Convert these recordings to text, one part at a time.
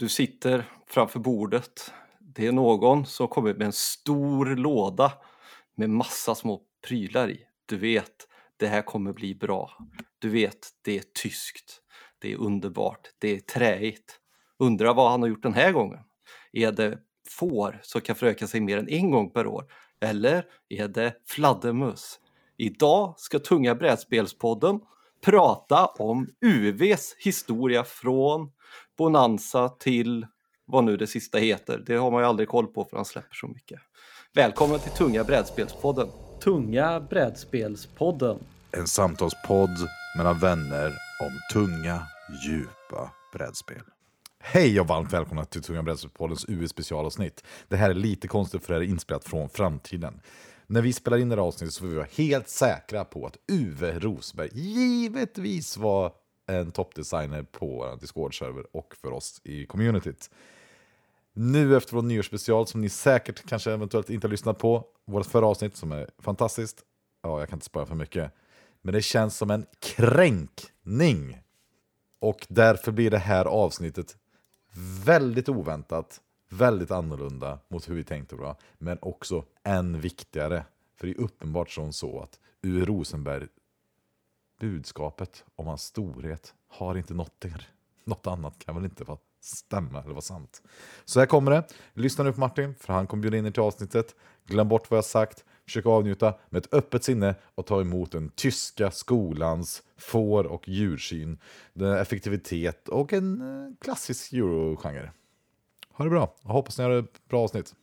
Du sitter framför bordet. Det är någon som kommer med en stor låda med massa små prylar i. Du vet, det här kommer bli bra. Du vet, det är tyskt. Det är underbart. Det är träigt. Undrar vad han har gjort den här gången. Är det får som kan föröka sig mer än en gång per år? Eller är det fladdermus? Idag ska Tunga brädspelspodden prata om UVs historia från Bonanza till vad nu det sista heter. Det har man ju aldrig koll på för han släpper så mycket. Välkommen till Tunga brädspelspodden. Tunga brädspelspodden. En samtalspodd mellan vänner om tunga, djupa brädspel. Hej och varmt välkomna till Tunga brädspelpoddens UV-specialavsnitt. Det här är lite konstigt för det är inspelat från framtiden. När vi spelar in det här avsnittet så får vi vara helt säkra på att Uwe Rosenberg givetvis var en toppdesigner på Discord-server och för oss i communityt. Nu efter vår nyårsspecial som ni säkert kanske eventuellt inte har lyssnat på, vårt förra avsnitt som är fantastiskt. Ja, jag kan inte spara för mycket. Men det känns som en kränkning. Och därför blir det här avsnittet väldigt oväntat, väldigt annorlunda mot hur vi tänkte bra. Men också än viktigare. För det är uppenbart som så att Uwe Rosenberg, budskapet om hans storhet har inte nått er. Något annat kan väl inte stämma eller vara sant. Så här kommer det. Lyssna nu på Martin, för han kommer bjuda in er till avsnittet. Glöm bort vad jag sagt. Försök avnjuta med ett öppet sinne och ta emot den tyska skolans får- och djursyn, effektivitet och en klassisk eurogenre. Ha det bra. Jag hoppas ni har ett bra avsnitt.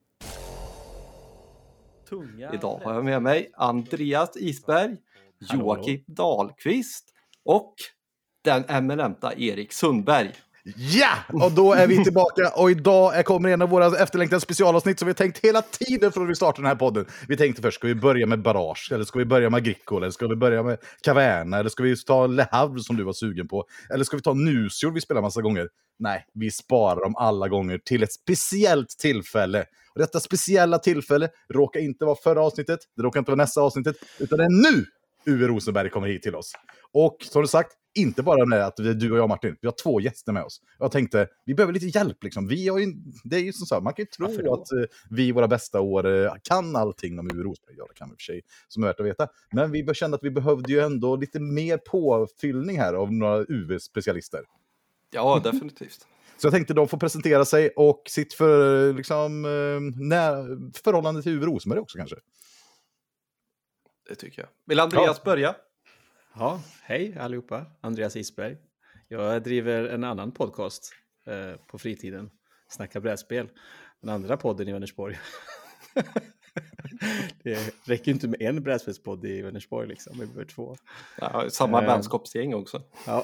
Idag har jag med mig Andreas Isberg, Joakim Dahlqvist och den eminenta Erik Sundberg. Ja! Och då är vi tillbaka och idag kommer en av våra efterlängtade specialavsnitt som vi har tänkt hela tiden från att vi startade den här podden. Vi tänkte först, ska vi börja med Barrage? Eller ska vi börja med Agricole? Eller ska vi börja med Caverna? Eller ska vi ta Le Havre som du var sugen på? Eller ska vi ta Nusjord vi spelar massa gånger? Nej, vi sparar dem alla gånger till ett speciellt tillfälle. Och detta speciella tillfälle råkar inte vara förra avsnittet, det råkar inte vara nästa avsnittet, utan det är nu Uwe Rosenberg kommer hit till oss. Och som du sagt, inte bara med att du och jag Martin, vi har 2 gäster med oss. Jag tänkte, vi behöver lite hjälp liksom. Det är ju som så, man kan ju tro att vi i våra bästa år kan allting om Uwe Rosenberg. Ja, det kan vi för sig, som är värt att veta. Men vi kände att vi behövde ju ändå lite mer påfyllning här av några UV-specialister. Ja, definitivt. Så jag tänkte de får presentera sig och sitt för, liksom, förhållande till Uwe Rosenberg också kanske. Det tycker jag. Vill Andreas börja? Ja, hej allihopa. Andreas Isberg. Jag driver en annan podcast på fritiden. Snacka brädspel. Den andra podden i Vänersborg. Det räcker inte med en brädspelspodd i Vänersborg liksom. Vi behöver 2. Ja, samma vänskapsgäng också. Ja.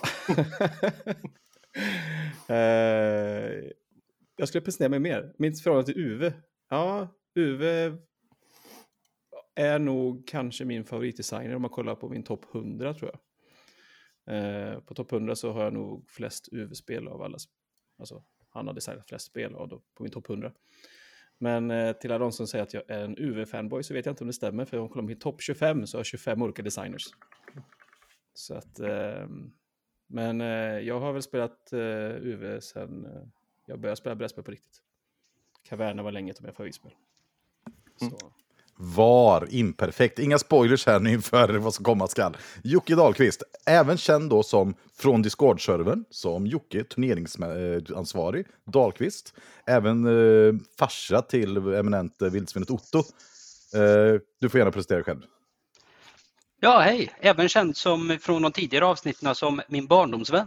Jag skulle presentera mig mer. Mitt förhållande till Uwe. Ja, Uwe är nog kanske min favoritdesigner om man kollar på min topp 100 tror jag. På topp 100 så har jag nog flest UV-spel av alla. Alltså han har designat flest spel av på min topp 100. Men till alla de som säger att jag är en UV-fanboy så vet jag inte om det stämmer. För om man kollar på min topp 25 så har jag 25 olika designers. Så att, men jag har väl spelat UV sen jag började spela brädspel på riktigt. Caverna var länge ett av mina favoritspel. Så. Var imperfekt. Inga spoilers här nu inför vad som komma skall. Jocke Dahlqvist, även känd då som från Discord-servern som Jocke, turneringsansvarig Dahlqvist. Även farsa till eminent vildsvinet Otto. Du får gärna presentera dig själv. Ja, hej. Även känd som från de tidigare avsnitten som min barndomsvän.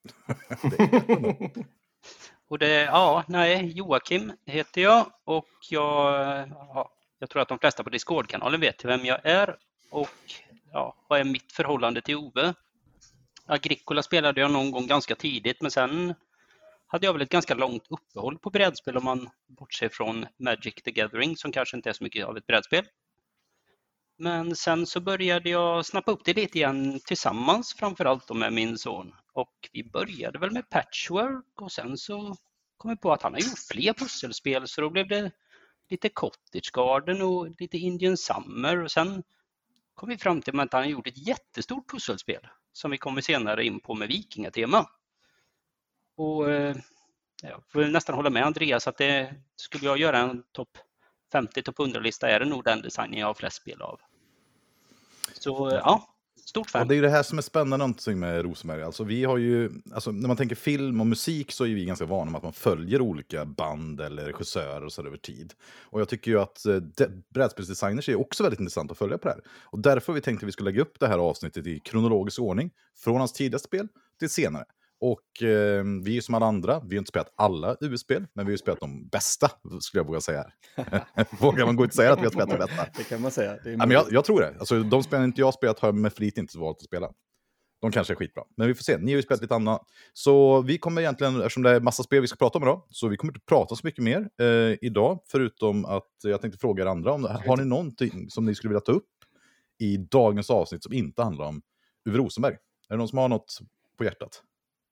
Och Joakim heter jag och jag tror att de flesta på Discord-kanalen vet vem jag är och vad är mitt förhållande till Ove. Agricola spelade jag någon gång ganska tidigt men sen hade jag väl ett ganska långt uppehåll på brädspel om man bortser från Magic the Gathering som kanske inte är så mycket av ett brädspel. Men sen så började jag snappa upp det lite igen tillsammans framförallt med min son. Och vi började väl med Patchwork och sen så kom vi på att han har gjort fler pusselspel så då blev det lite Cottage Garden och lite Indian Summer och sen kom vi fram till att han har gjort ett jättestort pusselspel som vi kommer senare in på med vikingatema. Och jag får nästan hålla med Andreas att det skulle jag göra en topp 50, topp 100-lista är det nog den designen jag har flest spel av. Så ja, stort fan. Ja, det är ju det här som är spännande någonting med Rosenberg. Alltså, vi har ju, alltså, när man tänker film och musik så är vi ganska vana med att man följer olika band eller regissörer och så över tid. Och jag tycker ju att brädspelsdesigners är också väldigt intressant att följa på det här. Och därför har vi tänkt att vi ska lägga upp det här avsnittet i kronologisk ordning från hans tidigaste spel till senare. Och vi är som alla andra, vi har inte spelat alla US-spel, men vi har spelat de bästa, skulle jag våga säga här. Vågar man gå ut och säga att vi har spelat de bästa? Det kan man säga. Det är men jag tror det. Alltså, de spelen inte jag har spelat har jag med flit inte valt att spela. De kanske är skitbra. Men vi får se. Ni har ju spelat lite annat. Så vi kommer egentligen, eftersom det är massa spel vi ska prata om idag, så vi kommer inte prata så mycket mer idag. Förutom att jag tänkte fråga er andra, har ni någonting som ni skulle vilja ta upp i dagens avsnitt som inte handlar om Uwe Rosenberg? Är det någon som har något på hjärtat?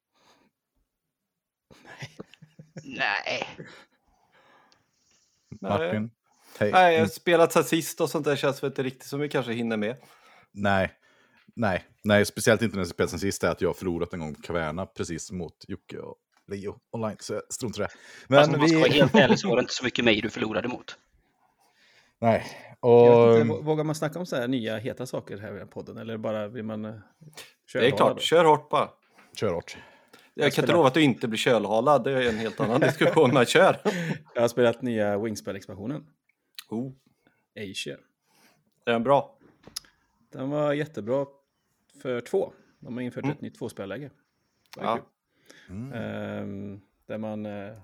Nej. Martin? Hej. Nej, jag har spelat sen sist och sånt där känns väl inte riktigt som vi kanske hinner med. Nej, speciellt inte när jag spelat sen sist är att jag har förlorat en gång Kaverna precis mot Jocke och Leo online, så jag struntar det. Men om man ska vara helt ärlig så var det inte så mycket mig du förlorade mot. Nej. Jag vet inte, vågar man snacka om så här nya heta saker här i podden eller bara vill man köra? Det är klart, kör hårt bara. Kör hårt. Jag kan inte lova att du inte blir kölhalad, det är en helt annan diskussion, men kör. Jag har spelat nya Wingspell-expansionen. Asia. Är den bra? Den var jättebra för 2. De har infört ett nytt 2-spelläge. Ja. Där man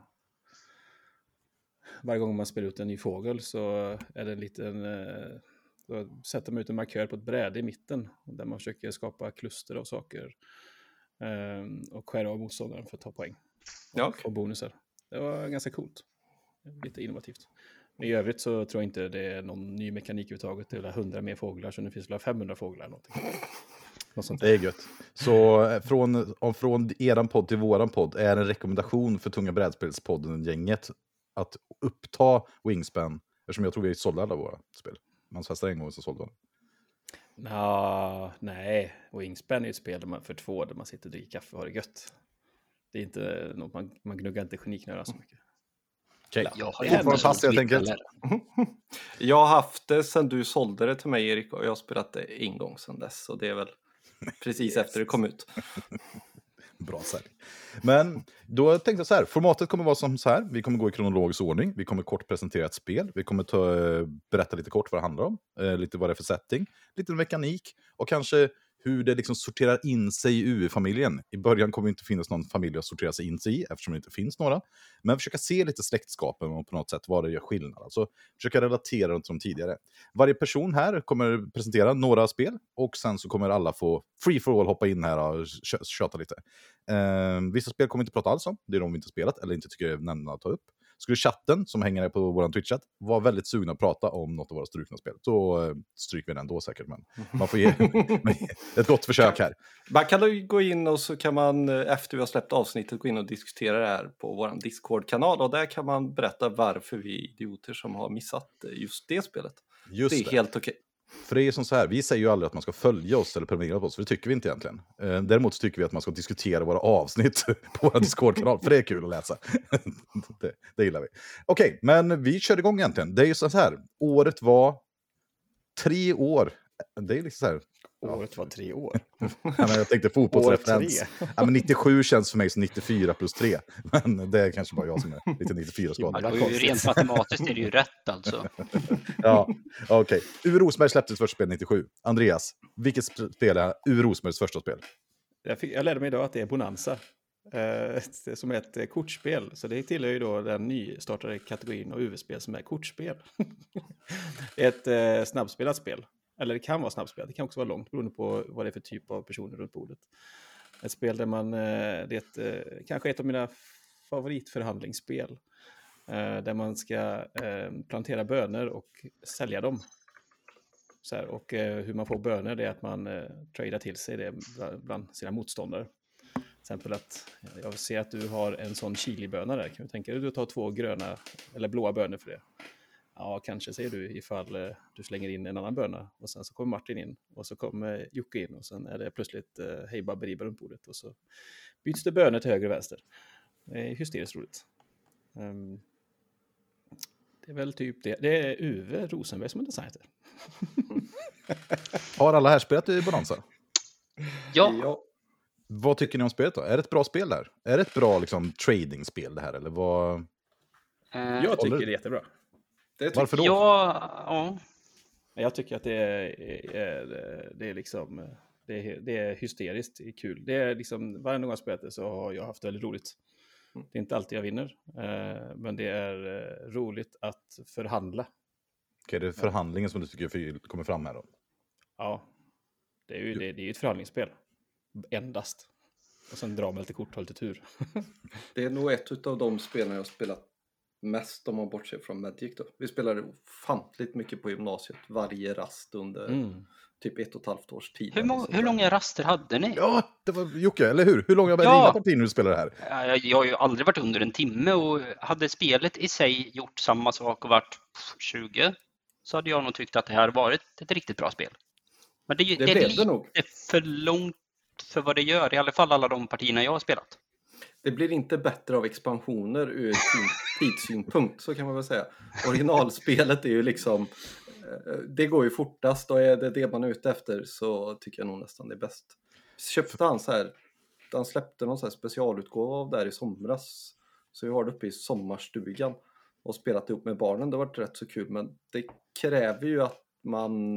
varje gång man spelar ut en ny fågel så är det en liten då sätter man ut en markör på ett bräde i mitten där man försöker skapa kluster av saker och skära av motståndaren för att ta poäng och bonusar. Det var ganska coolt. Lite innovativt. Men i övrigt så tror jag inte det är någon ny mekanik överhuvudtaget. Det är 100 mer fåglar så nu finns det 500 fåglar eller något. Det är gött. Så från eran podd till våran podd är en rekommendation för Tunga brädspelspodden-gänget att uppta Wingspan, eftersom jag tror vi sålde alla våra spel. Man festar en gång så sålde man. Nej, Wingspan är ju ett spel för 2 där man sitter och dricker kaffe och har det gött. Det är inte något man gnuggar inte geniknöra så mycket. Okej. Jag har helt enkelt. Jag har haft det sedan du sålde det till mig, Erik, och jag har spelat det en gång sedan dess. Så det är väl precis efter det kom ut. Bra sälj. Men då tänkte jag så här, formatet kommer vara som så här. Vi kommer gå i kronologisk ordning. Vi kommer kort presentera ett spel. Vi kommer berätta lite kort vad det handlar om. Lite vad det är för setting. Lite mekanik. Och kanske hur det liksom sorterar in sig i UE-familjen. I början kommer det inte finnas någon familj att sortera sig in sig i, eftersom det inte finns några. Men försöka se lite släktskapen och på något sätt vad det gör skillnad. Alltså försöka relatera runt som tidigare. Varje person här kommer presentera några spel. Och sen så kommer alla få free for all hoppa in här och köta lite. Vissa spel kommer vi inte prata alls om. Det är de vi inte spelat eller inte tycker är nämna att ta upp. Skulle chatten som hänger på vår Twitch-chat vara väldigt sugna att prata om något av våra strukna spel, så stryker vi den då säkert, men man får ge ett gott försök här. Man kan gå in och så kan man efter vi har släppt avsnittet gå in och diskutera det här på vår Discord-kanal, och där kan man berätta varför vi är idioter som har missat just det spelet. Just det är helt okej. För det är som så här, vi säger ju aldrig att man ska följa oss eller prenumerera på oss, för det tycker vi inte egentligen. Däremot så tycker vi att man ska diskutera våra avsnitt på vår Discord-kanal, för det är kul att läsa. det gillar vi. Okej, men vi kör igång egentligen. Det är ju så här, året var 3 år. Det är liksom så här. Året var 3 år. Jag tänkte fotbollsreferens. Ja, men 97 känns för mig som 94 plus 3. Men det är kanske bara jag som är lite 94-skadad. Ja, rent matematiskt är det ju rätt alltså. Ja, okej. Uwe Rosenberg släppte sitt första spel 97. Andreas, vilket spel är Uwe Rosenbergs första spel? Jag lärde mig idag att det är Bonanza. Som är ett kortspel. Så det tillhör ju då den nystartade kategorin av UV-spel som är kortspel. Ett snabbspelat spel. Eller det kan vara snabbspel, det kan också vara långt beroende på vad det är för typ av personer runt bordet. Ett spel där man, det är kanske ett av mina favoritförhandlingsspel. Där man ska plantera bönor och sälja dem. Så här, och hur man får bönor är att man tradar till sig det bland sina motståndare. Till exempel att jag ser att du har en sån chiliböna där. Kan du tänka dig att du tar 2 gröna eller blåa bönor för det? Ja, kanske säger du ifall du slänger in en annan böna. Och sen så kommer Martin in. Och så kommer Jocke in. Och sen är det plötsligt hej baberiba runt bordet. Och så byts det bönor till höger och vänster. Det är hysteriskt roligt. Det är väl typ det. Det är Uwe Rosenberg som är designer. Har alla här spelat i Bonanza? Ja, Vad tycker ni om spelet då? Är det ett bra spel där? Är det ett bra liksom, tradingspel det här? Eller vad? Jag tycker det är jättebra. Varför då? ja. Jag tycker att det är liksom det är hysteriskt, det är kul. Det är liksom, varje gång jag spelat det så har jag haft väldigt roligt. Det är inte alltid jag vinner, men det är roligt att förhandla. Okej, det är förhandlingen som du tycker kommer fram här då? Ja, det är ju ett förhandlingsspel. Endast. Och sen drar man lite kort och har lite tur. Det är nog ett av de spelen jag har spelat mest om man bortser från Magic då. Vi spelade ofantligt mycket på gymnasiet varje rast under typ 1,5 års tid. Hur långa raster hade ni? Ja, det var Jocke, eller hur? Hur långa var dina partier när du spelade det här? Jag har ju aldrig varit under en timme, och hade spelet i sig gjort samma sak och varit 20, så hade jag nog tyckt att det här varit ett riktigt bra spel. Men det är lite för långt för vad det gör, i alla fall alla de partierna jag har spelat. Det blir inte bättre av expansioner ur tidssynpunkt, så kan man väl säga. Originalspelet är ju liksom, det går ju fortast, och är det man är ute efter så tycker jag nog nästan det är bäst. Köpte han släppte någon så här specialutgåva av där i somras, så vi var uppe i sommarstugan och spelat ihop med barnen. Det har varit rätt så kul, men det kräver ju att man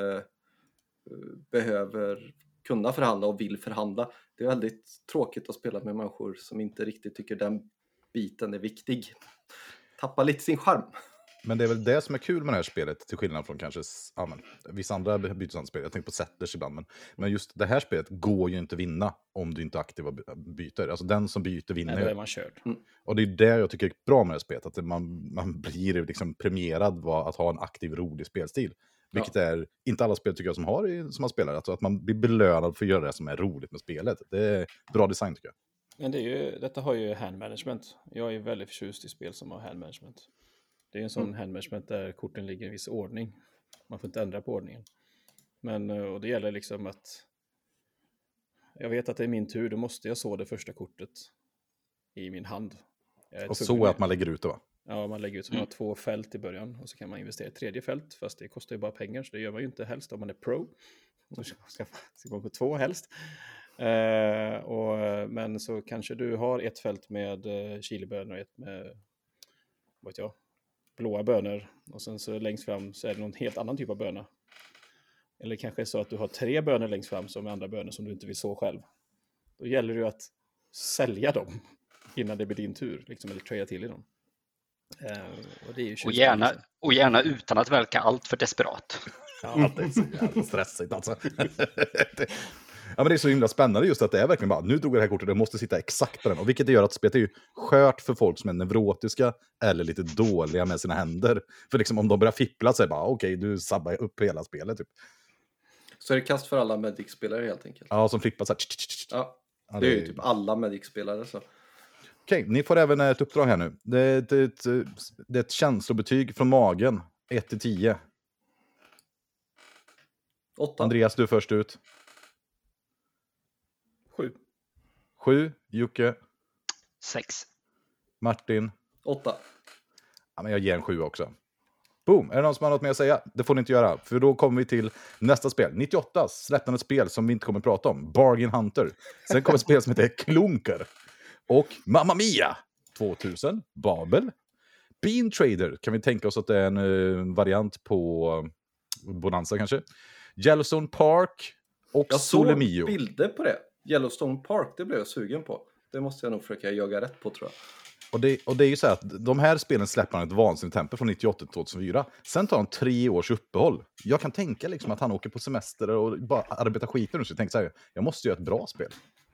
behöver kunna förhandla och vill förhandla. Det är väldigt tråkigt att spela med människor som inte riktigt tycker den biten är viktig. Tappa lite sin charm. Men det är väl det som är kul med det här spelet, till skillnad från kanske vissa andra byteshandelsspel. Jag tänker på Settlers ibland, men just det här spelet går ju inte att vinna om du inte är aktiv och byter. Alltså den som byter vinner. Nej, då är man körd. Och det är det jag tycker är bra med det här spelet, att man blir liksom premierad att ha en aktiv, rolig spelstil. Vilket är inte alla spel tycker jag som har spelat. Alltså att man blir belönad för att göra det som är roligt med spelet. Det är bra design tycker jag. Men detta har ju hand management. Jag är väldigt förtjust i spel som har hand management. Det är en sån hand management där korten ligger i en viss ordning. Man får inte ändra på ordningen. Och det gäller liksom att jag vet att det är min tur, då måste jag så det första kortet i min hand. Och så att man lägger ut det, va? Ja, man lägger ut så man har 2 fält i början, och så kan man investera i 3:e fält, fast det kostar ju bara pengar, så det gör man ju inte helst om man är pro. Då ska man på 2 helst. Men så kanske du har ett fält med chilibönor och ett med blåa bönor, och sen så längst fram så är det någon helt annan typ av böna. Eller kanske är så att du har 3 bönor längst fram som är andra bönor som du inte vill så själv. Då gäller det ju att sälja dem innan det blir din tur, liksom, eller trada till i dem. Och, det är ju och gärna utan att verka allt för desperat. Ja, det är så jävla stressigt alltså. Ja, men det är så himla spännande just att det är verkligen bara, nu drog jag det här kortet, det måste sitta exakt på den. Och vilket det gör att spelet är ju skört för folk som är neurotiska eller lite dåliga med sina händer. För liksom om de börjar fippla så är det bara, okej, du sabbar upp hela spelet typ. Så är det kast för alla Magic-spelare helt enkelt? Ja, som flippar så här. Ja, det är ju typ alla Magic-spelare så. Okej, ni får även ett uppdrag här nu. Det är ett känslobetyg från magen. 1-10. 8. Andreas, du först ut. 7. 7. Jocke. 6. Martin. 8. Ja, men jag ger en 7 också. Boom! Är det någon som har något mer att säga? Det får ni inte göra. För då kommer vi till nästa spel. 98 släppte ett spel som vi inte kommer att prata om. Bargain Hunter. Sen kommer ett spel som heter Klunker. Och Mamma Mia 2000. Babel. Bean Trader. Kan vi tänka oss att det är en variant på Bonanza kanske. Yellowstone Park. Och Jag Solemio. såg bilder på det. Yellowstone Park, det blev jag sugen på. Det måste jag nog försöka jaga rätt på, tror jag. Och det är ju så här att de här spelen släpper han ett vansinnigt tempo från 98 till 2004. Sen tar han 3 års uppehåll. Jag kan tänka liksom att han åker på semester och bara arbetar skiten. Så jag tänker så här, jag måste göra ett bra spel.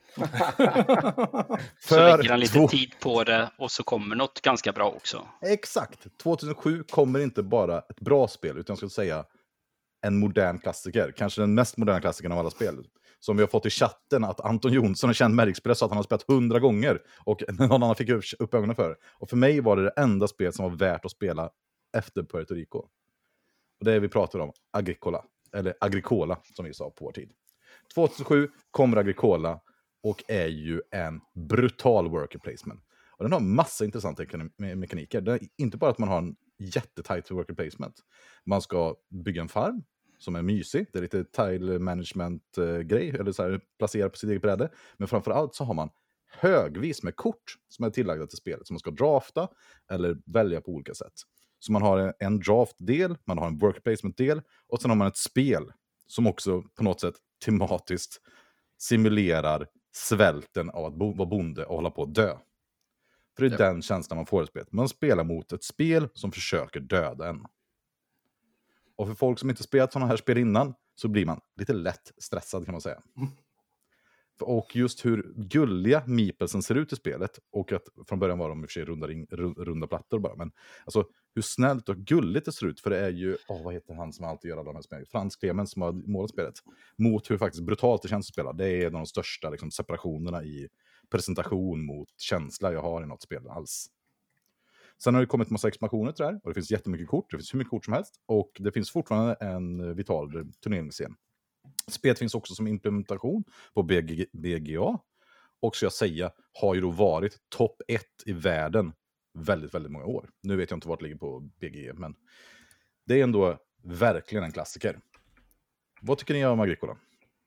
Så lägger han lite tid på det och så kommer något ganska bra också. Exakt. 2007 kommer inte bara ett bra spel, utan jag skulle säga en modern klassiker. Kanske den mest moderna klassikern av alla spel. Som vi har fått i chatten att Anton Jonsson, en känd Magic-spelare, sa att han har spelat 100 gånger. Och någon annan fick upp ögonen för. Och för mig var det enda spel som var värt att spela efter Puerto Rico. Och det är vi pratar om Agricola. Eller Agricola, som vi sa på vår tid. 2007 kommer Agricola och är ju en brutal worker placement. Och den har massa intressanta mekaniker. Det är inte bara att man har en jättetight worker placement. Man ska bygga en farm som är mysig. Det är lite tile management-grej, eller så här, placera på sitt eget bräde. Men framförallt så har man högvis med kort som är tillagda till spelet som man ska drafta eller välja på olika sätt. Så man har en draft-del, man har en worker placement-del och sen har man ett spel som också på något sätt tematiskt simulerar svälten av att vara bonde och hålla på att dö. För det är den känslan man får i spelet. Man spelar mot ett spel som försöker döda en. Och för folk som inte spelat sådana här spel innan så blir man lite lätt stressad kan man säga. Och just hur gulliga meeplesen ser ut i spelet, och att från början var de i och för sig runda plattor bara, men alltså hur snällt och gulligt det ser ut, för det är ju, vad heter han som alltid gör alla de här spelen? Frans Clemens som har målat spelet, mot hur faktiskt brutalt det känns att spela. Det är en av de största liksom, separationerna i presentation mot känsla jag har i något spel alls. Sen har det kommit massa expansioner till det här, och det finns jättemycket kort, det finns hur mycket kort som helst, och det finns fortfarande en vital turneringsscen. Spelet finns också som implementation på BGA. Och så jag säga, har ju då varit topp 1 i världen väldigt, väldigt många år. Nu vet jag inte vart det ligger på BGE, men det är ändå verkligen en klassiker. Vad tycker ni om Agricola?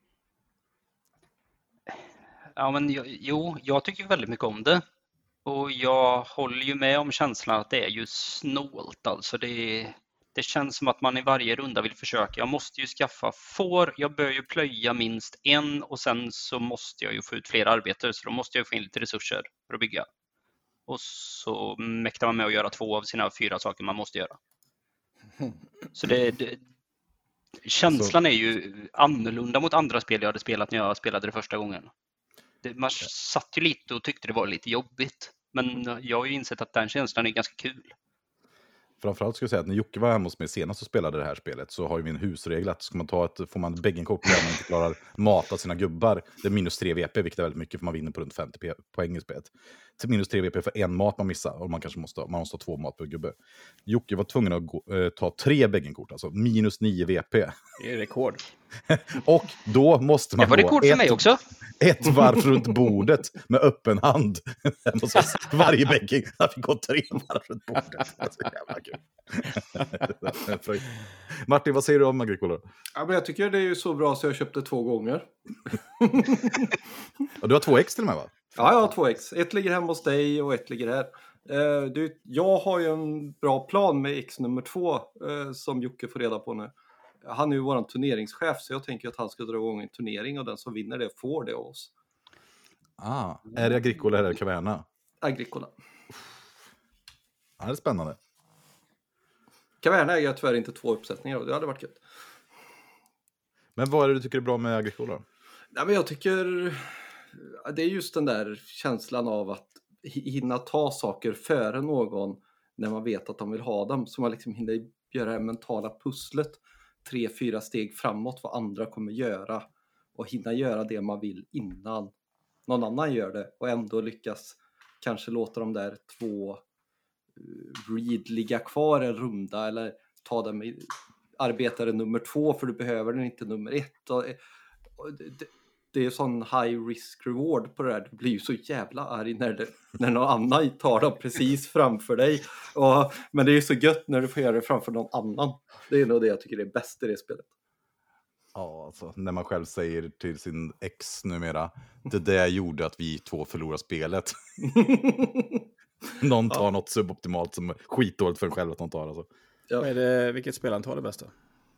Ja, men jag tycker väldigt mycket om det. Och jag håller ju med om känslan att det är ju snålt. Alltså det känns som att man i varje runda vill försöka. Jag måste ju skaffa får, jag bör ju plöja minst en och sen så måste jag ju få ut fler arbetare, så då måste jag få in lite resurser för att bygga. Och så mäktar man med att göra 2 av sina 4 saker man måste göra. Så känslan är ju annorlunda mot andra spel jag hade spelat när jag spelade det första gången. Man satt ju lite och tyckte det var lite jobbigt. Men jag har ju insett att den känslan är ganska kul. Framförallt ska jag säga att när Jocke var hemma hos mig senast och spelade det här spelet, så har ju vi en husregel att ska man får man bäggenkort där man inte klarar mata sina gubbar. Det är minus 3 VP, vilket är väldigt mycket, för man vinner på runt 50 poäng i spelet. Till minus 3 VP för en mat man missar, och man kanske måste ha 2 mat per gubbe. Jocke var tvungen att ta 3 bäggenkort, alltså minus 9 VP. Det är rekord. Och då måste man det var rekord för mig också. Ett varv runt bordet med öppen hand. Varje bägge. Jag fick gå 3 varv runt bordet. Alltså, jävla kul. Martin, vad säger du om Agricola? Ja, men jag tycker det är ju så bra så jag köpte 2 gånger. Och du har 2 ex till och med, va? Ja, jag har 2 ex. Ett ligger hemma hos dig och ett ligger här. Jag har ju en bra plan med ex nummer 2 som Jocke får reda på nu. Han är ju våran turneringschef, så jag tänker att han ska dra igång en turnering och den som vinner det får det av oss. Är det Agricola eller Caverna? Agricola. Ja, det är spännande. Caverna äger jag tyvärr inte 2 uppsättningar och det hade varit kul. Men vad är det du tycker är bra med Agricola? Nej, men jag tycker det är just den där känslan av att hinna ta saker före någon när man vet att de vill ha dem. Så man liksom hinner göra det mentala pusslet 3-4 steg framåt vad andra kommer göra. Och hinna göra det man vill innan någon annan gör det. Och ändå lyckas kanske låta de där 2 read ligga kvar en runda. Eller ta dem i arbetare nummer 2 för du behöver den inte nummer 1. Det är sån high risk reward på det där. Du blir ju så jävla arg när någon annan tar dem precis framför dig. Men det är ju så gött när du får göra det framför någon annan. Det är nog det jag tycker är bäst i det spelet. Ja, alltså när man själv säger till sin ex numera, det där gjorde att vi 2 förlorar spelet. Någon tar något suboptimalt som är skitdåligt för en själv att någon tar. Alltså. Ja. Vilket spelantal är bästa?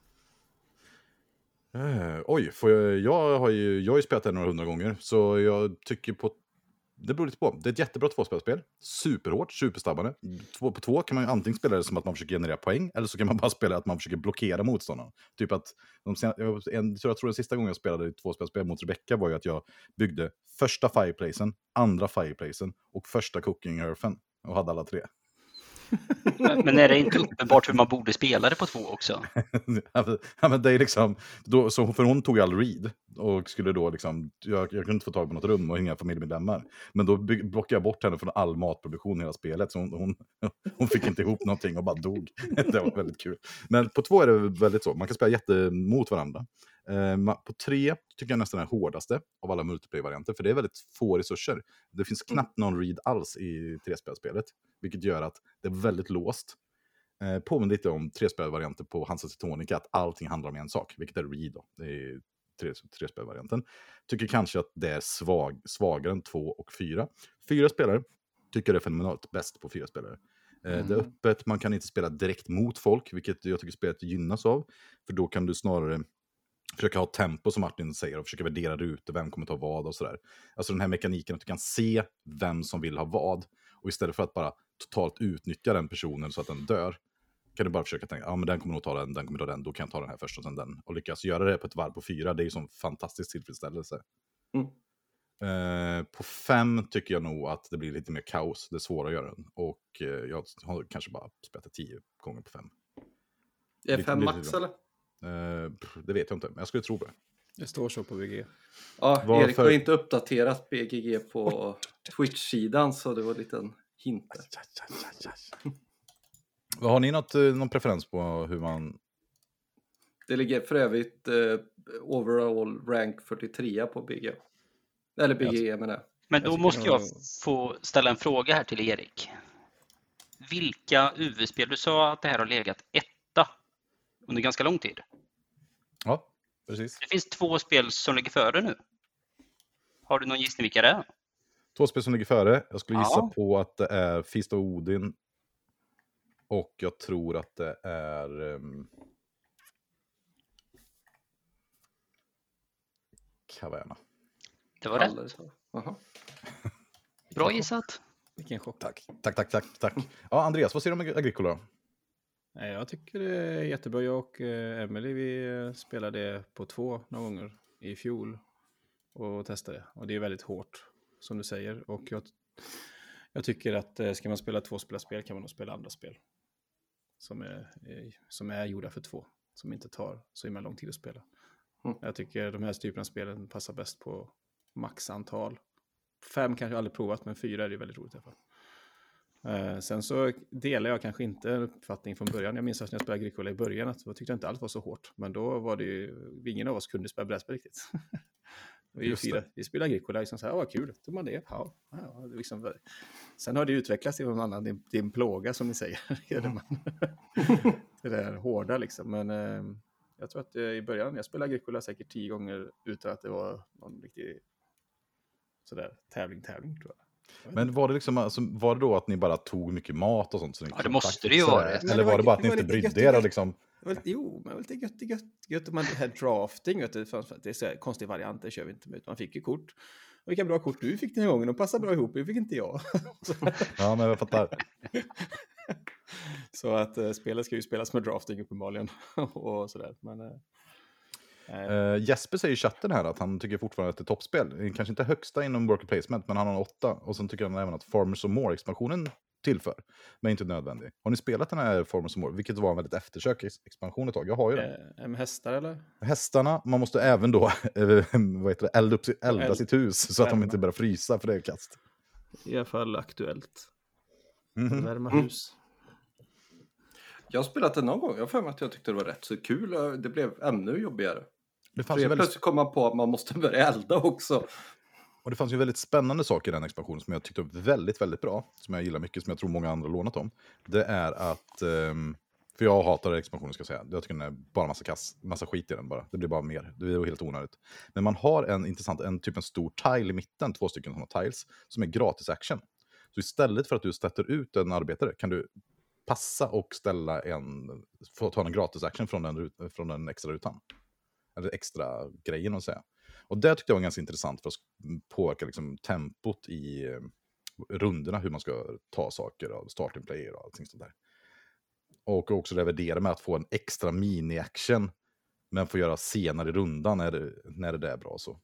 Jag har ju spelat det några 100 gånger, så jag tycker det beror lite på. Det är ett jättebra 2-spelspel, superhårt, superstabbande. 2 kan man ju antingen spela det som att man försöker generera poäng, eller så kan man bara spela att man försöker blockera motståndaren. Typ att jag tror den sista gången jag spelade 2-spelspel mot Rebecca var ju att jag byggde första fireplacen, andra fireplacen och första cooking earthen och hade alla 3. Men är det inte uppenbart hur man borde spela det på 2 också? Ja, men det är liksom så, för hon tog all read och skulle då liksom jag kunde inte få tag på något rum och inga familjemedlemmar, men då blockade jag bort henne från all matproduktion i hela spelet, så hon fick inte ihop någonting och bara dog. Det var väldigt kul. Men på 2 är det väldigt så, man kan spela mot varandra. På 3 tycker jag nästan är den hårdaste av alla multiplayer-varianter, för det är väldigt få resurser. Det finns knappt någon read alls i 3-spelspelet, vilket gör att det är väldigt låst. Påminner lite om 3-spelvarianter på Hansa Teutonica, att allting handlar om en sak, vilket är read då. Det är 3-spelvarianten. Tycker kanske att det är svagare än 2 och 4. 4 spelare tycker det är fenomenalt bäst på 4 spelare. Det är öppet, man kan inte spela direkt mot folk, vilket jag tycker spelet gynnas av. För då kan du snarare försöka ha tempo, som Martin säger, och försöka värdera rutor, vem kommer ta vad och sådär. Alltså den här mekaniken att du kan se vem som vill ha vad. Och istället för att bara totalt utnyttja den personen så att den dör, kan du bara försöka tänka, ja men den kommer nog ta den kommer ta den, då kan jag ta den här först och sen den. Och lyckas göra det på ett varv på 4, det är ju sån fantastisk tillfredsställelse. På 5 tycker jag nog att det blir lite mer kaos, det är svårare att göra den. Och jag har kanske bara spelat 10 gånger på 5. Är 5 max eller? Det vet jag inte, men jag skulle tro det. Det står så på BG. Ja, Varför? Erik har inte uppdaterat BGG på Twitch-sidan, så det var en liten hint. Har ni någon preferens på hur man... Det ligger för övrigt overall rank 43 på BG. Eller BGE menar jag. Men då måste jag få ställa en fråga här till Erik. Vilka UV-spel, du sa att det här har legat etta under ganska lång tid. Ja, precis. Det finns 2 spel som ligger före nu. Har du någon gissning vilka det är? 2 spel som ligger före. Jag skulle gissa på att det är Feast of Odin. Och jag tror att det är... Caverna. Det var rätt. Aha. Bra gissat. Vilken chock. Tack. Ja, Andreas, vad säger du om Agricola? Nej, jag tycker det är jättebra. Jag och Emily, vi spelade på 2 några gånger i fjol och testade. Och det är väldigt hårt, som du säger. Och jag tycker att ska man spela 2-spelarspel kan man nog spela andra spel. Som är gjorda för 2. Som inte tar så himla lång tid att spela. Jag tycker de här typerna av spelen passar bäst på maxantal. 5 kanske jag aldrig provat, men 4 är det väldigt roligt i alla fall. Sen så delar jag kanske inte en uppfattning från början. Jag minns att när jag spelade Agricola i början att jag tyckte inte allt var så hårt. Men då var det ju, ingen av oss kunde spela brädspel riktigt. Vi spelade Agricola liksom så här, vad kul, tog man det? Ja, liksom. Sen har det utvecklats till någon annan, det är en plåga som ni säger. Det där hårda liksom, men jag tror att i början, jag spelade Agricola säkert 10 gånger utan att det var någon riktig sådär tävling tror jag. Men var det liksom, alltså, var det då att ni bara tog mycket mat och sånt? Så det måste det ju vara. Eller var det bara att ni inte brydde er? Liksom... Jo, men det var lite gött om man hade drafting. Det är så här konstiga varianter, kör vi inte med. Man fick ju kort. Och vilka bra kort du fick den här gången. De passar bra ihop, det fick inte jag. Ja, men jag fattar. Så att spelet ska ju spelas med drafting uppenbarligen. Och sådär, men... Jesper säger i chatten här att han tycker fortfarande att det är toppspel. Kanske inte högsta inom worker placement, men han har en 8. Och sen tycker han även att Farmers of More-expansionen tillför, men inte nödvändig. Har ni spelat den här Farmers of More, vilket var en väldigt eftersök expansion ett tag? Jag har ju den. Med hästar eller? Hästarna, man måste även då elda sitt hus så att de inte börjar frysa, för det är kast. I alla fall aktuellt. Värma hus. Jag har spelat det någon gång. Jag har för mig att jag tyckte det var rätt så kul. Det blev ännu jobbigare. Det fanns ju plötsligt kom man på att man måste börja elda också. Och det fanns ju väldigt spännande saker i den expansionen som jag tyckte var väldigt, väldigt bra. Som jag gillar mycket, som jag tror många andra har lånat om. Det är att, för jag hatar expansionen ska jag säga. Jag tycker den är bara massa skit i den bara. Det blir bara mer. Det är helt onödigt. Men man har en stor tile i mitten, 2 stycken sådana tiles, som är gratis action. Så istället för att du sätter ut en arbetare kan du passa och ställa få ta en gratis action från den extra rutan. Eller extra grejen att säga. Och det tyckte jag var ganska intressant för att påverka liksom tempot i rundorna, hur man ska ta saker av starting player och allting sånt där. Och också revidera med att få en extra mini-action, men få göra senare i rundan när det är bra så.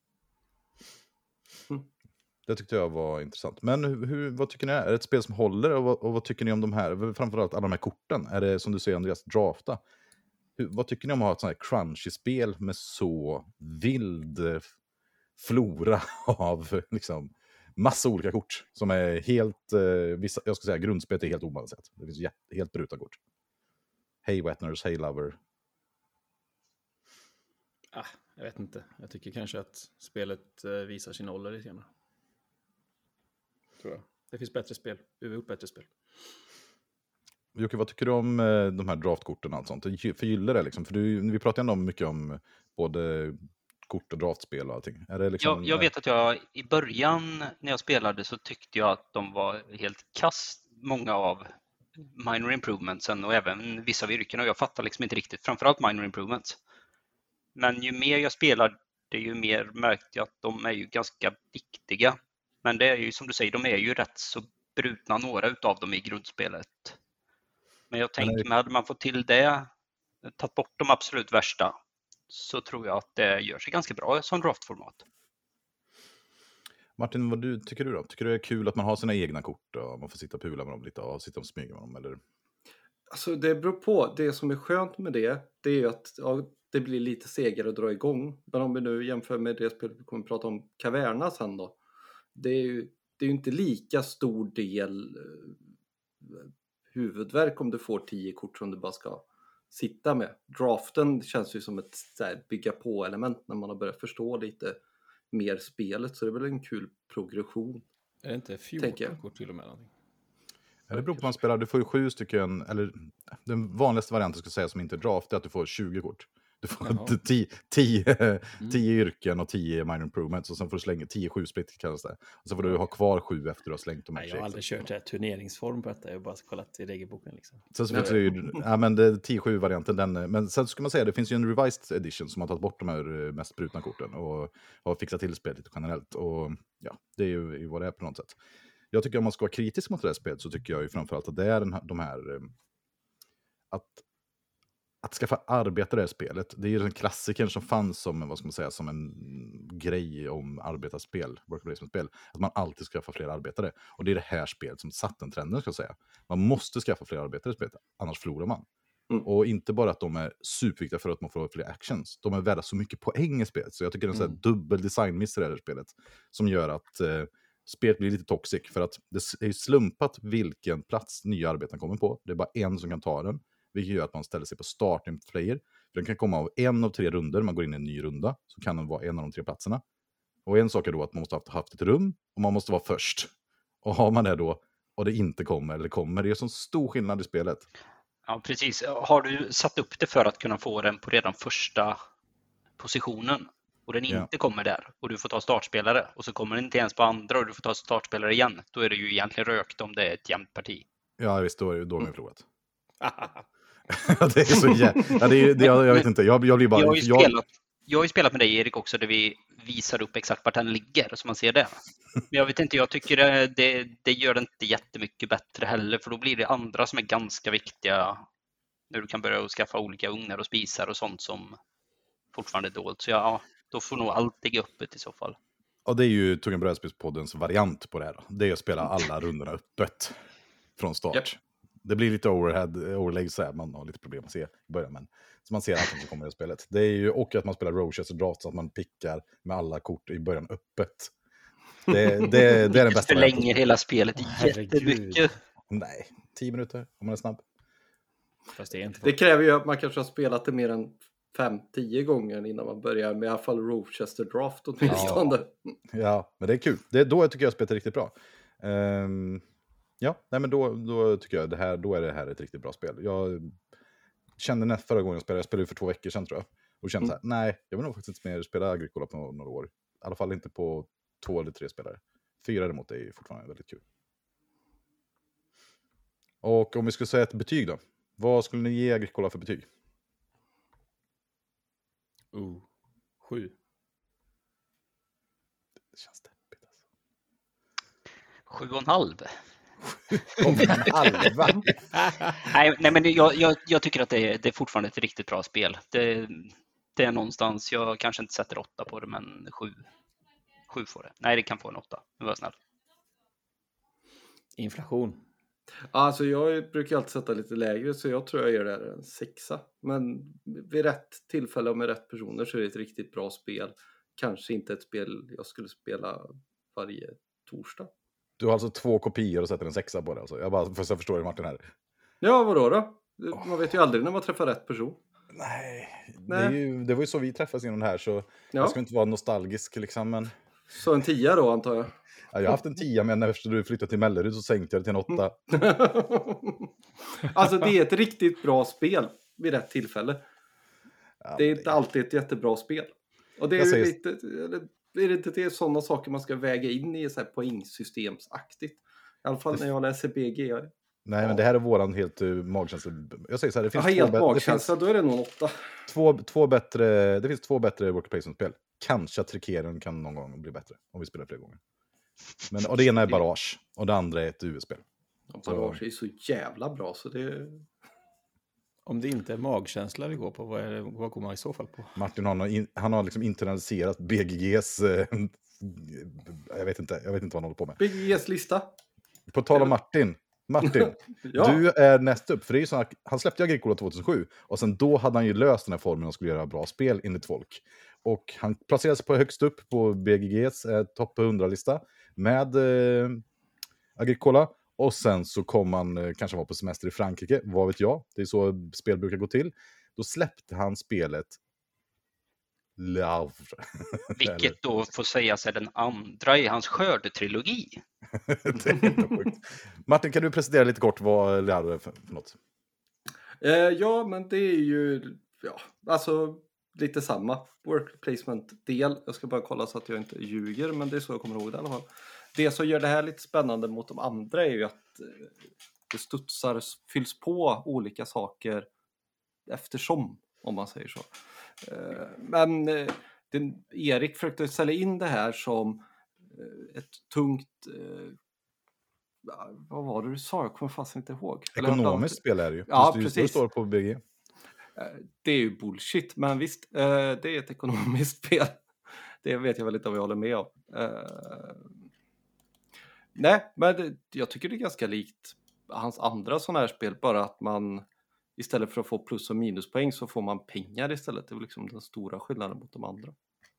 Det tyckte jag var intressant. Men vad tycker ni är det ett spel som håller? Och vad tycker ni om de här, framförallt alla de här korten? Är det som du säger Andreas, drafta? Vad tycker ni om att ha ett sånt här crunchy-spel med så vild flora av liksom massa olika kort som är helt, jag ska säga grundspelet är helt obalanserat. Det finns helt bruta kort. Hej Wetners, hej Lover. Jag vet inte. Jag tycker kanske att spelet visar sin ålder lite grann. Tror jag. Det finns bättre spel. Vi har gjort bättre spel. Jocke, vad tycker du om de här draftkorten och allt sånt? Förgillar det liksom? För vi pratar ändå mycket om både kort och draftspel och allting. Är det liksom, Jag vet att jag i början när jag spelade så tyckte jag att de var helt kass, många av minor improvementsen och även vissa av yrkena. Jag fattar liksom inte riktigt, framförallt minor improvements. Men ju mer jag spelade, ju mer märkte jag att de är ju ganska viktiga. Men det är ju som du säger, de är ju rätt så brutna, några utav dem i grundspelet. Men jag tänker mig, hade man fått till det, tagit bort de absolut värsta, så tror jag att det gör sig ganska bra som draftformat. Martin, vad tycker du då? Tycker du det är kul att man har sina egna kort och man får sitta och pula med dem lite och sitta och smyga med dem? Eller? Alltså det beror på. Det som är skönt med det är ju att det blir lite segare att dra igång. Men om vi nu jämför med det spelet vi kommer att prata om, Caverna sen då. Det är ju inte lika stor del huvudvärk om du får 10 kort som du bara ska sitta med. Draften känns ju som ett bygga på element när man har börjat förstå lite mer spelet, så det är väl en kul progression. Är det inte 14 kort till och med någonting? Ja, det beror på vad man spelar. Du får ju 7 stycken, eller den vanligaste varianten ska jag säga som inte är draft är att du får 20 kort. Du får 10 yrken och 10 minor improvements och sen får du slänga 10 7-split kallas det. Och så får du ha kvar 7 efter du har slängt dem. Jag har aldrig kört turneringsform på detta, jag har bara kollat i regelboken liksom. Sen så finns det ju, men det 10-7-varianten, men sen ska man säga, det finns ju en revised edition som har tagit bort de här mest brutna korten och har fixat till spelet lite generellt. Och ja, det är ju vad det är på något sätt. Jag tycker om man ska vara kritisk mot det här spelet så tycker jag ju framförallt att det är de här att skaffa arbetare i spelet. Det är ju den klassikern som fanns som, vad ska man säga, som en grej om arbetarspel, worker placement-spel. Att man alltid skaffar fler arbetare. Och det är det här spelet som satt den trenden, ska jag säga. Man måste skaffa fler arbetare i spelet, annars förlorar man. Och inte bara att de är superviktiga för att man får fler actions. De är värda så mycket poäng i spelet. Så jag tycker det är en sån här dubbel designmiss i det här spelet. Som gör att spelet blir lite toxic. För att det är slumpat vilken plats nya arbetaren kommer på. Det är bara en som kan ta den. Vilket gör att man ställer sig på starting player. För den kan komma av 1 av 3 runder. Man går in i en ny runda. Så kan den vara en av de 3 platserna. Och en sak är då att man måste ha haft ett rum. Och man måste vara först. Och har man det då och det inte kommer eller kommer. Det är så stor skillnad i spelet. Ja, precis. Har du satt upp det för att kunna få den på redan första positionen och den inte kommer där och du får ta startspelare och så kommer den inte ens på andra och du får ta startspelare igen, då är det ju egentligen rökt om det är ett jämnt parti. Ja, visst, då är det förlorat. Det är så jag vet inte. Jag blir bara... Jag har ju spelat med dig, Erik, också där vi visar upp exakt vart den ligger så man ser det. Men jag vet inte, jag tycker det gör det inte jättemycket bättre heller, för då blir det andra som är ganska viktiga när du kan börja skaffa olika ugnar och spisar och sånt som fortfarande är dolt. Så ja, då får nog allt ligga öppet i så fall. Och det är ju Tunga brädspelspoddens variant på det här då. Det är att spela alla rundorna öppet från start. Yep. Det blir lite overleg så här, man har lite problem att se i början, men så man ser allt som kommer i spelet. Det är ju, och att man spelar Rochester Draft så att man pickar med alla kort i början öppet. Det är den bästa. Förlänger hela spelet jättemycket. Nej, 10 minuter om man är snabb. Fast det är inte det kräver ju att man kanske har spelat det mer än 5-10 gånger innan man börjar med i alla fall Rochester Draft åtminstone. Ja, men det är kul. Det är då jag tycker jag spelat riktigt bra. Ja, nej, men då tycker jag då är det här ett riktigt bra spel. Jag kände förra gången jag spelade för 2 veckor sedan tror jag. Och kände så här, nej, jag vill nog faktiskt inte mer spela Agricola på några år. I alla fall inte på 2 eller 3 spelare. 4 däremot är ju fortfarande väldigt kul. Och om vi skulle säga ett betyg då. Vad skulle ni ge Agricola för betyg? 7. Det känns deppigt alltså. 7,5. Halva. Nej, men jag tycker att det är fortfarande ett riktigt bra spel. Det är någonstans, jag kanske inte sätter 8 på det, men 7 får det. Nej, det kan få en 8. Det var snäll. Inflation. Alltså jag brukar alltid sätta lite lägre, så jag tror jag gör det här en 6. Men vid rätt tillfälle och med rätt personer så är det ett riktigt bra spel. Kanske inte ett spel jag skulle spela varje torsdag. Du har alltså 2 kopior och sätter en 6 på det alltså. Jag förstår Martin här. Ja, vadå då? Man vet ju aldrig när man träffar rätt person. Nej, Nej. det var ju så vi träffades inom det här, så jag ska inte vara nostalgisk liksom, men... Så en 10 då, antar jag. Ja, jag har haft en 10, men efter du flyttade till Mellerud så sänkte jag det till en 8. Alltså det är ett riktigt bra spel vid rätt tillfälle. Ja, det är inte alltid ett jättebra spel. Och det är ju lite, är det inte sådana saker man ska väga in i så här poängsystemsaktigt. I alla fall när jag läser BG. Nej, men det här är våran helt magkänsla. Jag säger så här, det finns helt magkänsla, då är det nog en 8. Det finns 2 bättre worker placement-spel. Kanske att Trikeren kan någon gång bli bättre om vi spelar fler gånger. Och det ena är Barrage och det andra är ett UV-spel. Barrage är så jävla bra så det... Om det inte är magkänsla vi går på, vad går man i så fall på? Martin han har liksom internaliserat BGGs... jag vet inte vad han håller på med. BGGs lista. På tal om Martin, ja. Du är näst upp. För det är så att han släppte Agricola 2007. Och sen då hade han ju löst den här formen och skulle göra bra spel enligt folk. Och han placerades på högst upp på BGGs topp 100-lista med Agricola. Och sen så kom han, kanske var på semester i Frankrike, vad vet jag. Det är så spel brukar gå till. Då släppte han spelet Le Havre. Vilket då får sägas är den andra i hans skördetrilogi. Det är inte sjukt. Martin, kan du presentera lite kort vad Le Havre är för något? Ja, men det är ju alltså lite samma work placement-del. Jag ska bara kolla så att jag inte ljuger, men det är så jag kommer ihåg det i alla fall. Det som gör det här lite spännande mot de andra är ju att det fylls på olika saker eftersom, om man säger så. Men Erik försökte sälja in det här som ett tungt... vad var det du sa? Jag kommer fast inte ihåg. Ekonomiskt spel är det ju. Ja, precis. precis. Det står på BG. Det är ju bullshit, men visst, det är ett ekonomiskt spel. Det vet jag väl inte om jag håller med om. Nej, men jag tycker det är ganska likt hans andra sådana här spel, bara att man istället för att få plus- och minuspoäng så får man pengar istället. Det är liksom den stora skillnaden mot de andra.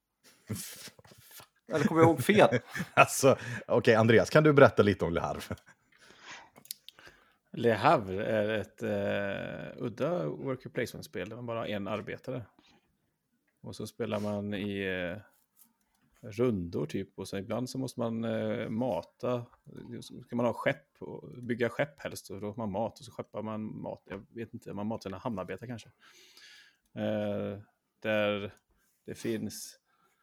Eller kommer jag ihåg fel? Alltså, okej, Andreas, kan du berätta lite om Le Havre? Le Havre är ett udda worker placement-spel där man bara har en arbetare. Och så spelar man i rundor typ, och så ibland så måste man mata, så kan man ha skepp och bygga skepp helst, och då har man mat och så skeppar man mat, jag vet inte, man matar sina hamnarbetare kanske. Där det finns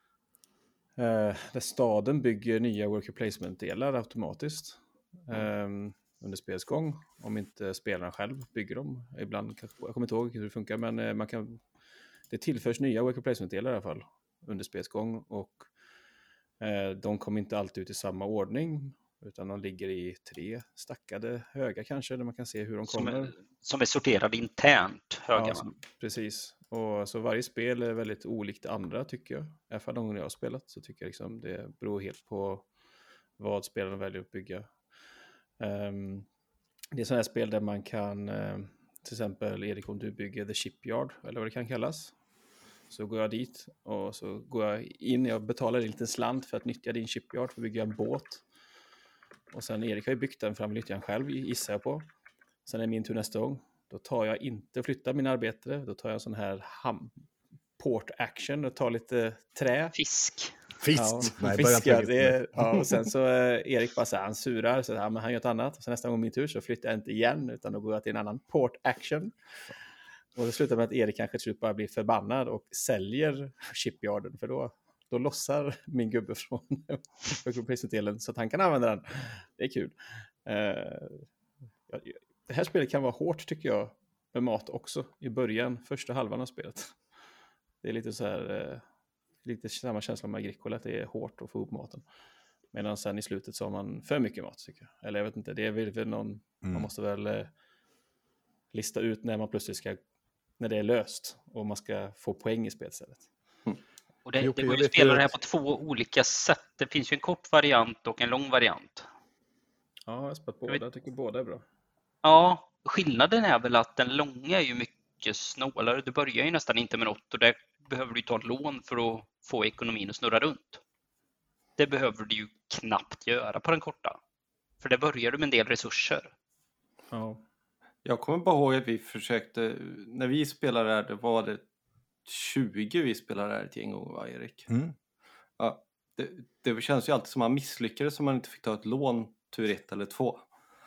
där staden bygger nya worker placement-delar automatiskt under spelets gång, om inte spelaren själv bygger dem. Ibland, jag kommer inte ihåg hur det funkar, men det tillförs nya worker placement-delar i alla fall under spelets gång, och de kommer inte alltid ut i samma ordning, utan de ligger i 3 stackade högar kanske, där man kan se hur de kommer. Som är sorterade internt, högarna. Ja, precis. Och så varje spel är väldigt olikt det andra, tycker jag. I alla fall de gånger jag har spelat så tycker jag liksom det beror helt på vad spelarna väljer att bygga. Det är sådana här spel där man kan, till exempel Erik, om du bygger The Shipyard, eller vad det kan kallas, så går jag dit och så går jag in, jag betalar en liten slant för att nyttja din shipyard för att bygga en båt. Och sen Erik har ju byggt den för han vill nyttja den själv, gissar jag på. Sen är min tur nästa gång. Då tar jag inte och flyttar min arbetare, då tar jag en sån här port action och tar lite trä. Fisk. Ja, och sen så Erik bara så här, han surar, så här, men han gör ett annat. Och sen nästa gång min tur så flyttar jag inte igen, utan då går jag till en annan port action. Och det slutar med att Erik kanske till slut bara blir förbannad och säljer shipyarden, för då lossar min gubbe från presentdelen så att han kan använda den. Det är kul. Det här spelet kan vara hårt, tycker jag, med mat också i början, första halvan av spelet. Det är lite så här, lite samma känsla med Agricola, att det är hårt att få upp maten. Medan sen i slutet så har man för mycket mat, tycker jag. Eller jag vet inte, det är väl någon, man måste väl lista ut när man plötsligt ska, när det är löst och man ska få poäng i spelet. Och det går ju att spela det här på 2 olika sätt. Det finns ju en kort variant och en lång variant. Ja, jag har spelat båda. Jag tycker båda är bra. Ja, skillnaden är väl att den långa är ju mycket snålare. Du börjar ju nästan inte med något, och där behöver du ta lån för att få ekonomin att snurra runt. Det behöver du ju knappt göra på den korta. För där börjar du med en del resurser. Ja. Jag kommer bara ihåg att vi försökte, när vi spelade där, det var det 20 vi spelade där ett gäng gånger, va, Erik? Mm. Ja, det känns ju alltid som man misslyckades om man inte fick ta ett lån tur 1 eller 2.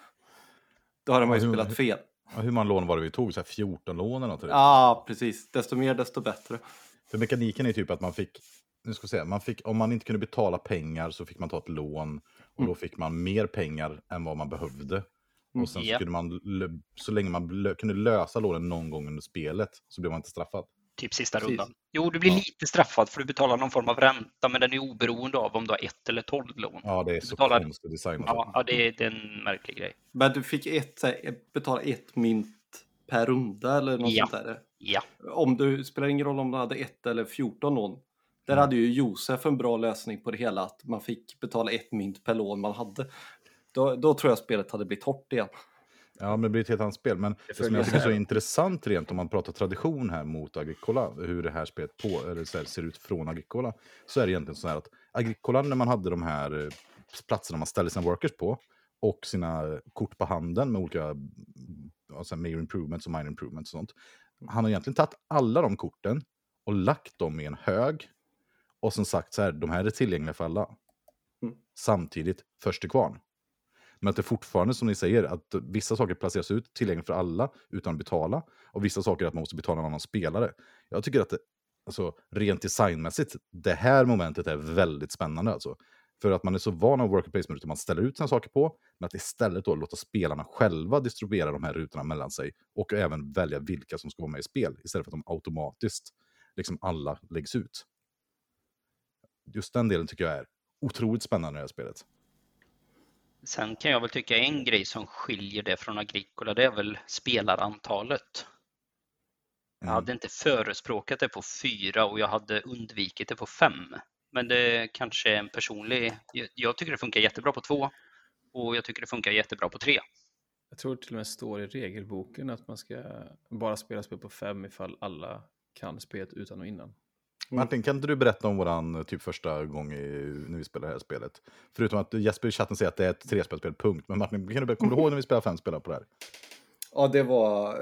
Då hade man ju spelat fel. Ja, hur många lån var det vi tog? Så här 14 lån eller något? Ja, precis. Desto mer, desto bättre. För mekaniken är typ att man fick, nu ska vi säga, om man inte kunde betala pengar så fick man ta ett lån. Och då fick man mer pengar än vad man behövde. Och sen så kunde man, så länge man kunde lösa lånen någon gång under spelet, så blev man inte straffad. Typ sista rundan. Jo, du blir lite straffad för du betalar någon form av ränta, men den är oberoende av om du har 1 eller 12 lån. Ja, det är så konstigt design. Ja, det är en märklig grej. Men du fick betala 1 mynt per runda eller något sånt där. Ja. Om du, spelar ingen roll om du hade 1 eller 14 lån. Där hade ju Josef en bra lösning på det hela, att man fick betala 1 mynt per lån man hade. Då tror jag spelet hade blivit hårt igen. Ja, men det blir ett helt annat spel. Men det som jag tycker är så intressant rent om man pratar tradition här mot Agricola, hur det här spelet ser ut från Agricola, så är det egentligen så här att Agricola, när man hade de här platserna man ställde sina workers på och sina kort på handen med olika major improvements och minor improvements och sånt. Han har egentligen tagit alla de korten och lagt dem i en hög och sen sagt så här, de här är tillgängliga för alla. Samtidigt först till kvarn. Men att det fortfarande, som ni säger, att vissa saker placeras ut tillgängligt för alla utan att betala. Och vissa saker är att man måste betala en annan spelare. Jag tycker att det, alltså, rent designmässigt, det här momentet är väldigt spännande. Alltså. För att man är så van av worker placement, man ställer ut sina saker på. Men att istället då låta spelarna själva distribuera de här rutorna mellan sig. Och även välja vilka som ska vara med i spel. Istället för att de automatiskt, liksom alla, läggs ut. Just den delen tycker jag är otroligt spännande i det här spelet. Sen kan jag väl tycka en grej som skiljer det från Agricola, det är väl spelarantalet. Jag hade inte förespråkat det på 4 och jag hade undvikit det på 5. Men det kanske är en personlig... Jag tycker det funkar jättebra på 2 och jag tycker det funkar jättebra på 3. Jag tror till och med står i regelboken att man ska bara spela spel på 5 ifall alla kan spelet utan och innan. Martin, kan inte du berätta om våran typ första gång när vi spelade det här spelet? Förutom att Jesper i chatten säger att det är ett 3-spelspel, punkt. Men Martin, kommer du ihåg när vi spelade 5 spelare på det här? Ja, det var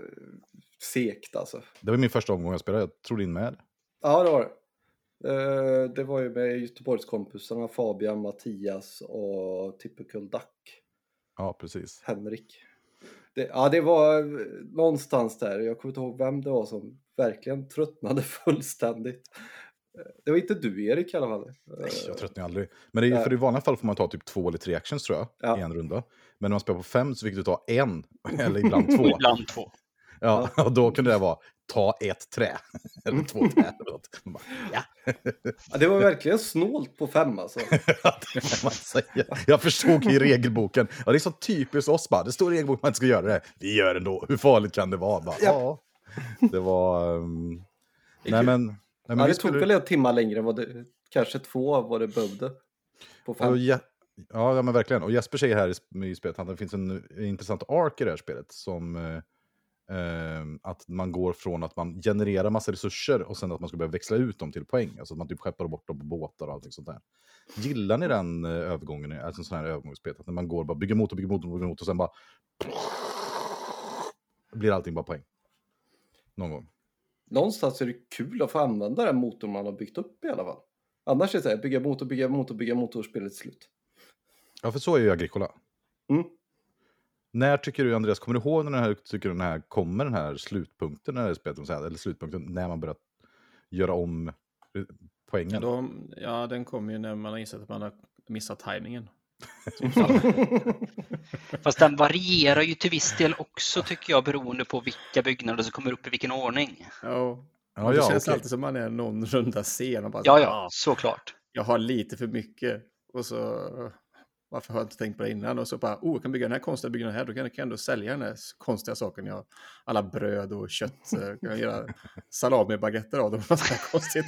segt alltså. Det var min första omgång jag spelade, jag tror din med. Ja, det var det. Det var ju med Göteborgskompisarna Fabian, Mattias och Typical Duck. Ja, precis. Henrik. Det var någonstans där. Jag kommer inte ihåg vem det var som verkligen tröttnade fullständigt. Det var inte du, Erik, i alla fall. Nej, jag tröttnar aldrig. Men för i vanliga fall får man ta typ 2 eller 3 actions, tror jag, i en runda. Men när man spelar på 5 så fick du ta 1, eller ibland 2. Ibland 2. Ja, och då kunde det vara ta 1 trä. Eller 2 trä. Ja. Det var verkligen snålt på 5 alltså. Det får man säga. Jag förstod i regelboken. Ja, det är så typiskt oss bara. Det står i regelboken att man inte ska göra det. Vi gör det ändå. Hur farligt kan det vara? Bara, ja. Det var... Nej, men det tog väl en timme längre än vad det... Kanske 2 vad det behövde. På 5. Ja, men verkligen. Och Jesper säger här i spelet att det finns en intressant ark i det här spelet som... att man går från att man genererar massa resurser och sen att man ska börja växla ut dem till poäng. Alltså att man typ skeppar bort dem på båtar och allting sånt där. Gillar ni den övergången? Alltså en sån här övergångsspel? Att när man går bara bygger motor och sen bara blir allting bara poäng. Någon gång. Någonstans är det kul att få använda den motorn man har byggt upp i alla fall. Annars är det så här, bygga motor och spelet slut. Ja, för så är ju Agricola. När tycker du, Andreas, kommer du ihåg när kommer den här slutpunkten när det spelet, eller slutpunkten när man börjar göra om poängen? Ja, den kommer ju när man har insett att man har missat tajmingen. Fast den varierar ju till viss del också, tycker jag, beroende på vilka byggnader som kommer upp i vilken ordning. Ja, det känns alltid som man är någon runda sen och bara, ja, såklart. Jag har lite för mycket och så varför har jag inte tänkt på det innan? Och så bara, jag kan bygga den här konstiga byggnaden här, då kan jag ändå sälja den här konstiga saken. Jag alla bröd och kött, jag kan göra salami-baguetter av dem. Konstigt.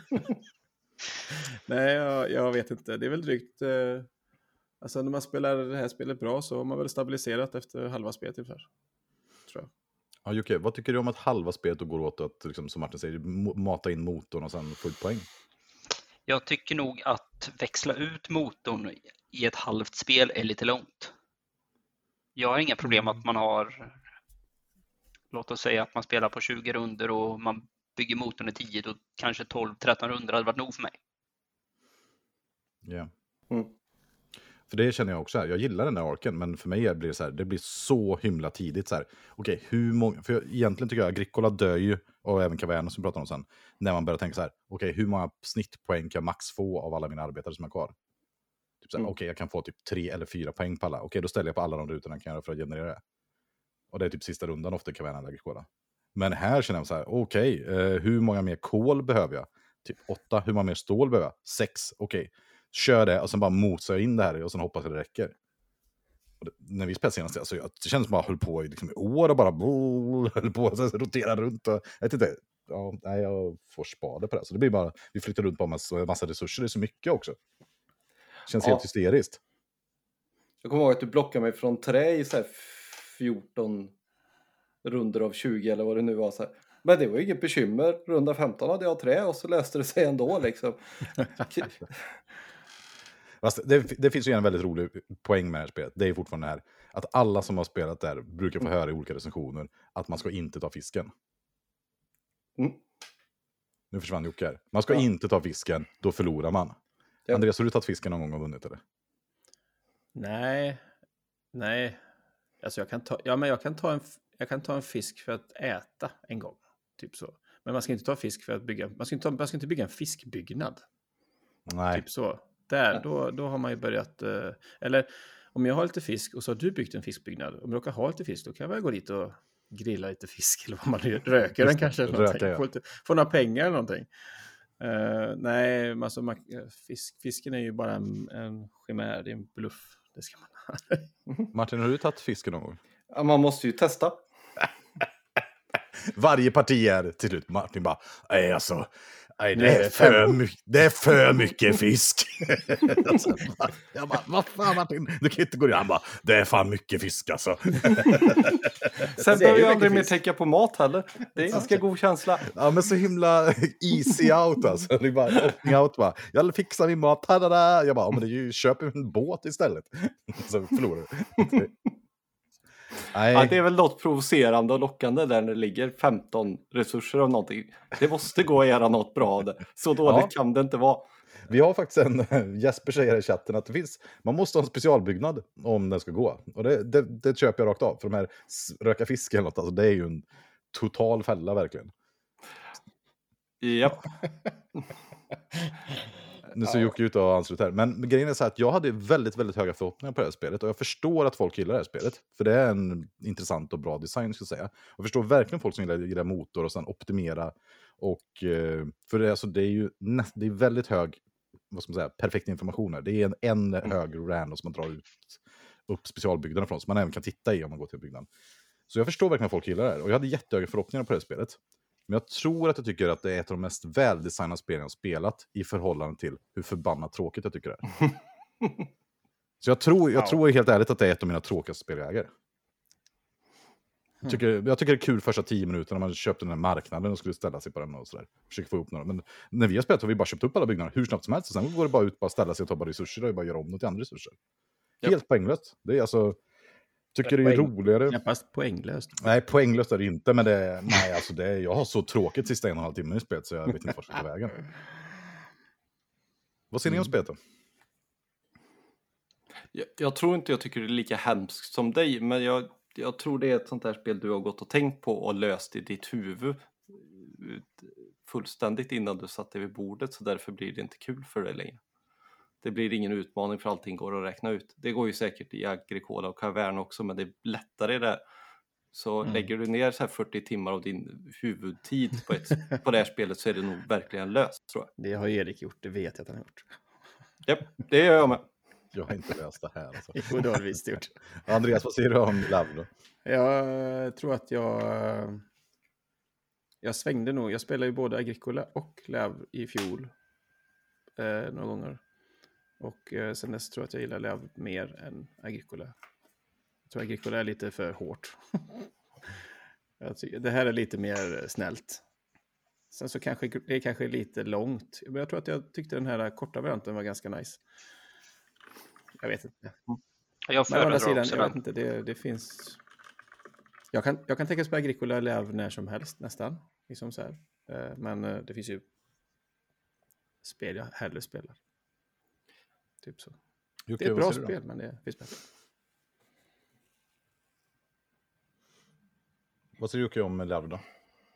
Nej, jag vet inte. Det är väl drygt... Alltså när man spelar det här spelet bra så har man väl stabiliserat efter halva spelet ungefär. Tror jag. Ja, Jocke, vad tycker du om att halva spelet går åt att, liksom, som Martin säger, mata in motorn och sen få ut poäng? Jag tycker nog att växla ut motorn i ett halvt spel är lite långt. Jag har inga problem att man har låt oss säga att man spelar på 20 runder och man bygger motorn i 10, då kanske 12-13 runder hade varit nog för mig. Ja. Mm. För det känner jag också här. Jag gillar den där arken, men för mig blir det så här, det blir så himla tidigt så här. Okej, hur många, för egentligen tycker jag Agricola dör ju, och även Caverna som vi pratar om sen, när man börjar tänka så här, okej, hur många snittpoäng kan jag max få av alla mina arbetare som är kvar? Typ så här, okej, jag kan få typ 3 eller 4 poäng på alla. Okej, då ställer jag på alla de rutorna kan jag göra för att generera det. Och det är typ sista rundan ofta Caverna eller Agricola. Men här känner jag så här, okej, hur många mer kol behöver jag? Typ 8. Hur många mer stål behöver jag? 6. Okej. Kör det och sen bara mosar jag in det här och sen hoppas att det räcker. Och när vi spelade senast, alltså, det känns som att jag höll på i liksom år och bara höll på att rotera runt. Och, jag vet inte, nej, jag får spade på det. Så det blir bara, vi flyttar runt på massa resurser, det är så mycket också. Känns helt hysteriskt. Jag kommer ihåg att du blockade mig från trä i så här 14 runder av 20 eller vad det nu var. Så här. Men det var ju inget bekymmer. Runda 15 hade jag trä och så löste det sig ändå liksom. Det finns ju en väldigt rolig poäng med det här spelet. Det är fortfarande här att alla som har spelat där brukar få höra i olika recensioner att man ska inte ta fisken. Mm. Nu försvann Jocke här. Man ska inte ta fisken, då förlorar man. Ja. Andreas, har du tagit fisken någon gång och vunnit eller? Nej. Alltså jag kan ta en fisk för att äta en gång. Typ så. Men man ska inte ta fisk för att bygga. Man ska inte bygga en fiskbyggnad. Nej. Typ så. Då har man ju börjat. Eller om jag har lite fisk och så har du byggt en fiskbyggnad. Om jag råkar ha lite fisk, då kan jag väl gå dit och grilla lite fisk. Eller vad man nu röker den kanske. Få några pengar eller någonting. Nej, alltså, fisken är ju bara en chimär. Det är en bluff. Det ska man ha. Martin, har du tagit fisken någon gång? Ja, man måste ju testa. Varje parti är till slut. Martin bara, det är för mycket fisk. Jag bara, vad fan Martin? Du kan inte gå in. Han bara, det är fan mycket fisk alltså. Sen behöver jag aldrig mer tänka på mat heller. Det är en ganska god känsla. Ja, men så himla easy out alltså. Det är bara opening out bara. Jag fixar min mat. Tada! Jag bara, men det är ju köp en båt istället. Så förlorar du. Ja, det är väl något provocerande och lockande där när det ligger 15 resurser av någonting. Det måste gå att göra något bra av det. Så dåligt kan det inte vara. Vi har faktiskt Jesper säger i chatten att man måste ha en specialbyggnad om den ska gå. Och det köper jag rakt av. För de här röka fisk eller något, alltså det är ju en total fälla verkligen. Japp. Nu ser Jocke ut och anslut här. Men grejen är så här att jag hade väldigt, väldigt höga förhoppningar på det här spelet. Och jag förstår att folk gillar det här spelet. För det är en intressant och bra design, skulle jag säga. Jag förstår verkligen folk som gillar motor och sen optimera. Och för det är ju det är väldigt hög, vad ska man säga, perfekt information här. Det är en hög random som man drar upp specialbyggnaderna från. Som man även kan titta i om man går till byggnaden. Så jag förstår verkligen att folk gillar det här. Och jag hade jättehöga förhoppningar på det här spelet. Men jag tror att jag tycker att det är ett av de mest väldesignade spelen jag spelat i förhållande till hur förbannat tråkigt jag tycker det är. Så jag tror helt ärligt att det är ett av mina tråkigaste spelägare. Jag tycker det är kul första 10 minuter när man köpte den här marknaden och skulle ställa sig på den och sådär. Försöka få upp några. Men när vi har spelat har vi bara köpt upp alla byggnader hur snabbt som helst. Och sen går det bara ut, bara ställa sig och ta bara resurser och bara göra om något till andra resurser. Helt poänglöst. Det är alltså... Tycker det är roligare. Knappast poänglöst. Nej, poänglöst är det inte. Men jag har så tråkigt sista 1,5 timme i spelet så jag vet inte vart jag ska ta vägen. Vad ser ni om spelet då? Jag tror inte jag tycker det är lika hemskt som dig. Men jag tror det är ett sånt här spel du har gått och tänkt på och löst i ditt huvud fullständigt innan du satt dig vid bordet. Så därför blir det inte kul för dig längre. Det blir ingen utmaning för allting går att räkna ut. Det går ju säkert i Agricola och Caverna också, men det är lättare där. Så lägger du ner så här 40 timmar av din huvudtid på det här spelet så är det nog verkligen löst, tror jag. Det har Erik gjort, det vet jag att han har gjort. Japp, det gör jag med. Jag har inte löst det här. Alltså. Jo, det har du visst gjort. Andreas, vad säger du om Lav då? Jag tror att jag svängde nog. Jag spelade ju både Agricola och Lav i fjol några gånger. Och sen dess tror jag att jag gillar Lav mer än Agricola. Jag tror Agricola är lite för hårt. Det här är lite mer snällt. Sen så kanske det är kanske lite långt. Men jag tror att jag tyckte den här korta varianten var ganska nice. Jag vet inte. Jag föredrar också jag vet inte, det finns... Jag kan tänka mig spela Agricola eller när som helst nästan. Liksom så här. Men det finns ju spel jag hellre spelar. Typ så. Jocke, Det är ett vad bra säger du då? spel, men det finns bättre. Vad säger Jocke om Lardo då?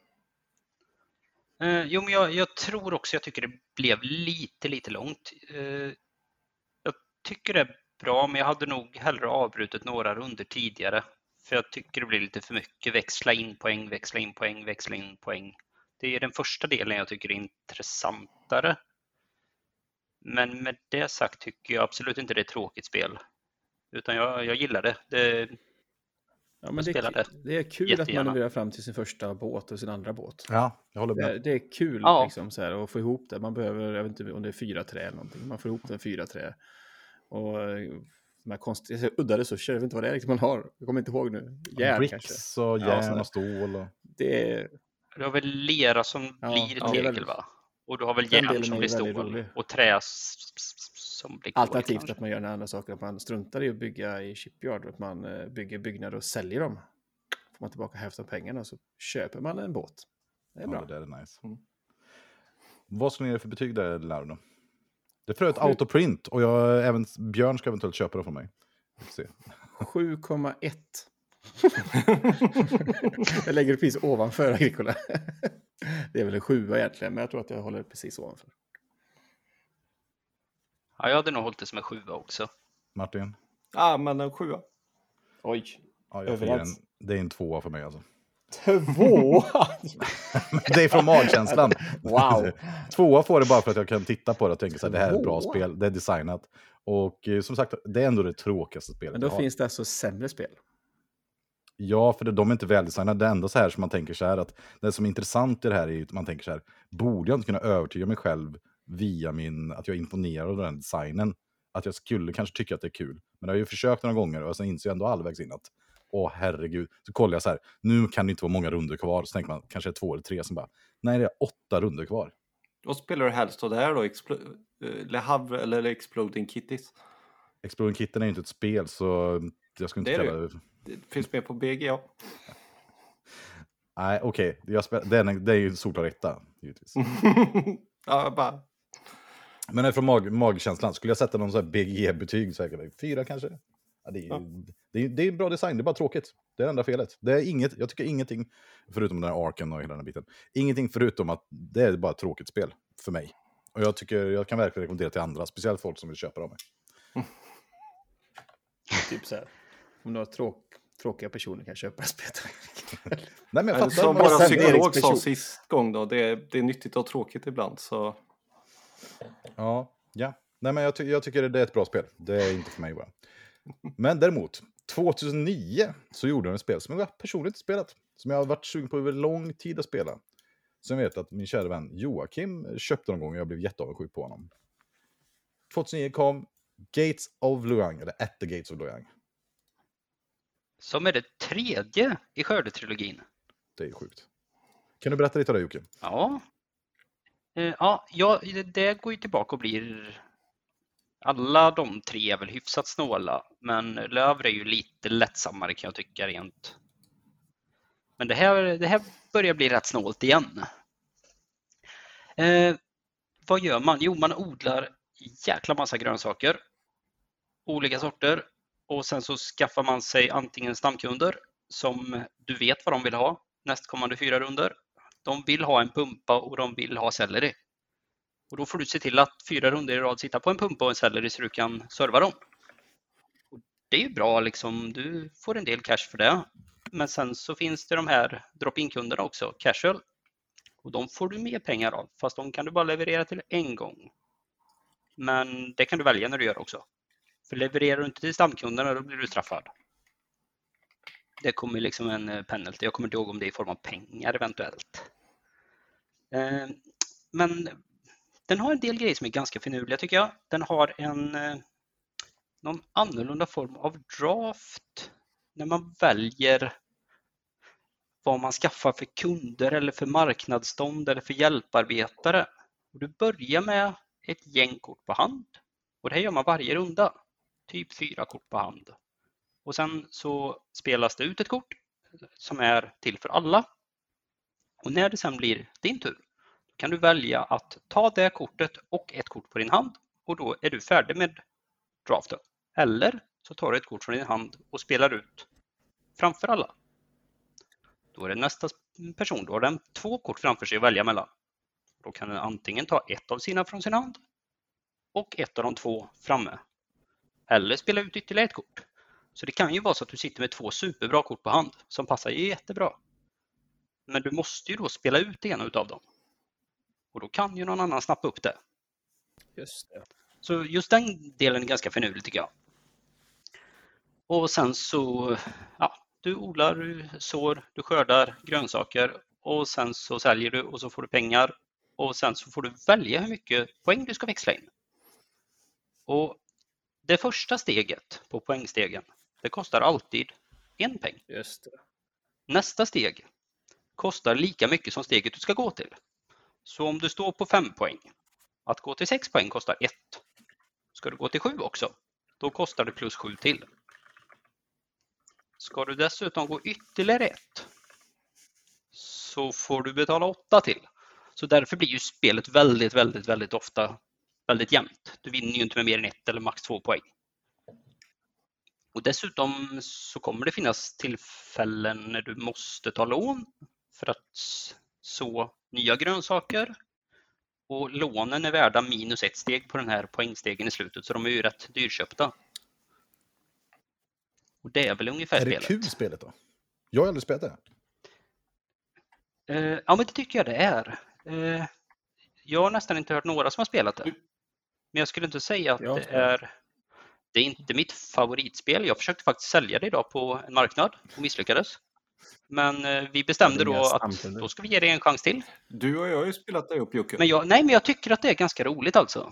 Jo, men jag tror också, jag tycker det blev lite långt. Jag tycker det är bra, men jag hade nog hellre avbrutit några runder tidigare. För jag tycker det blir lite för mycket växla in poäng, växla in poäng, växla in poäng. Det är den första delen jag tycker är intressantare. Men med det sagt tycker jag absolut inte det är ett tråkigt spel. Utan jag gillar det. Ja, men spelade det är kul jättegärna. att man manövrerar fram till sin första båt och sin andra båt. Ja, jag håller med. Det är kul Ja. liksom, så här, att få ihop det. Man behöver, jag vet inte om det är 4 trä eller någonting. Man får ihop det 4 trä. Och de här konstiga, udda resurser, jag vet inte vad det är riktigt man har. Jag kommer inte ihåg nu. Järn kanske. Bricks och Ja, järn sådär. och stål. Och... Det är, Du har väl lera som Ja, blir ja, det är tegel, väldigt- va? Och du har väl Den järn delen som är blir väldigt stål rolig. och trä som blir kol. alternativt kanske. att man gör andra saker. Att man struntar i att bygga i shipyard. Att man bygger byggnader och säljer dem. Får man tillbaka hälften av pengarna så köper man en båt. Det är bra. Ja, det är nice. Mm. Vad ska ni ge för betyg där, Lardo? Det är för ett autoprint och även Björn ska eventuellt köpa det från mig. Vi får se. 7,1. Jag lägger det precis ovanför Agricola. Det är väl en 7 egentligen, men jag tror att jag håller precis ovanför. Ja, jag hade nog hållit det som en 7 också. Martin? Ja, men en 7. Oj. Ja, jag får ge det är en 2 för mig alltså. 2! Det är från magkänslan. Wow. 2 får det bara för att jag kan titta på det och tänka så här, det här är ett bra 2? spel, det är designat. Och som sagt, det är ändå det tråkigaste spelet Men då jag har. finns det alltså sämre spel. Ja, för de är inte väldesignade. Det enda så här som man tänker så här att det som är intressant i det här är att man tänker så här, borde jag inte kunna övertyga mig själv via att jag är imponerad av den designen, att jag skulle kanske tycka att det är kul. Men jag har ju försökt några gånger och sen inser jag ändå halvvägs in att åh herregud, så kollar jag så här, nu kan det inte vara många runder kvar, så tänker man kanske 2 eller 3 som bara, nej det är 8 runder kvar. Vad spelar du helst då? Det här då? Le Havre eller Exploding Kitties? Exploding Kitten är ju inte ett spel, så jag skulle inte Det är kalla det... Det finns med på BGA. Nej, okej. Det är ju en solklar etta, givetvis. Ja, bara... Men är från magkänslan, skulle jag sätta någon sån här BG-betyg säkert 4 kanske? Ja, det är en bra design, det är bara tråkigt. Det är det enda felet. Det är inget, jag tycker ingenting, förutom den här arken och hela den här biten, ingenting förutom att det är bara ett tråkigt spel för mig. Och jag kan verkligen rekommendera till andra, speciellt folk som vill köpa dem. Typ så här. Om du har tråkiga personer kan köpa spelet. Nej, men jag fattar. Som bara våra sen psykolog Eriks sa person. sist gång då, det är nyttigt och tråkigt ibland. Så Ja. Nej, men jag tycker det är ett bra spel. Det är inte för mig bara. Men däremot, 2009 så gjorde de ett spel som jag personligt spelat. Som jag har varit sugen på över lång tid att spela. Så jag vet att min kära vän Joakim köpte någon gång och jag blev jätteavundsjuk på honom. 2009 kom Gates of Luang, eller At the Gates of Luang. Som är det 3:e i Skördetrilogin. Det är sjukt. Kan du berätta lite om det, Jocke? Ja. Ja, det går ju tillbaka och blir... Alla de 3 är väl hyfsat snåla, men Löver är ju lite lättsammare kan jag tycka rent. Men det här börjar bli rätt snålt igen. Vad gör man? Jo, man odlar jäkla massa grönsaker. Olika sorter. Och sen så skaffar man sig antingen stamkunder som du vet vad de vill ha nästkommande 4 runder. De vill ha en pumpa och de vill ha selleri. Och då får du se till att 4 runder i rad sitta på en pumpa och en selleri så du kan serva dem. Och det är ju bra, liksom. Du får en del cash för det. Men sen så finns det de här drop-in-kunderna också, casual. Och de får du mer pengar av, fast de kan du bara leverera till en gång. Men det kan du välja när du gör också. För levererar du inte till stamkunderna, då blir du straffad. Det kommer liksom en penalty. Jag kommer inte ihåg om det är i form av pengar eventuellt. Men den har en del grejer som är ganska finurliga tycker jag. Den har någon annorlunda form av draft när man väljer vad man skaffar för kunder eller för marknadsstånd eller för hjälparbetare. Och du börjar med ett gäng kort på hand. Och det här gör man varje runda. Typ 4 kort på hand. Och sen så spelas det ut ett kort som är till för alla. Och när det sen blir din tur kan du välja att ta det kortet och ett kort på din hand och då är du färdig med draften. Eller så tar du ett kort från din hand och spelar ut framför alla. Då är det nästa person, då har den 2 kort framför sig att välja mellan. Då kan den antingen ta ett av sina från sin hand och ett av de 2 framme. Eller spela ut ytterligare ett kort. Så det kan ju vara så att du sitter med 2 superbra kort på hand som passar jättebra. Men du måste ju då spela ut ena utav dem. Och då kan ju någon annan snappa upp det. Just det. Så just den delen är ganska finurlig tycker jag. Och sen så, du odlar, du sår, du skördar grönsaker och sen så säljer du och så får du pengar. Och sen så får du välja hur mycket poäng du ska växla in. Och det första steget på poängstegen, det kostar alltid 1 peng. Just det. Nästa steg kostar lika mycket som steget du ska gå till. Så om du står på 5 poäng, att gå till 6 poäng kostar 1. Ska du gå till 7 också, då kostar det plus 7 till. Ska du dessutom gå ytterligare 1 så får du betala 8 till. Så därför blir ju spelet väldigt ofta väldigt jämnt. Du vinner ju inte med mer än 1 eller max 2 poäng. Och dessutom så kommer det finnas tillfällen när du måste ta lån för att så nya grönsaker. Och lånen är värda minus 1 steg på den här poängstegen i slutet, så de är ju rätt dyrköpta. Och det är väl ungefär Är det spelet. kul spelet då? Jag har aldrig spelat det. Ja, men det tycker jag det är. Jag har nästan inte hört några som har spelat det. Men jag skulle inte säga att det är inte mitt favoritspel. Jag försökte faktiskt sälja det idag på en marknad och misslyckades. Men vi bestämde då att då ska vi ge det en chans till. Du och jag har ju spelat det upp, Jocke. Men jag tycker att det är ganska roligt alltså.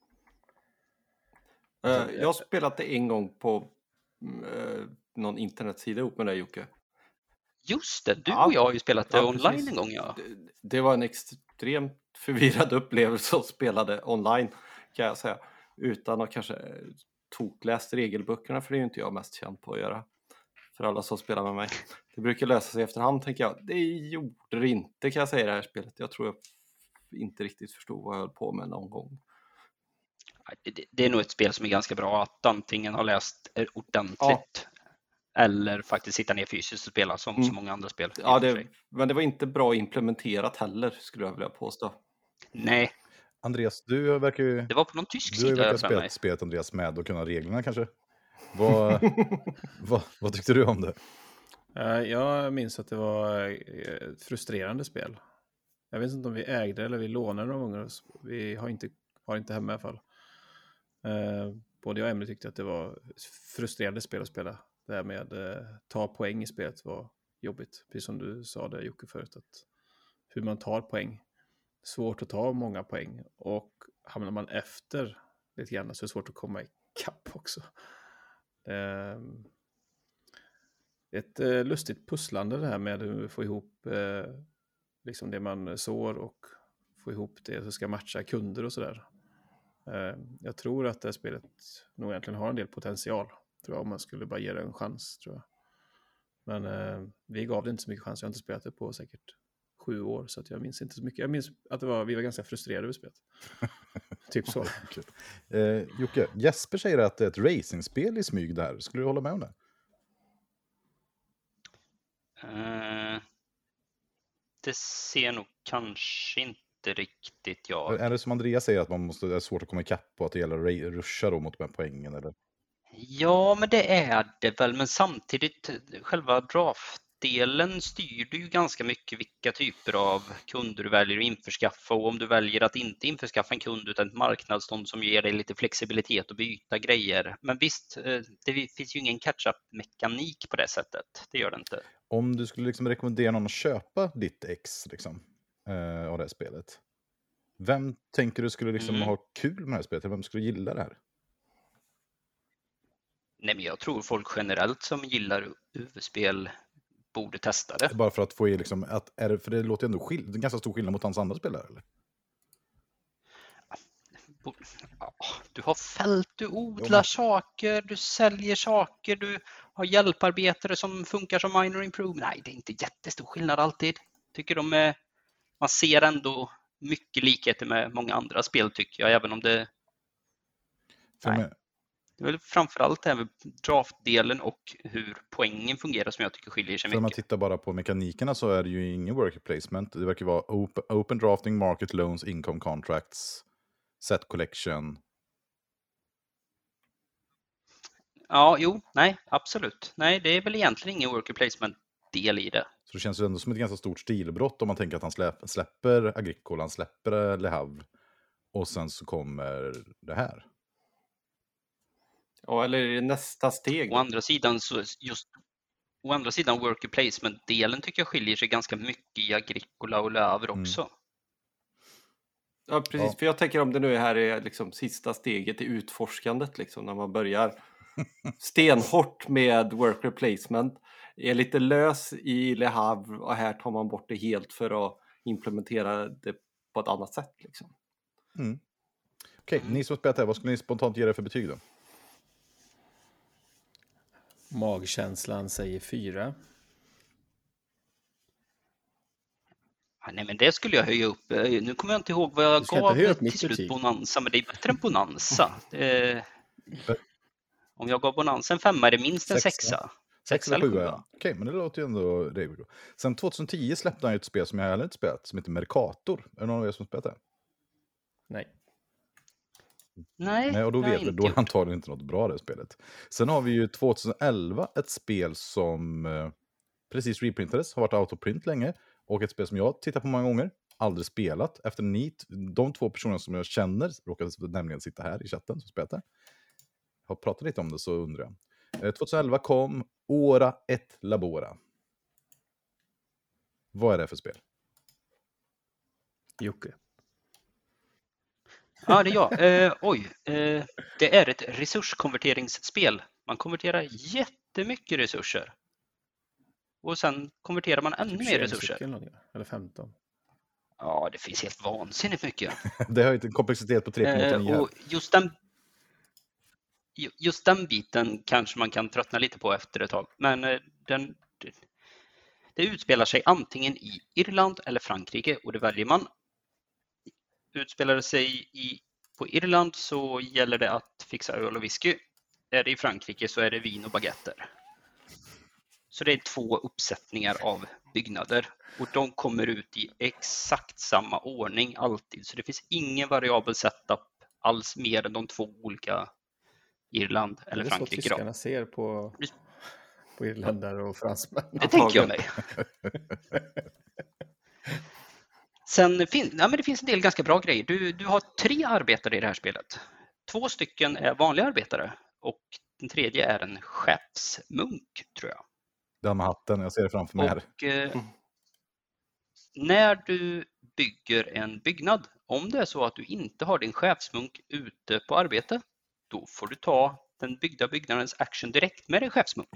Jag har spelat det en gång på någon internetsida ihop med dig, Jocke. Just det, du och jag har ju spelat det online precis. En gång. Ja. Det var en extremt förvirrad upplevelse att spela det online, kan jag säga. Utan att kanske tokläst regelböckerna, för det är ju inte jag mest känd på att göra. För alla som spelar med mig. Det brukar lösa sig efterhand, tänker jag. Det gjorde det inte, kan jag säga, i det här spelet. Jag tror jag inte riktigt förstod vad jag höll på med någon gång. Det är nog ett spel som är ganska bra att antingen ha läst ordentligt eller faktiskt sitta ner fysiskt och spela som så många andra spel. Ja, men det var inte bra implementerat heller, skulle jag vilja påstå. Nej. Andreas, du verkar ju... Det var på någon tysk sida. Du verkar ha spelat Andreas med och kunna reglerna kanske. Vad tyckte du om det? Jag minns att det var ett frustrerande spel. Jag vet inte om vi ägde eller vi lånade några gånger. Vi har inte hemma i alla fall. Både jag och Emily tyckte att det var frustrerande spel att spela. Det här med ta poäng i spelet var jobbigt. Precis som du sa det, Jocke, förut. Att hur man tar poäng. Svårt att ta många poäng. Och hamnar man efter lite grann så är det svårt att komma ikapp också. Ett lustigt pusslande det här med att få ihop liksom det man sår och få ihop det så ska matcha kunder och sådär. Jag tror att det här spelet nog egentligen har en del potential, tror jag, om man skulle bara ge det en chans, tror jag. Men vi gav det inte så mycket chans. Jag har inte spelat det på säkert 7 år, så att jag minns inte så mycket. Jag minns att vi var ganska frustrerade över spelet. Typ så. Jocke, Jesper säger att det är ett racingspel i smyg där. Skulle du hålla med om det? Det ser nog kanske inte riktigt jag. Är det som Andreas säger att det är svårt att komma ikapp på att det gäller att ruscha då mot de här poängen? Eller? Ja, men det är det väl. Men samtidigt, själva draftdelen styr du ju ganska mycket vilka typer av kunder du väljer att införskaffa. Och om du väljer att inte införskaffa en kund utan ett marknadsstånd som ger dig lite flexibilitet att byta grejer. Men visst, det finns ju ingen catch-up-mekanik på det sättet. Det gör det inte. Om du skulle liksom rekommendera någon att köpa ditt ex liksom, av det här spelet. Vem tänker du skulle liksom ha kul med det här spelet? Vem skulle gilla det här? Nej, men jag tror folk generellt som gillar UV-spel borde testa det. Bara för att få i liksom, för det låter ändå ganska stor skillnad mot hans andra spelare, eller? Du har fält, du odlar saker, du säljer saker, du ha hjälparbetare som funkar som minor improvement. Nej, det är inte jättestor skillnad alltid. Tycker man ser ändå mycket likheter med många andra spel tycker jag, även om det... Det är väl framförallt det här med draftdelen och hur poängen fungerar som jag tycker skiljer sig mycket. Om man tittar bara på mekanikerna så är det ju ingen worker placement. Det verkar vara open drafting, market loans, income contracts, set collection. Ja, nej, absolut. Nej, det är väl egentligen ingen worker placement-del i det. Så det känns ju ändå som ett ganska stort stilbrott om man tänker att han släpper Agricola, han släpper Le Havre och sen så kommer det här. Ja, eller nästa steg. Å andra sidan worker placement-delen tycker jag skiljer sig ganska mycket i Agricola och Le Havre också. Ja, precis. För jag tänker om det nu här är liksom sista steget i utforskandet, liksom, när man börjar stenhårt med worker placement, är lite lös i Le Havre och här tar man bort det helt för att implementera det på ett annat sätt. Liksom. Okej, ni som har spelat här, vad skulle ni spontant ge det för betyg då? Magkänslan säger 4. Nej, men det skulle jag höja upp. Nu kommer jag inte ihåg vad jag gav till slut Bonanza, men det är bättre än Bonanza. Om jag gav Bonanza en 5 är det minst en 6. 6 eller 7. Okej, men det låter ju ändå rimligt. Sen 2010 släppte han ju ett spel som jag heller inte spelat, som heter Mercator. Är det någon av er som spelat det? Nej, och då vet vi, då är antagligen inte något bra det spelet. Sen har vi ju 2011 ett spel som precis reprintades, har varit out of print länge. Och ett spel som jag tittar på många gånger, aldrig spelat. Efter de 2 personerna som jag känner, råkade nämligen sitta här i chatten som spelat det. Jag har pratat lite om det, så undrar jag. 2011 kom Ora et Labora. Vad är det för spel? Jocke. Ja, det är jag. Det är ett resurskonverteringsspel. Man konverterar jättemycket resurser. Och sen konverterar man ännu mer resurser. Eller 15. Ja, det finns helt vansinnigt mycket. Det har ju en komplexitet på 3,9. Och just den biten kanske man kan tröttna lite på efter ett tag. Men det utspelar sig antingen i Irland eller Frankrike och det väljer man. Utspelar det sig på Irland så gäller det att fixa öl och whisky. Är det i Frankrike så är det vin och baguetter. Så det är 2 uppsättningar av byggnader och de kommer ut i exakt samma ordning alltid. Så det finns ingen variabel setup alls mer än de 2 olika Irland eller Frankrike. Det är så tyskarna ser på irländare och fransmän. Det tänker jag mig. Sen det finns en del ganska bra grejer. Du har 3 arbetare i det här spelet. 2 stycken är vanliga arbetare och den tredje är en skeppsmunk, tror jag. Den med hatten, jag ser det framför mig här. Och när du bygger en byggnad, om det är så att du inte har din chefsmunk ute på arbete, då får du ta den byggda byggnadens action direkt med din chefsmunk.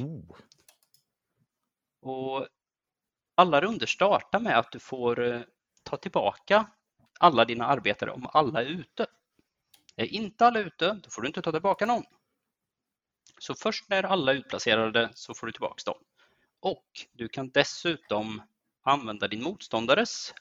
Och alla runder startar med att du får ta tillbaka alla dina arbetare om alla är ute. Är inte alla ute, då får du inte ta tillbaka någon. Så först när alla är utplacerade så får du tillbaka dem. Och du kan dessutom använda din motståndares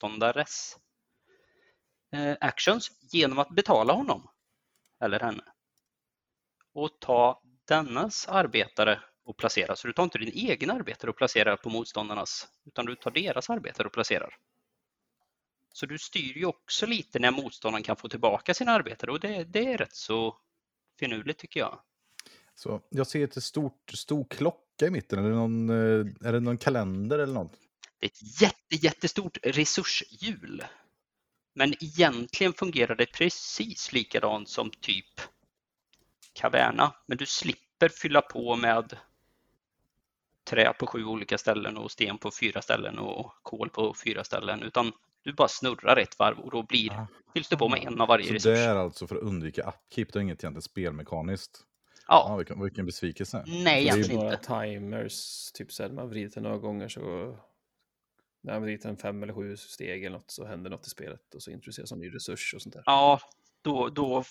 actions genom att betala honom eller henne. Och ta dennas arbetare och placera. Så du tar inte din egen arbetare och placerar på motståndarnas, utan du tar deras arbetare och placerar. Så du styr ju också lite när motståndaren kan få tillbaka sina arbetare och det är rätt så finurligt tycker jag. Så jag ser ett stor klocka i mitten. Är det någon kalender eller något? Det är ett jättestort resurshjul. Men egentligen fungerar det precis likadant som typ Caverna. Men du slipper fylla på med trä på 7 olika ställen och sten på 4 ställen och kol på 4 ställen. Utan du bara snurrar ett varv och då fylls det på med en av varje så resurs. Det är alltså för att undvika upkeep, det är inget egentligen spelmekaniskt. Ja. Vilken besvikelse. Nej, egentligen några inte. Timers, typ så här, man vrider den några gånger så när man vrider en 5 eller 7 steg eller något så händer något i spelet och så introduceras en ny resurs och sånt där. Ja, då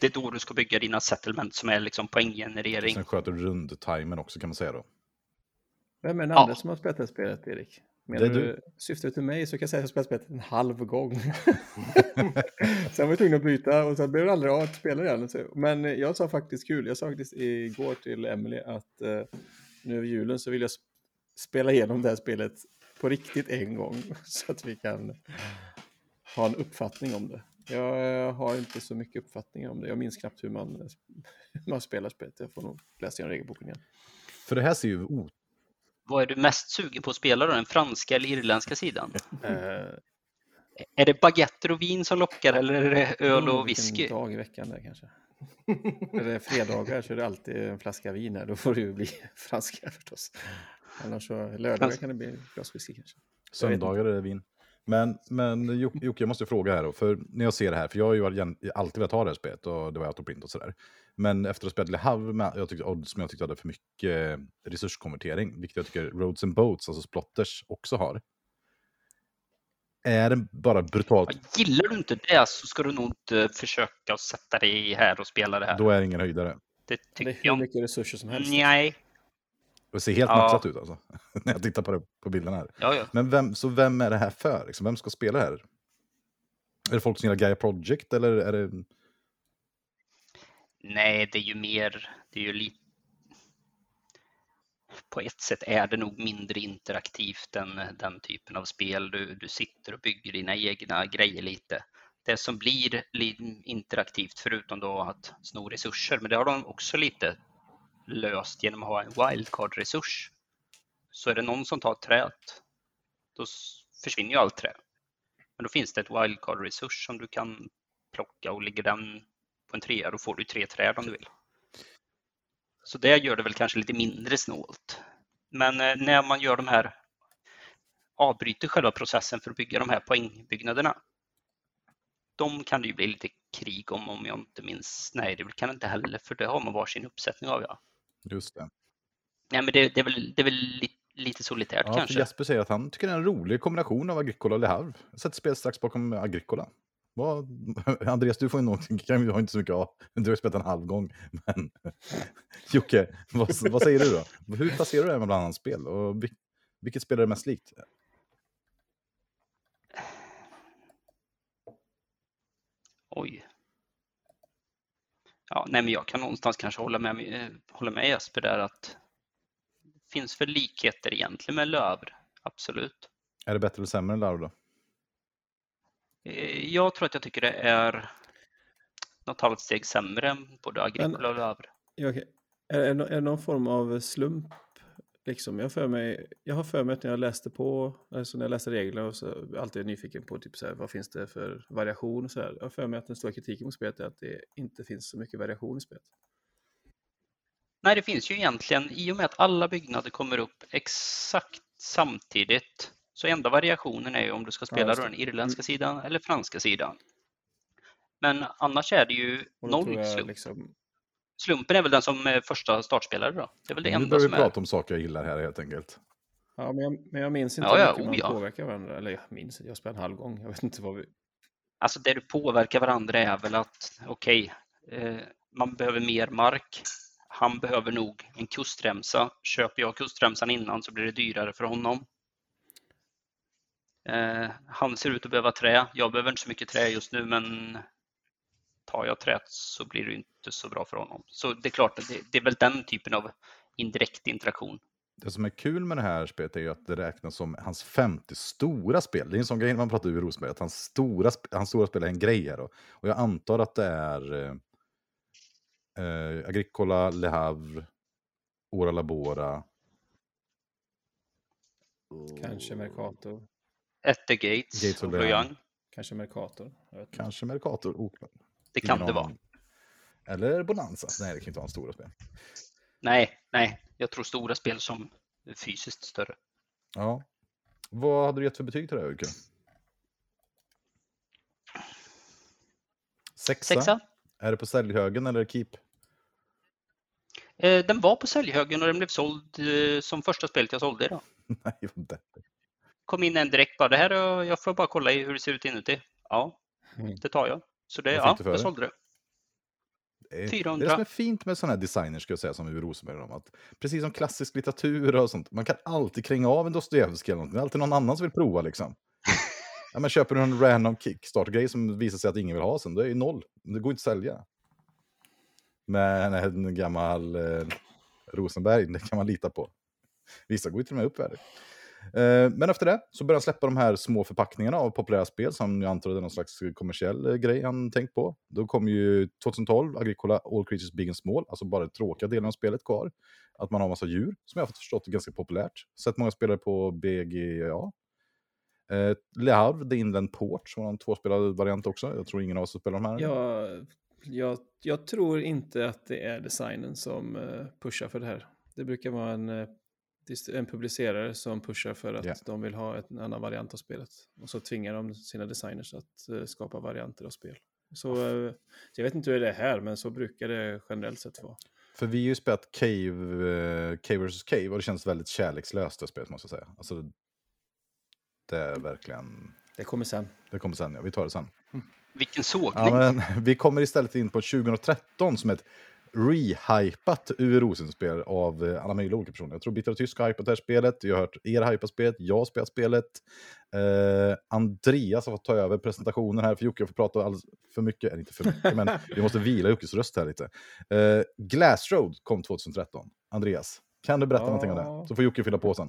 det är då du ska bygga dina settlements som är liksom poänggenerering. Sen sköter du rundtimern också kan man säga då. Vem är den Ja. andra som har spelat det här spelet, Erik? Det är Menar du. du syftar du till mig så kan jag säga att jag har spelat en halv gång. Sen var jag tvungen att byta och sen blev det aldrig av att spela igen. Men jag sa faktiskt kul. Jag sa faktiskt igår till Emily att nu över julen så vill jag spela igenom det här spelet på riktigt en gång. Så att vi kan ha en uppfattning om det. Jag har inte så mycket uppfattningar om det. Jag minns knappt hur man spelar spelet. Jag får nog läsa igenom regelboken igen. För det här ser ju Vad är du mest sugen på att spela då? Den franska eller irländska sidan? Eh, Är det baguetter och vin som lockar eller är det öl och whisky? Vilken dag i veckan där kanske. Är det fredagar så är det alltid en flaska vin här. Då får det ju bli franska förstås. Annars så lördagar kan det bli ett glas whisky kanske. söndagar är det vin. Men Jocke, jag måste fråga här då. För när jag ser det här, för jag har ju alltid velat ha det här spelet och det var autoprint och sådär. Men efter att ha spelat Le Havre, jag tyckte Odds som jag tyckte hade för mycket resurskonvertering, vilket jag tycker Roads and Boats, alltså Splotters, också har. Är det bara brutalt? Gillar du inte det så ska du nog inte försöka sätta dig här och spela det här. Då är det ingen höjdare. Det Det är tycker hur jag. mycket resurser som helst. Nej. Det ser helt Ja. maxat ut alltså. När jag tittar på bilden här. Ja. Men vem är det här för? Liksom? Vem ska spela här? Är det folk som gillar Gaia Project eller är det... Nej, det är ju mer, det är ju lite... På ett sätt är det nog mindre interaktivt än den typen av spel. Du sitter och bygger dina egna grejer lite. Det som blir interaktivt förutom då att sno resurser, men det har de också lite löst genom att ha en wildcard-resurs. Så är det någon som tar träet, då försvinner ju allt trä. Men då finns det ett wildcard-resurs som du kan plocka och ligger den på en trea, då får du 3 träd om du vill. Så det gör det väl kanske lite mindre snålt. Men när man gör de här, avbryter själva processen för att bygga de här poängbyggnaderna, de kan det ju bli lite krig om jag inte minns. Nej, det kan inte heller, för det har man varsin uppsättning av. Ja. Just det. Nej, men det är väl lite solitärt Ja, för kanske. Jesper säger att han tycker det är en rolig kombination av Agricola och Le Havre. Jag sätter spel strax bakom Agricola. Andreas, du får ju någonting, kan ju ha inte så mycket av. Du har spelat en halv gång. Men Jocke, vad säger du då? Hur placerar du det med bland annat spel? Och vilket spel är det mest likt? Oj. Ja, nej, men jag kan någonstans kanske hålla med Jesper där att det finns för likheter egentligen med Lövr. Absolut. Är det bättre eller sämre än Larv då? Jag tror att jag tycker det är något halvt steg sämre än både Agricola och Lövr. Okej. Är det någon form av slump? Liksom? Jag har för mig att när jag läste på, alltså när jag läste reglerna och så alltid är nyfiken på typ så här, vad finns det för variation och så här. Jag har för mig att den stora kritiken mot spelet är att det inte finns så mycket variation i spelet. Nej, det finns ju egentligen, i och med att alla byggnader kommer upp exakt samtidigt, så enda variationen är ju om du ska spela den irländska sidan eller franska sidan. Men annars är det ju Och då tror noll jag slump. liksom, Slumpen är väl den som är första startspelare då. Det är väl det Nu enda börjar vi som är. prata om saker jag gillar här helt enkelt. ja, men jag minns inte Ja, hur mycket ja, man påverkar varandra. Eller jag minns inte, jag spelar en halv gång. Jag vet inte vad vi... Alltså det du påverkar varandra är väl att man behöver mer mark. Han behöver nog en kustremsa. Köper jag kustremsan innan så blir det dyrare för honom. Han ser ut att behöva trä. Jag behöver inte så mycket trä just nu, men tar jag träet så blir det inte så bra för honom. Så det är klart att det är väl den typen av indirekt interaktion. Det som är kul med det här spelet är ju att det räknas som hans 50 stora spel. Det är en sån grej när man pratar ur Rosenberg, att hans stora spel är en grej här. Och jag antar att det är Agricola, Le Havre, Ora Labora. Kanske Mercator. Ette Gates of och Young. Kanske Mercator. Jag vet inte. Kanske Mercator. Oklart. Det kan Ingen det vara. aning. Eller Bonanza. Nej, det kan inte vara en stora spel. Nej. Jag tror stora spel som är fysiskt större. Ja. Vad hade du gett för betyg till det här, Ulke? 6. Är det på säljhögen eller keep? Den var på säljhögen och den blev såld som första spelet jag sålde idag. Nej, inte. Kom in en direkt bara, det här jag får bara kolla hur det ser ut inuti. Ja, det tar jag. Så det, Vad fick du för jag det? sålde det. det är 400. det som är fint med sådana här designers, ska jag säga, som Uwe Rosenberg. Att precis som klassisk litteratur och sånt, man kan alltid kränga av en Dostojevskij eller någonting. Det är alltid någon annan som vill prova liksom. Ja, men köper du en random Kickstarter-grej som visar sig att ingen vill ha sen, det är ju noll. Det går inte att sälja. Men en gammal Rosenberg, det kan man lita på. Vissa går ju till och med upp värde. Men efter det så börjar han släppa de här små förpackningarna av populära spel som jag antar är någon slags kommersiell grej han tänkt på. Då kom ju 2012 Agricola All Creatures Big and Small, alltså bara den tråkiga delen av spelet kvar. Att man har massa djur, som jag har förstått är ganska populärt. Sett många spelare på BGA. Le Havre, The Inland Port, som var en tvåspelad variant också. Jag tror ingen av oss spelar de här. Jag tror inte att det är designen som pushar för det här. Det brukar vara en publicerare som pushar för att de vill ha en annan variant av spelet. Och så tvingar de sina designers att skapa varianter av spel. Så jag vet inte hur det är här, men så brukar det generellt sett vara. För vi har ju spelat Cave vs. Cave och det känns väldigt kärlekslöst det spelet, måste jag säga. Alltså, det är verkligen... Det kommer sen. Det kommer sen, ja. Vi tar det sen. Vilken sågning! Ja, men vi kommer istället in på 2013 som ett rehypat Uwe Rosenspel av alla möjliga olika personer. Jag tror Bitter och Tysk har hypat det här spelet. Jag har hört er hypa spelet. Jag har spelat spelet. Andreas har fått ta över presentationen här, för Jocke får prata alldeles för mycket. Eller inte för mycket, men vi måste vila Jockes röst här lite. Glassroad kom 2013. Andreas, kan du berätta någonting om det? Så får Jocke fylla på sen.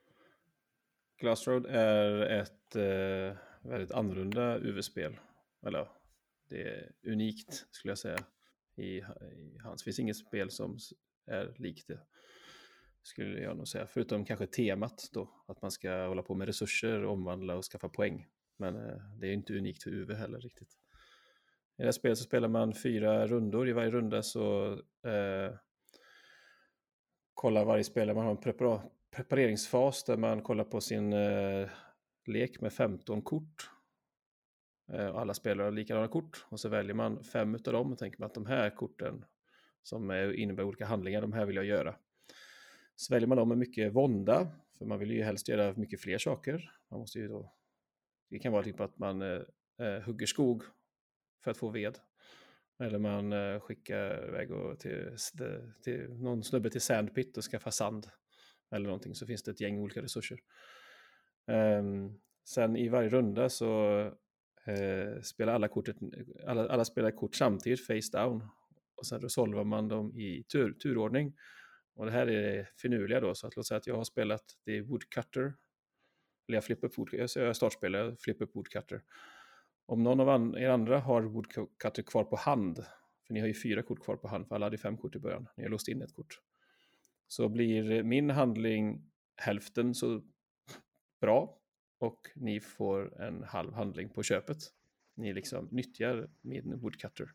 Glassroad är ett väldigt annorlunda UV-spel. Eller, det är unikt skulle jag säga. I hans finns inget spel som är likt det, skulle jag nog säga. Förutom kanske temat då, att man ska hålla på med resurser, omvandla och skaffa poäng. Men det är inte unikt för UV heller riktigt. I det här spelet så spelar man 4 rundor. I varje runda så kollar varje spelare, man har en prepareringsfas där man kollar på sin lek med 15 kort. Och alla spelare har likadana kort och så väljer man 5 av dem och tänker man att de här korten som innebär olika handlingar, de här vill jag göra. Så väljer man dem med mycket vånda, för man vill ju helst göra mycket fler saker. Man måste ju då, det kan vara typ att man hugger skog för att få ved. Eller man skickar iväg till någon snubbe till Sandpit och skaffar sand. Eller någonting, så finns det ett gäng olika resurser. Sen i varje runda så spelar alla spelar kort samtidigt, face down. Och sen resolvar man dem i turordning. Och det här är det finurliga då. Så att låt säga att jag har spelat det Woodcutter. Eller jag flippar upp Woodcutter. Så jag startspelar, jag flippar upp Woodcutter. Om någon av er andra har Woodcutter kvar på hand. För ni har ju 4 kort kvar på hand. För alla hade 5 kort i början. Ni har låst in ett kort. Så blir min handling hälften så bra. Och ni får en halv handling på köpet. Ni liksom nyttjar min Woodcutter.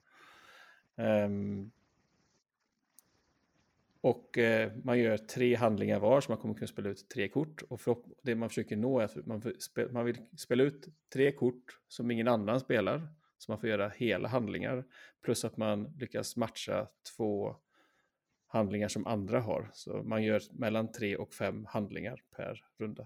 Och man gör 3 handlingar var, så man kommer kunna spela ut 3 kort. Och det man försöker nå är att man vill spela ut 3 kort som ingen annan spelar. Så man får göra hela handlingar. Plus att man lyckas matcha 2 handlingar som andra har. Så man gör mellan 3 och 5 handlingar per runda.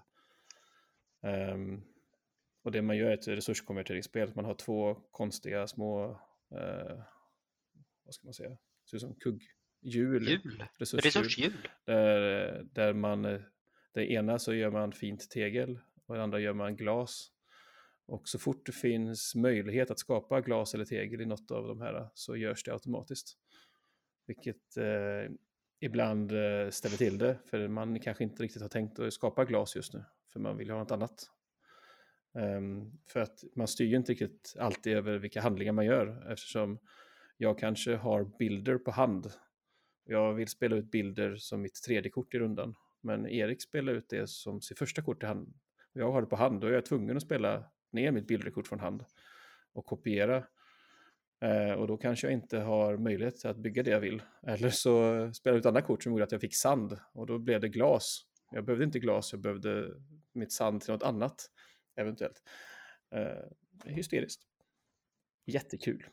Och det man gör är ett resurskonverteringsspel. Man har 2 konstiga små vad ska man säga? Så som kugghjul. Resurshjul. Där man det ena så gör man fint tegel och det andra gör man glas. Och så fort det finns möjlighet att skapa glas eller tegel i något av de här så görs det automatiskt. Vilket ibland ställer till det, för man kanske inte riktigt har tänkt att skapa glas just nu. För man vill ha något annat. För att man styr ju inte riktigt alltid över vilka handlingar man gör. Eftersom jag kanske har bilder på hand. Jag vill spela ut bilder som mitt 3D kort i rundan. Men Erik spelar ut det som sitt första kort i hand. Jag har det på hand och jag är tvungen att spela ner mitt bilderkort från hand. Och kopiera. Och då kanske jag inte har möjlighet att bygga det jag vill. Eller så spelar jag ut andra kort som gjorde att jag fick sand. Och då blev det glas. Jag behövde inte glas, jag behövde mitt sand till något annat. Eventuellt. Hysteriskt. Jättekul.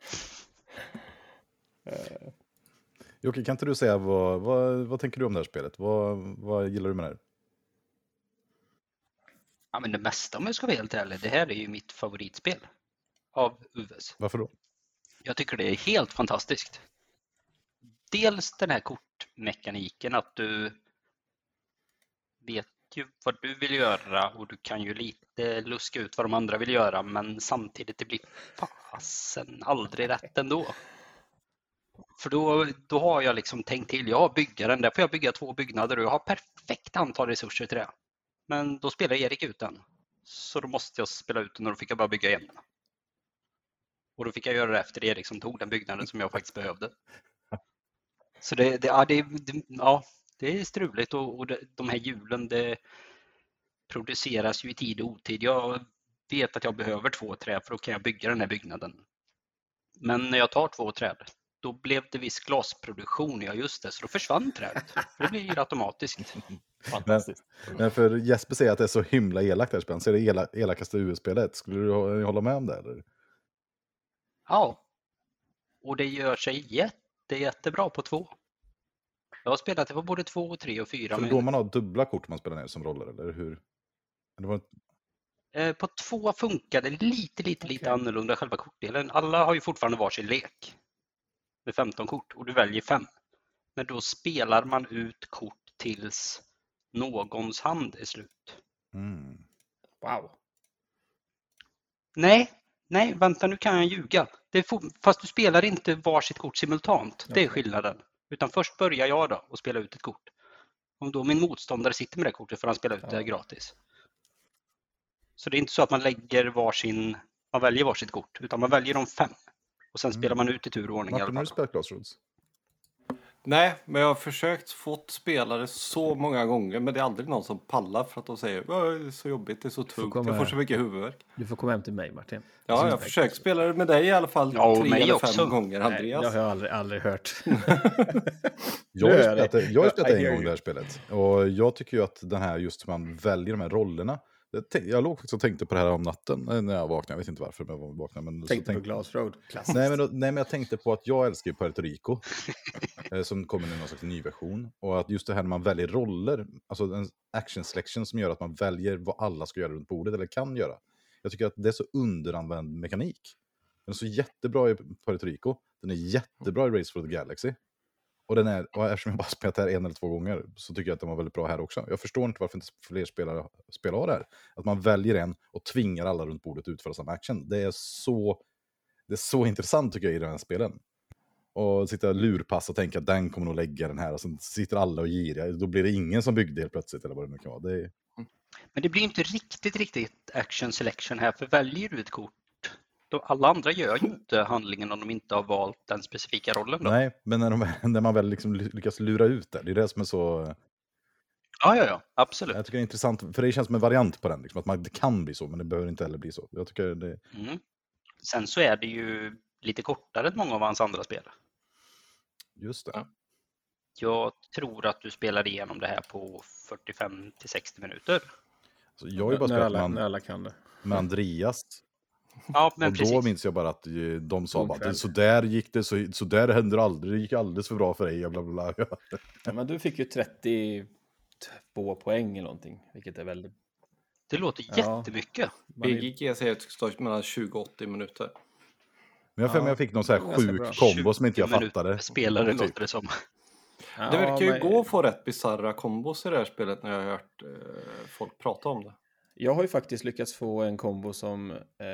Jocke, kan inte du säga vad tänker du om det här spelet? Vad gillar du med det här? Ja, men det mesta, om jag ska vara helt ärlig, det här är ju mitt favoritspel av UVs. Varför då? Jag tycker det är helt fantastiskt. dels den här kortmekaniken, att du vet ju vad du vill göra och du kan ju lite luska ut vad de andra vill göra, men samtidigt det blir fasen aldrig rätt ändå. För då har jag liksom tänkt till, jag har byggaren, där får jag bygga 2 byggnader och jag har perfekt antal resurser till det. Men då spelar Erik ut den. Så då måste jag spela ut den och då fick jag bara bygga en. Och då fick jag göra det efter Erik som tog den byggnaden som jag faktiskt behövde. Så det är struligt och de här hjulen, det produceras ju i tid och otid. Jag vet att jag behöver 2 träd för då kan jag bygga den här byggnaden. Men när jag tar 2 träd, då blev det viss glasproduktion. Ja just det, så då försvann trädet. För det blir ju automatiskt. Fantastiskt. Men för Jesper säger att det är så himla elakt här spelet. Så är det elakaste US-spelet. Skulle du hålla med om det? Eller? Ja, och det gör sig jättebra på 2. Jag har spelat det på både 2, 3 och 4. Så då man har dubbla kort man spelar ner som roller, eller hur? På 2 funkar det lite annorlunda själva kortdelen. Alla har ju fortfarande varsin lek med 15 kort och du väljer 5. Men då spelar man ut kort tills någons hand är slut. Mm. Wow. Nej, vänta nu kan jag ljuga. Fast du spelar inte varsitt kort simultant. Det är skillnaden. Utan först börjar jag då och spela ut ett kort. Om då min motståndare sitter med det kortet får han spela ut det gratis. Så det är inte så att man väljer varsitt kort, utan man väljer de 5. Och sen spelar man ut i turordning i Martin, har alla du fall. spelat Crossroads? Nej, men jag har försökt fått spela det så många gånger, men det är aldrig någon som pallar för att de säger det är så jobbigt, det är så tungt, jag får så mycket huvudvärk. Du får komma hem till mig, Martin. Ja, jag har försökt spela det med dig i alla fall 3 eller 5 gånger, Andreas. Nej, det har jag aldrig hört. Jag har spelat det en gång det här spelet. Och jag tycker ju att den här, just man väljer de här rollerna. Jag låg faktiskt och tänkte på det här om natten när jag vaknade. Jag vet inte varför jag vaknade. Men Tänkte på Glass Road. Klassiskt. Nej, men jag tänkte på att jag älskar Puerto Rico. Som kommer nu någon slags ny version. Och att just det här när man väljer roller. Alltså en action selection som gör att man väljer vad alla ska göra runt bordet. Eller kan göra. Jag tycker att det är så underanvänd mekanik. Den är så jättebra i Puerto Rico. Den är jättebra i Race for the Galaxy. Och eftersom jag bara spelat här 1 eller 2 gånger så tycker jag att den var väldigt bra här också. Jag förstår inte varför inte fler spelare spelar det här. Att man väljer en och tvingar alla runt bordet att utföra samma action. Det är så intressant tycker jag i den här spelen. Och sitta och lurpassa och tänka att den kommer nog lägga den här. Och sen sitter alla och giriga. Då blir det ingen som byggde helt plötsligt eller vad det nu kan vara. Men det blir inte riktigt action selection här. För väljer du ett kort, då alla andra gör ju inte handlingen om de inte har valt den specifika rollen. Då. Nej, men när man väl liksom lyckas lura ut det. Det är det som är så... Ja, absolut. Jag tycker det är intressant, för det känns som en variant på den. Liksom, att det kan bli så, men det behöver inte heller bli så. Jag tycker det... Sen så är det ju lite kortare än många av hans andra spel. Just det. Ja. Jag tror att du spelar igenom det här på 45-60 minuter. Så jag har ju bara spelat när alla kan det. med Andreas. Ja, men och då precis. minns jag bara att de sa bara, så där gick det, så där händer aldrig, det gick alldeles för bra för dig, bla bla bla. Ja, men du fick ju 32 poäng eller någonting, vilket är väldigt... Det låter jättemycket. BGG säger att det ska stå mellan 20 och 80 minuter. Men jag fick någon så här sjuk kombo som inte jag fattade. Spelare låter det som. Det verkar ju gå att få rätt bizarra kombos i det här spelet när jag har hört folk prata om det. Jag har ju faktiskt lyckats få en kombo som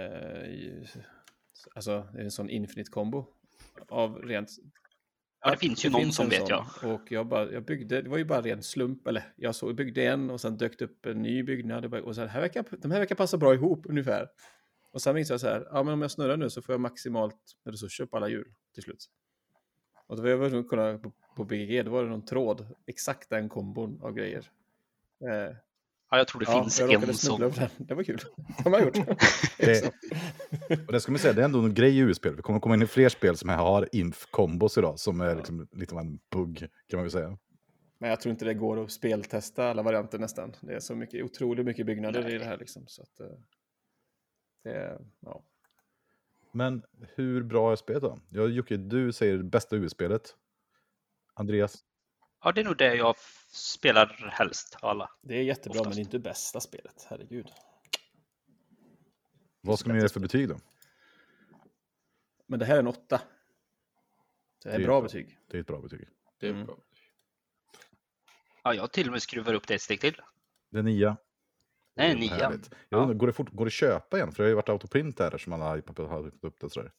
alltså en sån infinite kombo av rent... Ja, det finns ju någon som vet jag. Och jag byggde, det var ju bara ren slump, eller jag byggde en och sen dök det upp en ny byggnad och så de här verkar passa bra ihop ungefär. Och sen minns jag så här, ja men om jag snurrar nu så får jag maximalt resurser på alla hjul till slut. Och då var jag att kolla på BGG, då var det någon tråd, exakt den kombon av grejer. Ja, jag tror det finns en som... Det var kul. De har gjort. Och det ska man säga, det är ändå en grej i US-spel. Vi kommer komma in i fler spel som har inf-kombos idag, som är liksom lite av en bugg, kan man väl säga. Men jag tror inte det går att speltesta alla varianter nästan. Det är så mycket, otroligt mycket byggnader i det här liksom. Så att, ja. Men hur bra är spelet då? Jocke, du säger bästa US-spelet. Andreas? Ja, det är nog det jag spelar helst av alla. Det är jättebra, oftast. Men det är inte bästa spelet, herregud. Vad ska ni ge för betyg då? Men det här är en 8. Det är bra betyg. Det är ett bra betyg. Det är bra. Ja, jag till och med skruvar upp det ett steg till. Det är 9. Nej, 9. Härligt. Jag undrar, går det att köpa igen? För det har ju varit autoprint där som alla har upp det sådär.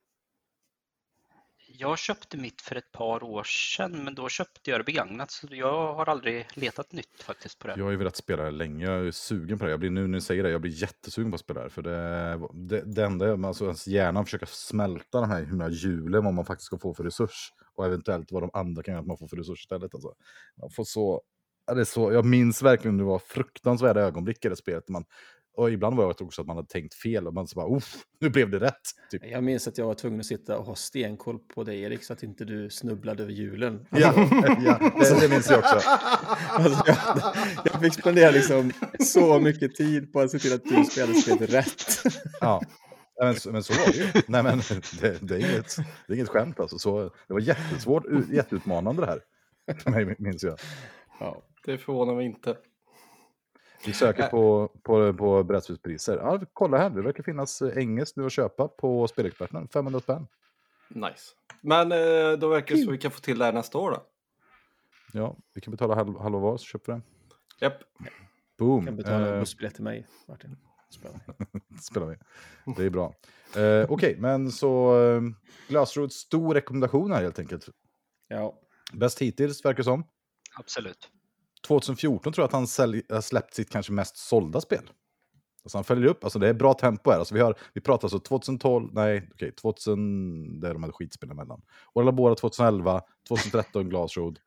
Jag köpte mitt för ett par år sedan, men då köpte jag det begagnat, så jag har aldrig letat nytt faktiskt på det. Jag har ju velat spela det länge, jag är sugen på det. Jag blir, nu när du säger det, jag blir jättesugen på att spela det. För det enda, alltså ens hjärnan försöka smälta de här himla hjulen, vad man faktiskt ska få för resurs. Och eventuellt vad de andra kan göra att man får för resurs istället. Alltså. Man får så, ja, det är så, jag minns verkligen det var fruktansvärda ögonblick i det spelet. Och ibland var det också att man hade tänkt fel och man så bara, nu blev det rätt. Typ. Jag minns att jag var tvungen att sitta och ha stenkoll på dig, Erik, så att inte du snubblade över hjulen. Ja, det minns jag också. Alltså, jag fick spendera liksom så mycket tid på att se till att du spelade spelet rätt. Ja, men så var det ju. Nej, men det är inget skämt alltså. Så, det var jättesvårt, jätteutmanande det här. För mig minns jag. Ja, det förvånar mig inte. Vi söker på brädspelspriser. Ja, kolla här, det verkar finnas engelskt nu att köpa på Spelexperten. 500 spänn. Nice. Men då verkar det så vi kan få till det här nästa år då. Ja, vi kan betala halva var så köper vi det. Japp. Boom. Du kan betala en bussbiljett till mig, Martin. Spelar vi. Det är bra. Okej, men så Glassroads stor rekommendation här helt enkelt. Ja. Bäst hittills verkar som. Absolut. 2014 tror jag att han har släppt sitt kanske mest sålda spel. Alltså han följer upp, alltså det är bra tempo här. Alltså vi pratar alltså 2012, 2000, där de hade skitspel emellan. Orla Bora 2011, 2013 Glassroad,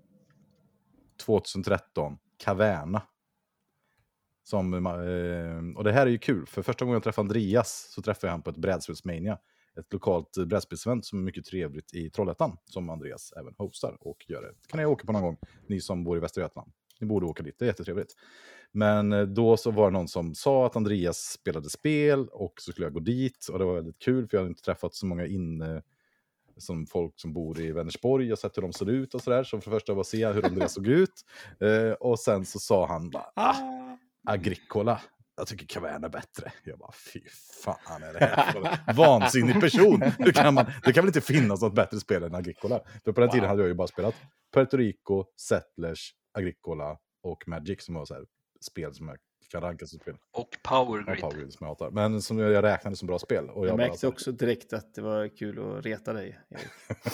2013 Caverna. Och det här är ju kul, för första gången jag träffade Andreas så träffade jag han på ett brädspelsmania. Ett lokalt brädspelsevent som är mycket trevligt i Trollhättan, som Andreas även hostar och gör det. Kan ni åka på någon gång, ni som bor i Västra Götaland. Ni borde åka dit, det är jättetrevligt. Men då så var det någon som sa att Andreas spelade spel och så skulle jag gå dit. Och det var väldigt kul för jag hade inte träffat så många som folk som bor i Vänersborg. Jag sett hur de ser ut och sådär. Så för det första var att se hur Andreas såg ut. Och sen så sa han bara, Agricola. Jag tycker Caverna är bättre. Jag bara, fy fan är det här för en vansinnig person. Det kan väl inte finnas något bättre spel än Agricola. För på den tiden hade jag ju bara spelat Puerto Rico, Settlers, Agricola och Magic som var så här spel som jag kan ranka som spel. Och Power Grid. Ja, Power Grid som jag hatar. Men som jag räknade som bra spel. Och jag märkte bara, också direkt att det var kul att reta dig, Erik.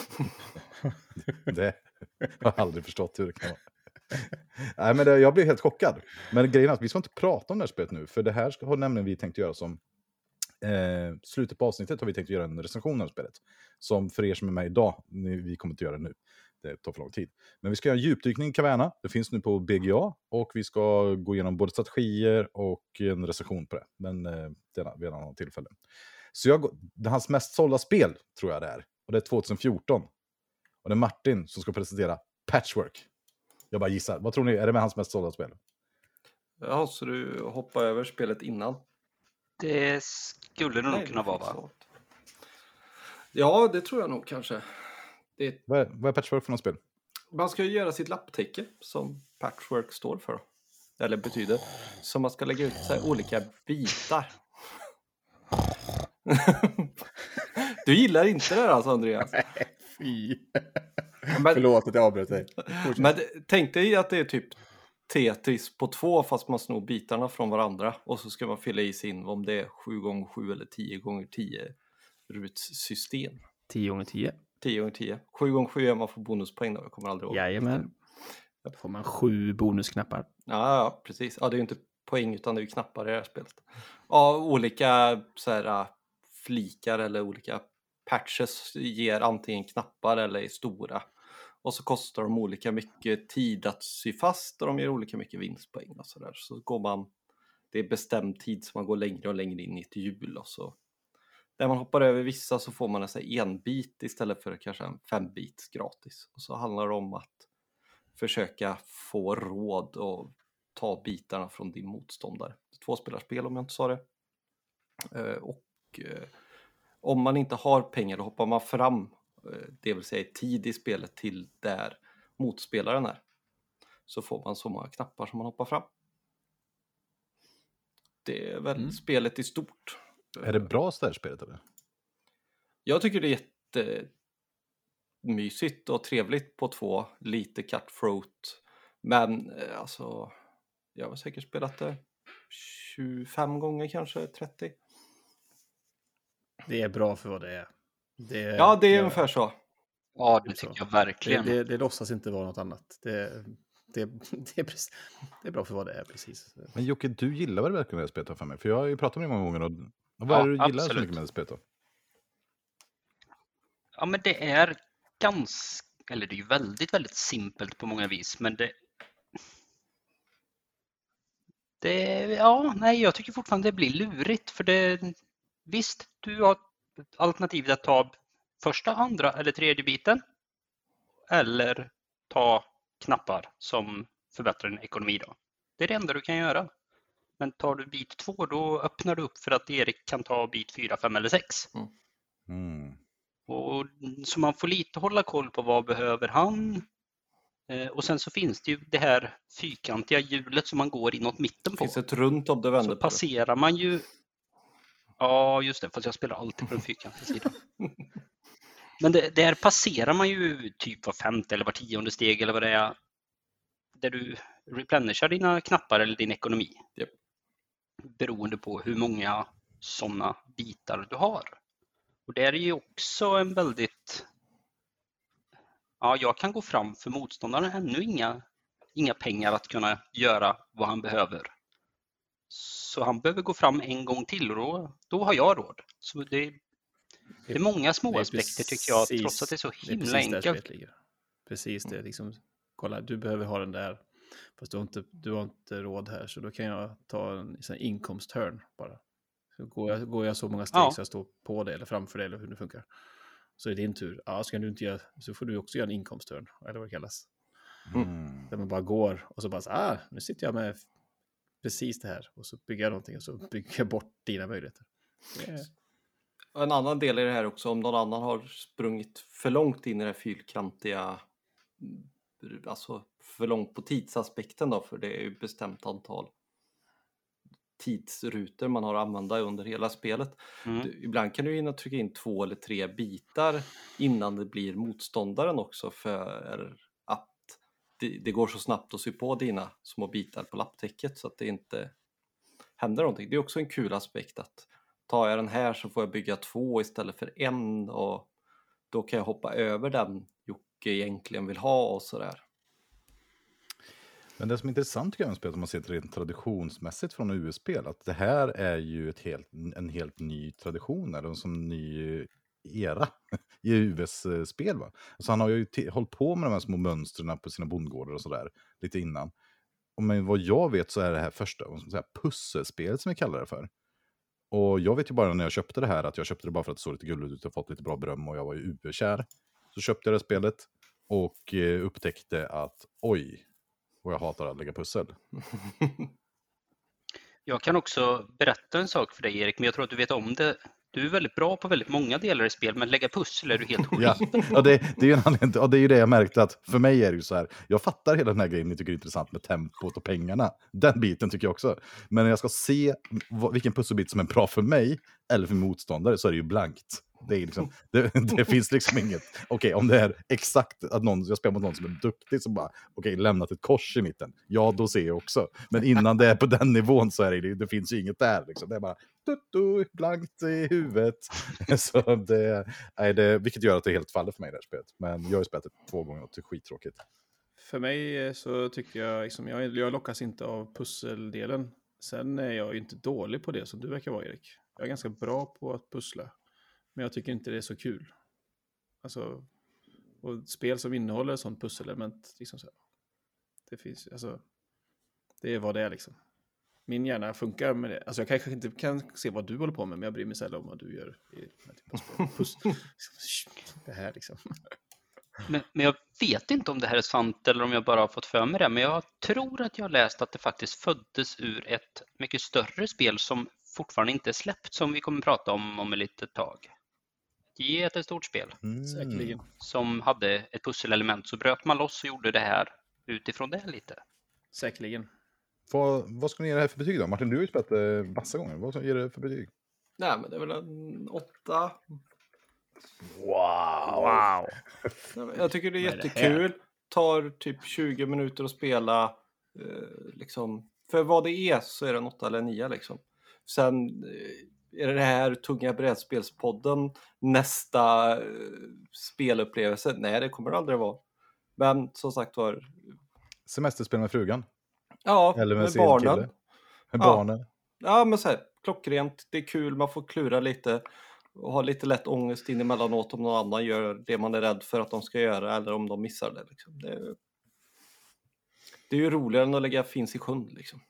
Det har jag aldrig förstått hur det kan vara. Nej, men jag blev helt chockad. Men grejen är att vi ska inte prata om det här spelet nu. För det här har nämligen vi tänkt göra som slutet på avsnittet har vi tänkt göra en recension av spelet. Som för er som är med idag, vi kommer inte göra det nu. Det tar för lång tid. Men vi ska göra en djupdykning i Caverna. Det finns nu på BGA. Och vi ska gå igenom både strategier och en recension på det. Men vid en annan tillfälle. Så det är hans mest sålda spel tror jag det är. Och det är 2014. Och det är Martin som ska presentera Patchwork. Jag bara gissar. Vad tror ni? Är det med hans mest sålda spel? Ja, så du hoppar över spelet innan? Det skulle det nog kunna vara, va? Ja, det tror jag nog kanske. Vad är Patchwork för något spel? Man ska ju göra sitt lapptäcke som Patchwork står för. Eller betyder. Så man ska lägga ut så här olika bitar. Du gillar inte det här alltså, Andreas? Fy. Men, förlåt att jag avbröt dig. Men tänk dig att det är typ Tetris på 2 fast man snor bitarna från varandra. Och så ska man fylla i sin om det är 7x7 eller 10x10 rutssystem. 10x10. 10x10. 7x7 är man får bonuspoäng då. Jag kommer aldrig ihåg. Jajamän. Då får man 7 bonusknappar. Ja, precis. Ja, det är ju inte poäng utan det är ju knappar i det här spelet. Ja, olika så här, flikar eller olika patches ger antingen knappar eller är stora. Och så kostar de olika mycket tid att sy fast och de ger olika mycket vinstpoäng och sådär. Så går man, det är bestämd tid så man går längre och längre in i ett hjul och så. När man hoppar över vissa så får man en bit istället för kanske en 5 bit gratis. Och så handlar det om att försöka få råd och ta bitarna från din motståndare. 2-spelarspel om jag inte sa det. Om man inte har pengar då hoppar man fram, det vill säga tid i spelet till där motspelaren är. Så får man så många knappar som man hoppar fram. Det är väl spelet i stort. Är det bra så här spelet eller? Jag tycker det är mysigt och trevligt på 2. Lite cutthroat. Men alltså, jag har säkert spelat det 25 gånger kanske, 30. Det är bra för vad det är. Ja, det är ungefär så. Ja, det tycker jag verkligen. Det låtsas inte vara något annat. Det är bra för vad det är, precis. Men Jocke, du gillar väl verkligen det här spelet för mig? För jag har ju pratat med dig många gånger. Och vad är det du gillar så mycket med det spelet då? Ja, men det är eller det är ju väldigt, väldigt simpelt på många vis, men jag tycker fortfarande det blir lurigt, för visst, du har alternativet att ta första, andra eller tredje biten, eller ta knappar som förbättrar din ekonomi då. Det är det enda du kan göra. Men tar du bit 2, då öppnar du upp för att Erik kan ta bit 4, 5 eller 6. Och så man får lite hålla koll på vad behöver han. Och sen så finns det ju det här fyrkantiga hjulet som man går inåt mitten på. Det finns ett runt om det vänder så på. Passerar man ju... Ja, just det, fast jag spelar alltid på den fyrkantiga sidan. Men där passerar man ju typ var 5:e eller var 10:e steg eller vad det är. Där du replenishar dina knappar eller din ekonomi. Yep. Beroende på hur många sådana bitar du har. Och det är ju också en väldigt... Ja, jag kan gå fram för motståndaren ännu inga pengar att kunna göra vad han behöver. Så han behöver gå fram en gång till och då har jag råd. Så det är många små aspekter tycker jag, trots att det är så himla enkelt. Precis det, liksom, kolla, du behöver ha den där, fast du har inte råd här, så då kan jag ta en inkomsthörn bara. Så går jag så många steg så jag står på det eller framför det eller hur det funkar. Så är det din tur. Ja, så får du också göra en inkomsthörn, eller vad det kallas. Där man bara går och så bara nu sitter jag med precis det här och så bygger jag någonting och så bygger jag bort dina möjligheter. En annan del i det här också, om någon annan har sprungit för långt in i det fyrkantiga, alltså för långt på tidsaspekten då, för det är ju bestämt antal tidsrutor man har att använda under hela spelet. Ibland kan du trycka in 2 eller 3 bitar innan det blir motståndaren också, för att det går så snabbt att sy på dina små bitar på lapptäcket så att det inte händer någonting. Det är också en kul aspekt att tar jag den här så får jag bygga 2 istället för 1 och då kan jag hoppa över den Jocke egentligen vill ha och sådär. Men det som är intressant tycker jag med spelet, om man ser det rent traditionsmässigt från UV-spel, att det här är ju en helt ny tradition, eller som ny era i UVs spel. Va? Alltså han har ju hållit på med de här små mönstren på sina bondgårdar och sådär lite innan. Och men vad jag vet så är det här första pusselspelet som vi kallar det för. Och jag vet ju bara när jag köpte det här att jag köpte det bara för att det såg lite gulligt ut och fått lite bra beröm och jag var ju UV-kär. Så köpte jag det spelet och upptäckte att oj, och jag hatar att lägga pussel. Jag kan också berätta en sak för dig Erik, men jag tror att du vet om det. Du är väldigt bra på väldigt många delar i spel, men lägga pussel är du helt horribel. Ja, det är ju en anledning, och det är ju det jag märkte att för mig är det ju så här. Jag fattar hela den här grejen, ni tycker det är intressant med tempot och pengarna. Den biten tycker jag också. Men när jag ska se vilken pusselbit som är bra för mig eller för motståndare så är det ju blankt. Det är liksom, det finns liksom inget. Okej, om det är exakt att jag spelar mot någon som är duktig så bara, lämnat ett kors i mitten. Ja, då ser jag också. Men innan det är på den nivån så är det finns ju inget där. Liksom. Det är bara blankt i huvudet. Så vilket gör att det helt faller för mig det här spelet. Men jag har ju spelat det 2 gånger och det är skittråkigt. För mig så tycker jag, liksom, jag lockas inte av pusseldelen. Sen är jag ju inte dålig på det som du verkar vara, Erik. Jag är ganska bra på att pussla. Men jag tycker inte det är så kul. Alltså, och spel som innehåller sånt pusselelement, liksom så. Det finns, alltså, det är vad det är liksom. Min hjärna funkar med det. Alltså jag kanske inte kan se vad du håller på med, men jag bryr mig sällan om vad du gör i den här typen av spel. Det här liksom. Men jag vet inte om det här är sant eller om jag bara har fått för mig det. Men jag tror att jag har läst att det faktiskt föddes ur ett mycket större spel som fortfarande inte är släppt, som vi kommer prata om ett litet tag. Det är ett stort spel. Säkerligen. Som hade ett pusselelement, så bröt man loss och gjorde det här utifrån det lite. Säkerligen. Vad ska ni ge det här för betyg då? Martin, du har ju spelat massa gånger. Vad ska ni ge det för betyg? Nej, men det är väl en 8. Wow! Jag tycker det är Vad är det jättekul. Tar typ 20 minuter att spela. Liksom. För vad det är så är det en 8 eller 9 liksom. Sen är det här tunga brädspelspodden nästa spelupplevelse. Nej, det kommer det aldrig vara. Men som sagt var. Semesterspel med frugan. Ja, Eller med med sin barnen. kille. Med Ja. barnen. Ja, men så här, klockrent. Det är kul, man får klura lite. Och ha lite lätt ångest in emellanåt om någon annan gör det man är rädd för att de ska göra. Eller om de missar det. Liksom. Det är ju roligare än att lägga finns i sjön liksom.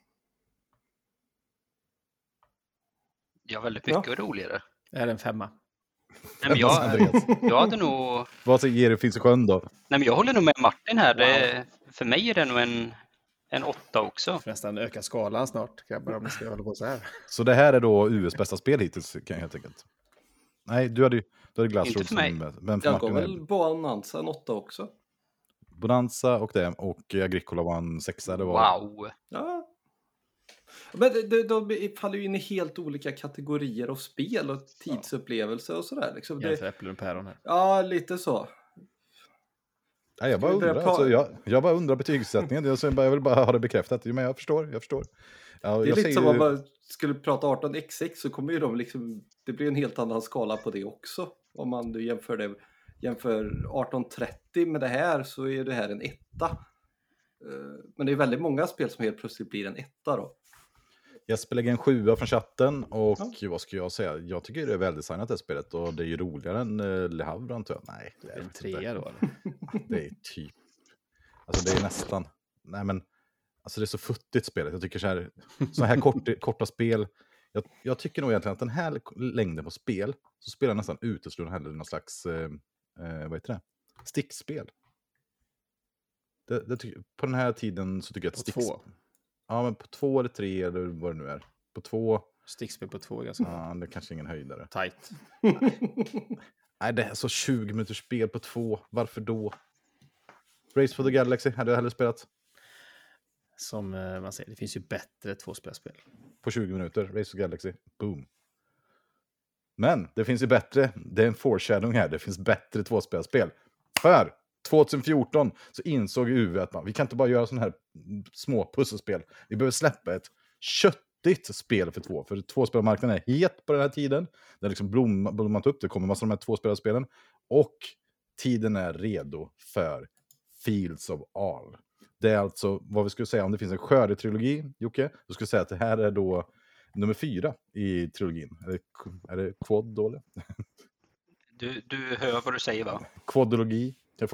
Ja, väldigt mycket roligare. Är det en 5? Nej, men jag hade nog... Vad ger det finns i sjön då? Nej, men jag håller nog med Martin här. För mig är det nog en 8 också. Nästan öka skalan snart, grabbar, om ni ska hålla på så här. Så det här är då US bästa spel hittills, kan jag helt enkelt. Nej, du hade Glassroads. Inte för mig. Men för Jag gav Martin väl Bonanza en 8 också. Bonanza och Agricola var en 6. Det var... Wow! Ja. Men de faller ju in i helt olika kategorier av spel och tidsupplevelser och sådär. Liksom. Jämför äpplen och päron här. Ja, lite så. Nej, jag bara undrar. Alltså, jag bara undrar betygssättningen. Jag vill bara ha det bekräftat. Men jag förstår. Ja, Det är jag lite som ju... om man skulle prata 18xx så kommer ju de liksom, det blir en helt annan skala på det också. Om man nu jämför 1830 med det här så är det här en 1. Men det är väldigt många spel som helt plötsligt blir en 1 då. Jag spelar en 7 från chatten och vad ska jag säga? Jag tycker det är väldesignat det spelet och det är ju roligare än Le Havre antar jag. Nej, det är En inte. 3 då eller? Det är typ, alltså det är nästan, nej men, alltså det är så futtigt spelet. Jag tycker så här korta spel, jag tycker nog egentligen att den här längden på spel, så spelar jag nästan uteslutande hellre någon slags, vad heter det? Stickspel. På den här tiden så tycker jag att På 2. Ja, men på 2 eller 3 eller vad det nu är. På 2. Stickspel på 2 är ganska Ja, det är kanske ingen höjdare. tight. Nej, det är så 20 minuters spel på 2. Varför då? Race for the Galaxy hade jag hellre spelat. Som man säger, det finns ju bättre 2-spelarspel. På 20 minuter. Race for the Galaxy. Boom. Men det finns ju bättre. Det är en foreshadowing här. Det finns bättre 2-spelarspel. För 2014 så insåg UV att vi kan inte bara göra sådana här små pusselspel. Vi behöver släppa ett köttigt spel för 2. För 2-spelarmarknaden är het på den här tiden. Det har liksom blommat upp. Det kommer massor av de här 2-spelarspelen. Och tiden är redo för Fields of All. Det är alltså vad vi skulle säga om det finns en skördetrilogi, Jocke. Då skulle jag säga att det här är då nummer 4 i trilogin. Är det quad då eller? Du hör vad du säger, va? Quadologi.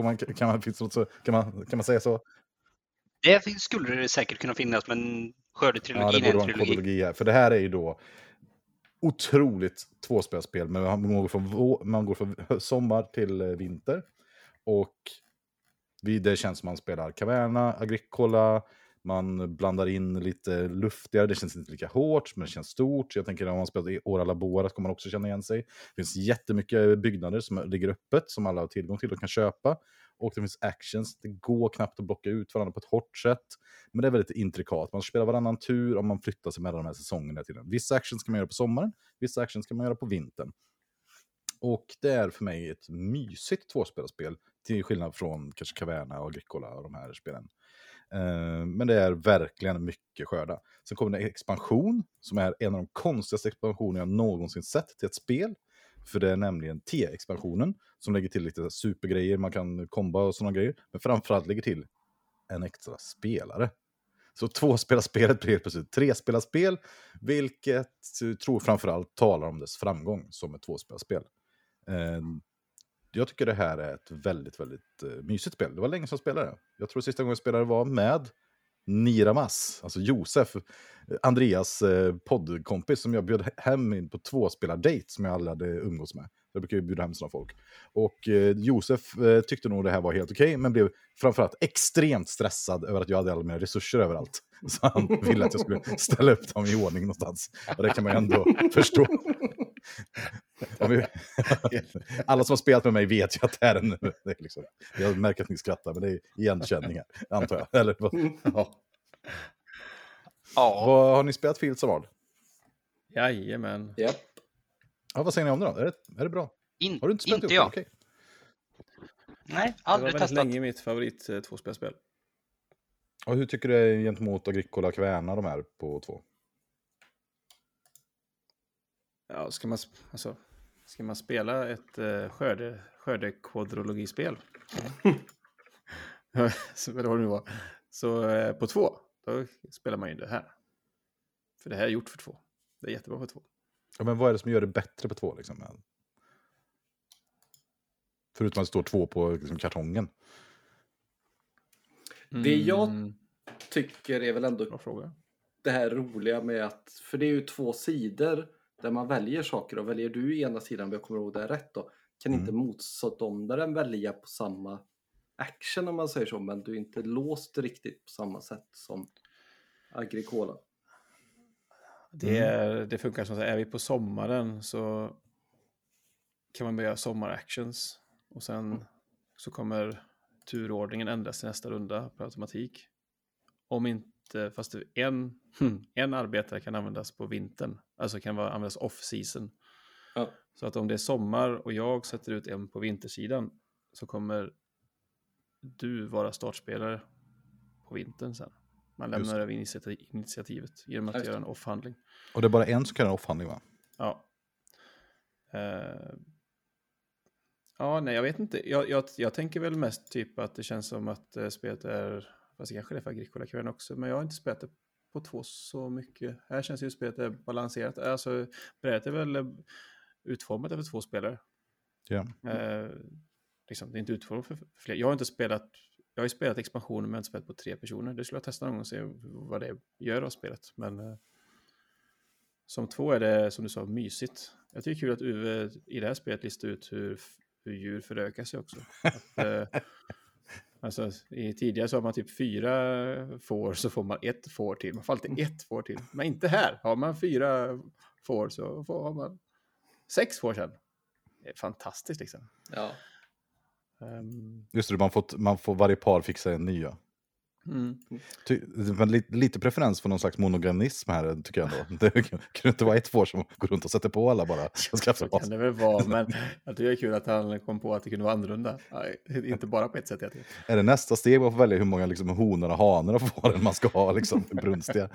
Kan man säga så? Det skulle det säkert kunna finnas, men skördetrilogin det är borde en vara en trilogi. quadologi här. För det här är ju då otroligt 2-spelarspel. Men man går från sommar till vinter. Och det känns som man spelar Caverna, Agricola. Man blandar in lite luftigare. Det känns inte lika hårt, men det känns stort. Jag tänker att om man spelar i Ora Labora så kommer man också känna igen sig. Det finns jättemycket byggnader som ligger öppet, som alla har tillgång till och kan köpa. Och det finns actions. Det går knappt att blocka ut varandra på ett hårt sätt. Men det är väldigt intrikat. Man spelar varannan tur om man flyttar sig mellan de här säsongerna. Vissa actions kan man göra på sommaren. Vissa actions kan man göra på vintern. Och det är för mig ett mysigt 2-spelarspel. Till skillnad från kanske Caverna och Agricola och de här spelen. Men det är verkligen mycket skörda. Sen kommer det en expansion som är en av de konstigaste expansioner jag någonsin sett till ett spel. För det är nämligen T-expansionen som lägger till lite supergrejer. Man kan komba och sådana grejer. Men framförallt lägger till en extra spelare. Så 2-spelarspelet blir plötsligt 3-spelarspel. Vilket tror framförallt talar om dess framgång som ett 2-spelarspel. Jag tycker det här är ett väldigt, väldigt mysigt spel. Det var länge sedan jag spelade. Jag tror sista gången jag spelade var med Niramas, alltså Josef, Andreas poddkompis som jag bjöd hem in på 2-spelardate som jag aldrig hade umgås med. Jag brukar ju bjuda hem sådana folk. Och Josef tyckte nog det här var helt okej, men blev framförallt extremt stressad över att jag hade alla mina resurser överallt. Så han ville att jag skulle ställa upp dem i ordning någonstans. Och det kan man ju ändå förstå. Alla som har spelat med mig vet ju att det här är liksom, jag märker att ni skrattar, men det är igenkänningar, antar jag. Eller, Ja. Vad har ni spelat Fields of All? Jajamän. Japp. Ja, vad säger ni om det då? Är det bra? Har du inte spelat inte ihop jag. det? Okej. Nej, Det var aldrig väldigt testat. länge mitt favorit tvåspelspel. Och hur tycker du det är gentemot Agricola Kverna de här på 2? Ja, ska man spela ett skördekvadrologispel? Så, eller vad det nu var. Så på 2, då spelar man ju det här. För det här är gjort för 2. Det är jättebra för 2. Ja, men vad är det som gör det bättre på 2 liksom? Förutom att det står 2 på liksom, kartongen. Det jag tycker är väl ändå Bra fråga. det här roliga med att, för det är ju 2 sidor där man väljer saker, och väljer du ena sidan, om jag kommer ihåg det rätt då, kan inte motståndaren välja på samma action om man säger så, men du är inte låst riktigt på samma sätt som Agricola. Det funkar som att är vi på sommaren så kan man börja sommaractions och sen så kommer turordningen ändras till nästa runda per automatik. Om inte, fast en arbetare kan användas på vintern, alltså kan användas off-season. Ja. Så att om det är sommar och jag sätter ut en på vintersidan så kommer du vara startspelare på vintern sen. Man lämnar över initiativet genom att göra en off-handling. Och det är bara en som kan göra en off-handling, va? Ja. Ja, nej, jag vet inte. Jag tänker väl mest typ att det känns som att spelet är, fast det kanske det är för Agricola Kverna också, men jag har inte spelat det på 2 så mycket. Här känns ju spelet är balanserat. Alltså, brädet är väl utformat för 2 spelare. Ja. Liksom, det är inte utformat för fler. Jag har ju spelat expansionen men jag har inte spelat på 3 personer. Det skulle jag testa någon gång och se vad det gör av spelet. Men som 2 är det, som du sa, mysigt. Jag tycker det är kul att Uwe i det här spelet listar ut hur djur förökar sig också. Alltså, tidigare så har man typ 4 får så får man 1 får till. Man får alltid 1 får till. Men inte här. Har man 4 får så har man 6 får sen. Det är fantastiskt liksom. Ja. Just det, man får varje par fixa en ny. Ja. Men lite preferens för någon slags monoganism här tycker jag ändå. Det kan inte vara 1 får som går runt och sätter på alla bara. Så kan det väl vara, men jag tycker det är kul att han kom på att det kunde vara annorlunda. Inte bara på ett sätt. Är det nästa steg man får välja hur många liksom, honor och hanar och fåren man ska ha liksom, brunstiga?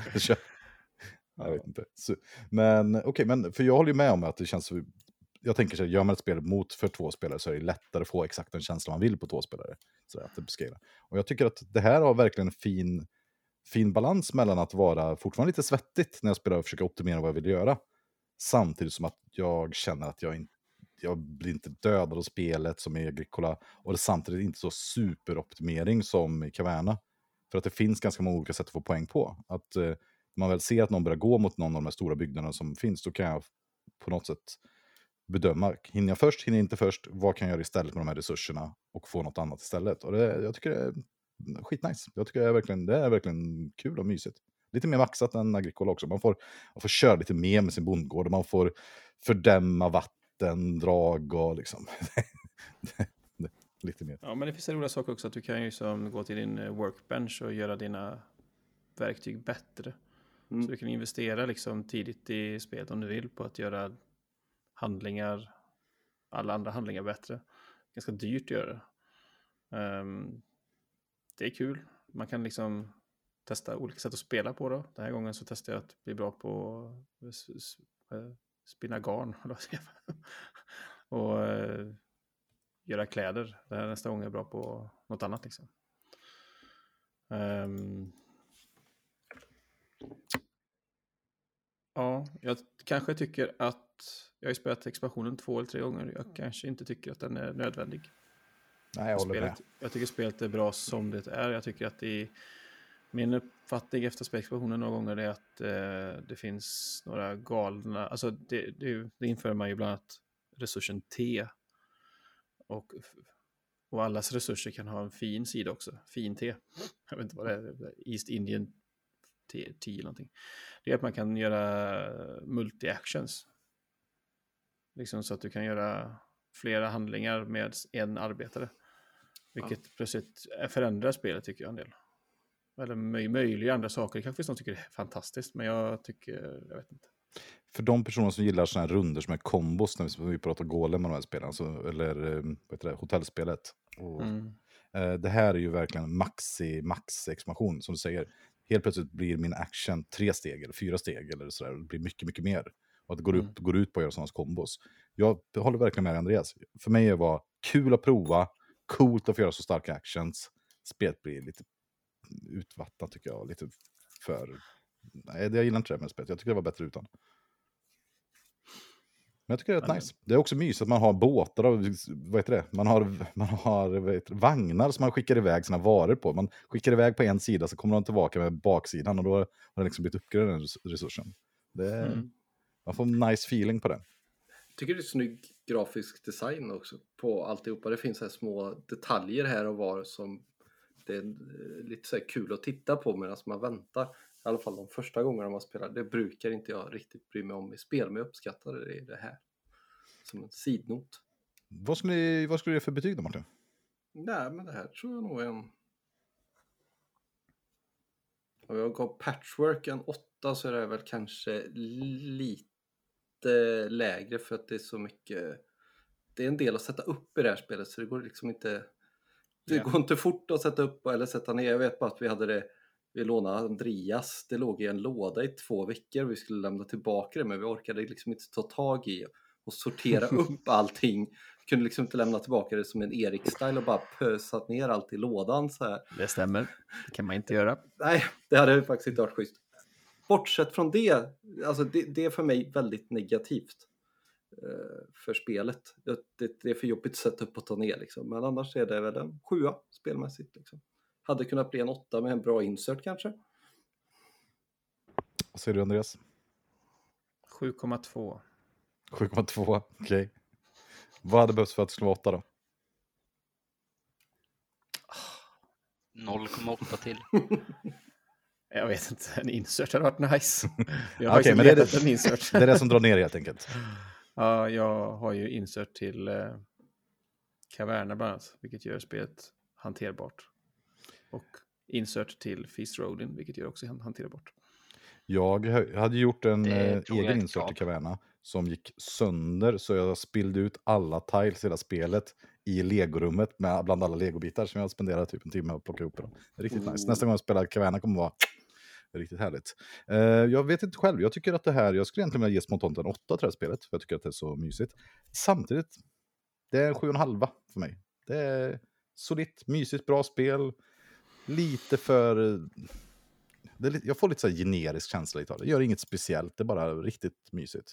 Jag vet inte. Men okej, men för jag håller ju med om att det känns. Jag tänker så här, gör man ett spel för 2 spelare så är det lättare att få exakt den känsla man vill på 2 spelare. Så att det beskriver. Och jag tycker att det här har verkligen en fin balans mellan att vara fortfarande lite svettigt när jag spelar och försöka optimera vad jag vill göra. Samtidigt som att jag känner att jag blir inte dödad av spelet som i Agricola. Och det är samtidigt inte så superoptimering som i Caverna. För att det finns ganska många olika sätt att få poäng på. Att man väl ser att någon börjar gå mot någon av de här stora byggnaderna som finns, då kan jag på något sätt bedöma, hinner jag först, hinner jag inte först, vad kan jag göra istället med de här resurserna och få något annat istället. Och jag tycker det är skitnice. Jag tycker det är verkligen kul och mysigt. Lite mer maxat än Agricola också. Man får köra lite mer med sin bondgård och man får fördämma vattendrag och liksom lite mer. Ja, men det finns en rolig sak också att du kan ju gå till din workbench och göra dina verktyg bättre. Så du kan investera liksom tidigt i spelet om du vill på att göra alla andra handlingar bättre. Ganska dyrt att göra det. Det är kul. Man kan liksom testa olika sätt att spela på då. Den här gången så testar jag att bli bra på spinna garn. Och göra kläder. Det här nästa gång är jag bra på något annat liksom. Ja, jag kanske tycker att jag har spelat expansionen 2 eller 3 gånger. Jag kanske inte tycker att den är nödvändig. Nej, jag håller med. Jag tycker spelet är bra som det är. Jag tycker att min uppfattning efter expansionen några gånger är att det finns några galna... Alltså det inför man ju bland annat resursen T. Och allas resurser kan ha en fin sida också. Fin T. Jag vet inte vad det är. East Indian T eller någonting. Det är att man kan göra multi-actions. Liksom så att du kan göra flera handlingar med en arbetare. Vilket plötsligt förändrar spelet tycker jag en del. Eller möjliga andra saker. Det kanske finns någon som tycker det är fantastiskt. Men jag vet inte. För de personer som gillar såna här runder som är kombos, när vi pratar Golem med de här spelen, alltså, eller vad heter det, hotellspelet. Och, det här är ju verkligen max-expansion, som du säger. Helt plötsligt blir min action 3 steg eller 4 steg eller sådär. Det blir mycket, mycket mer. Och att det går ut på att göra sådana kombos. Jag håller verkligen med Andreas. För mig är det var kul att prova, coolt att få göra så starka actions. Spelet blir lite utvattnat tycker jag. Lite för... Nej, jag gillar inte det med spelet. Jag tycker det var bättre utan. Men jag tycker det är rätt nice. Det är också mysigt att man har båtar och vad heter det? Man har vagnar som man skickar iväg sina varor på. Man skickar iväg på en sida så kommer de tillbaka med baksidan och då har det liksom blivit uppgraderad den resursen. Man får en nice feeling på det. Jag tycker det är snygg grafisk design också på alltihopa. Det finns så här små detaljer här och var som det är lite så här kul att titta på medan man väntar. I alla fall de första gångerna man spelar. Det brukar inte jag riktigt bry mig om i spel, men jag uppskattar det här. Som en sidnot. Vad skulle du ge för betyg då, Martin? Nej, men det här tror jag nog är en... Om jag går patchwork en 8 så är det väl kanske lite lägre för att det är så mycket... Det är en del att sätta upp i det här spelet så det går liksom inte... Det går inte fort att sätta upp eller sätta ner. Jag vet bara att vi lånade Andreas. Det låg i en låda i 2 veckor. Vi skulle lämna tillbaka det, men vi orkade liksom inte ta tag i och sortera upp allting. Vi kunde liksom inte lämna tillbaka det som en Erik-style och bara pösat ner allt i lådan så här. Det stämmer. Det kan man inte göra. Nej, det hade faktiskt inte varit schysst. Bortsett från det, alltså det är för mig väldigt negativt för spelet. Det är för jobbigt att sätta upp och ta ner liksom. Men annars är det väl en 7 spelmässigt liksom. Hade kunnat bli en 8 med en bra insert kanske. Vad säger du Andreas? 7,2. 7,2, okej. Vad hade behövts för att det skulle vara 8 då? 0,8 till. Jag vet inte, en insert hade varit nice. Jag Okej, men det är en insert. Det är det som drar ner helt enkelt. Ja, jag har ju insert till Caverna bland annat, vilket gör spelet hanterbart. Och insert till Feast Roadin, vilket gör också hanterbart. Jag hade gjort en tror jag egen inte insert bra. till Caverna som gick sönder så jag spillde ut alla tiles i hela spelet i legorummet bland alla legobitar som jag spenderade typ en timme att plocka ihop dem. Riktigt nice. Nästa gång jag spelar Caverna kommer vara riktigt härligt. Jag vet inte själv, jag tycker att det här, jag skulle egentligen vilja ge spontant en 8 till det här spelet för jag tycker att det är så mysigt. Samtidigt, det är en 7,5 för mig. Det är solitt, mysigt, bra spel. Lite för... jag får lite så här generisk känsla av det. Det gör inget speciellt, det är bara riktigt mysigt.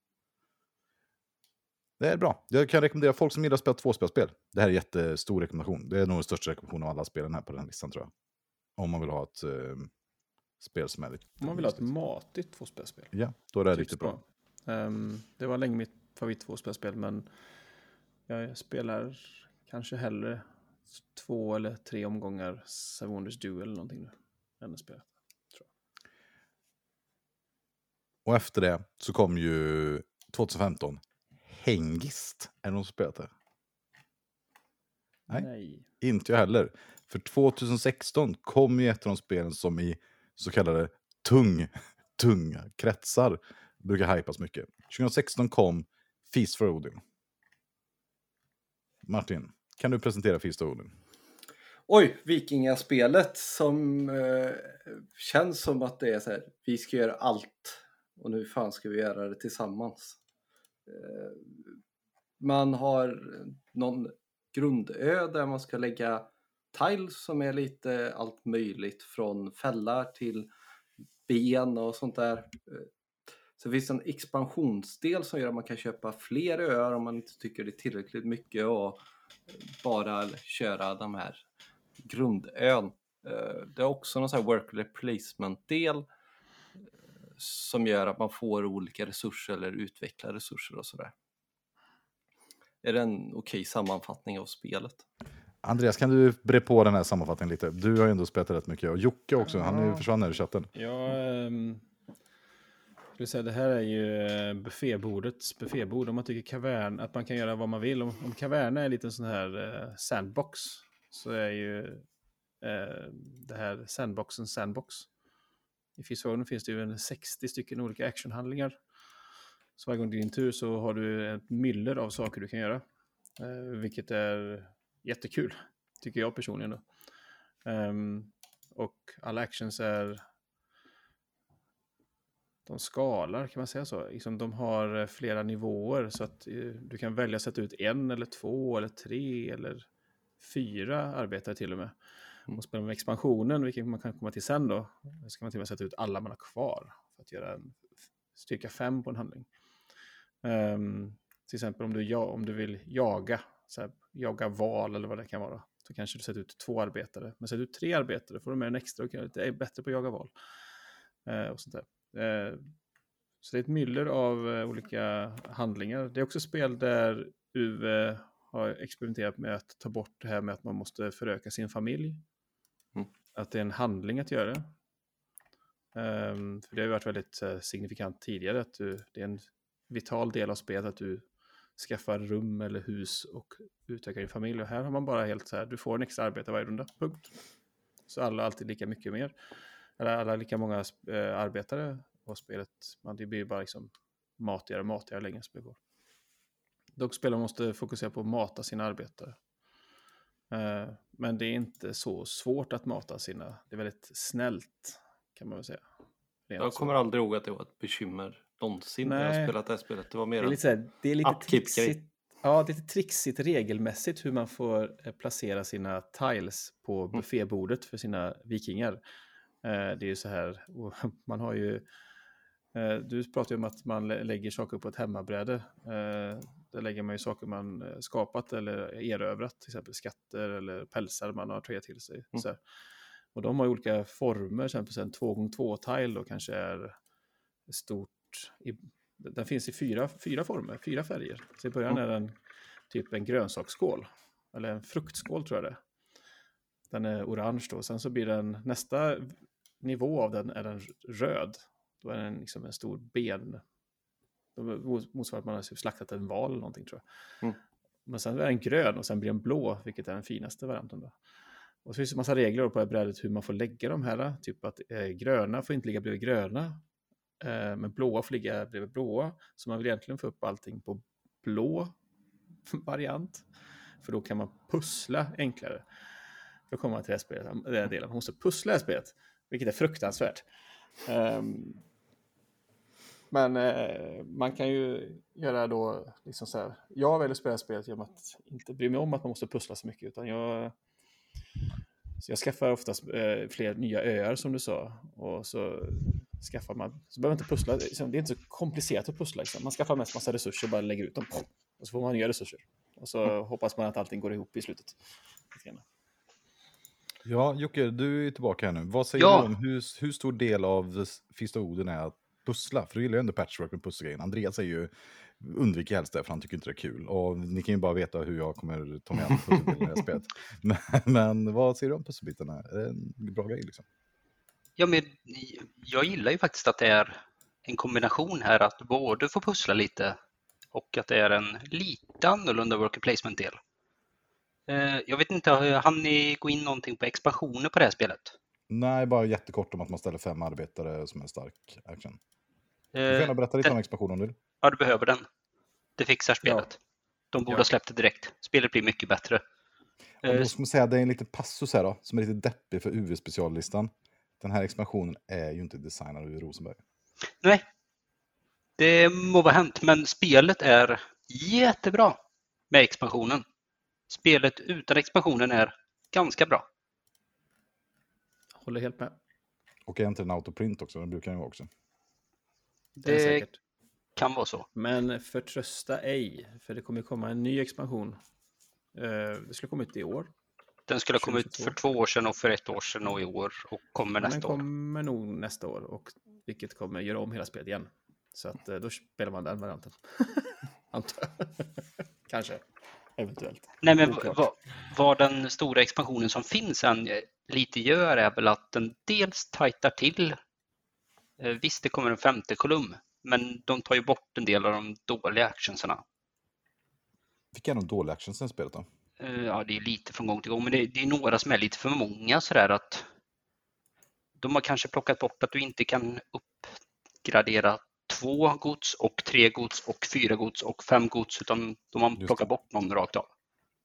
Det är bra. Jag kan rekommendera folk som gillar att spela 2-spelspel. Det här är en jättestor rekommendation. Det är nog den största rekommendationen av alla spelen här på den listan tror jag. Om man vill ha ett spel som är lite... Om man vill ha ett matigt 2-spelspel. Ja, då är det Typ riktigt bra. Det var länge mitt favorit 2-spelspel, men jag spelar kanske hellre 2 eller 3 omgångar Seven Wonders Duel eller någonting nu än att spela. Tror jag. Och efter det så kom ju 2015 Hengist. Är det någon som spelat det? Nej. Inte jag heller. För 2016 kom ju ett av de spelen som i så kallade tunga kretsar brukar hypas mycket. 2016 kom Feast for Odin. Martin, kan du presentera Feast for Odin? Oj, vikingaspelet som känns som att det är så här, vi ska göra allt och nu fan ska vi göra det tillsammans. Man har någon grundö där man ska lägga tiles som är lite allt möjligt från fällar till ben och sånt där. Så det finns en expansionsdel som gör att man kan köpa fler öar om man inte tycker det är tillräckligt mycket och bara köra de här grundön. Det är också någon sån här work replacement-del som gör att man får olika resurser eller utvecklar resurser och sådär. Är det en okej sammanfattning av spelet? Andreas, kan du bre på den här sammanfattningen lite? Du har ju ändå spelat rätt mycket. Och Jocke också, han är ju försvann här i chatten. Ja, skulle säga, det här är ju buffébord. Om man tycker kavern, att man kan göra vad man vill. Om kaverna är lite en sån här sandbox, så är ju det här sandbox. I Feast for Odin finns det ju 60 stycken olika actionhandlingar. Så varje gång det är din tur så har du ett myller av saker du kan göra. Vilket är jättekul, tycker jag personligen då. Och alla actions de skalar, kan man säga så. Liksom de har flera nivåer så att du kan välja att sätta ut 1 eller 2 eller 3 eller 4 arbetare till och med. Och spelar med expansionen, vilket man kan komma till sen då, ska man till och med sätta ut alla man har kvar för att göra en styrka 5 på en handling. Till exempel om du vill jaga val eller vad det kan vara, så kanske du sätter ut 2 arbetare. Men sätter du 3 arbetare får du med en extra och det är bättre på att jaga val. Och sånt där. Så det är ett myller av olika handlingar. Det är också spel där UV har experimenterat med att ta bort det här med att man måste föröka sin familj. Att det är en handling att göra. För det har ju varit väldigt signifikant tidigare att det är en vital del av spelet att du skaffar rum eller hus och utökar din familj. Och här har man bara helt så här, du får en extra arbete varje runda, punkt. Så alla har alltid lika mycket mer. Eller alla lika många arbetare och spelet, det blir bara liksom matigare länge som det går. Dock spelare måste fokusera på att mata sina arbetare. Men det är inte så svårt att mata sina. Det är väldigt snällt, kan man väl säga. Jag kommer aldrig ihåg att det var ett bekymmer någonsin när jag spelat det här spelet. Det var mer det är lite trixigt. Ja, det är lite trixigt regelmässigt hur man får placera sina tiles på buffébordet för sina vikingar. Det är ju så här, man har ju, du pratar ju om att man lägger saker på ett hemmabräde. Där lägger man ju saker man skapat eller erövrat, till exempel skatter eller pälsar man har tröjat till sig. Så här. Och de har ju olika former, till exempel en 2x2-tile då kanske är stort. Den finns i 4 former, 4 färger. Så i början är den typ en grönsaksskål, eller en fruktskål tror jag det. Den är orange då, sen så blir den nästa nivå av den är den röd. Då är den liksom en stor ben. Då motsvarar att man har slaktat en val eller någonting tror jag. Men sen är den grön och sen blir den blå, vilket är den finaste varianten då. Och så finns det en massa regler på det här brädet hur man får lägga de här. Typ att gröna får inte ligga bredvid gröna. Men blåa får ligga bredvid blåa. Så man vill egentligen få upp allting på blå variant. För då kan man pussla enklare. För att komma till det spelet. Den delen. Man måste pussla det spelet. Vilket är fruktansvärt. Men man kan ju göra då liksom så här. Jag väljer att spela spelet genom att inte bry mig om att man måste pussla så mycket. Utan jag skaffar oftast fler nya öar som du sa. Och så skaffar man, så behöver man inte pussla. Det är inte så komplicerat att pussla. Liksom. Man skaffar massa resurser och bara lägger ut dem. Och så får man nya resurser. Och så hoppas man att allting går ihop i slutet. Ja, Jocke, du är tillbaka här nu. Vad säger du om hur stor del av Fist of Odin är att pussla? För du gillar ju ändå patchwork och pussgrejen. Andreas är ju undviker helst det för han tycker inte det är kul. Och ni kan ju bara veta hur jag kommer ta mig an pusselbiten i det här spelet. Men vad säger du om pusselbitarna? Är det en bra grej liksom? Ja, men jag gillar ju faktiskt att det är en kombination här att både få pussla lite och att det är en lite annorlunda worker placement-del. Jag vet inte, hann ni gå in någonting på expansioner på det här spelet? Nej, bara jättekort om att man ställer 5 arbetare som en stark action. Du får gärna berätta lite om expansionen nu. Ja, du behöver den. Det fixar spelet. De borde ha släppt det direkt. Spelet blir mycket bättre. Då ska man säga att det är en liten passus här då, som är lite deppig för UV-speciallistan. Den här expansionen är ju inte designad av Rosenberg. Nej, det må vara hänt, men spelet är jättebra med expansionen. Spelet utan expansionen är ganska bra. Håller helt med. Och är inte en autoprint också? Den brukar den vara också. Det är säkert. Kan vara så. Men förtrösta ej, för det kommer komma en ny expansion. Det skulle komma ut i år. Den skulle komma ut för 2 år sedan och för 1 år sedan och i år och kommer nästa år. Den kommer nog nästa år, och vilket kommer göra om hela spelet igen. Så att då spelar man den varianten. Kanske. Eventuellt. Nej, men vad den stora expansionen som finns än lite gör är väl att den dels tajtar till. Visst, det kommer en 5:e kolumn, men de tar ju bort en del av de dåliga actionsarna. Vilka är de dåliga actionsen i spelet då? Ja, det är lite från gång till gång, men det är några som är lite för många sådär att de har kanske plockat bort att du inte kan uppgradera 2 gods och 3 gods och 4 gods och 5 gods, utan de har plockat bort någon rakt av.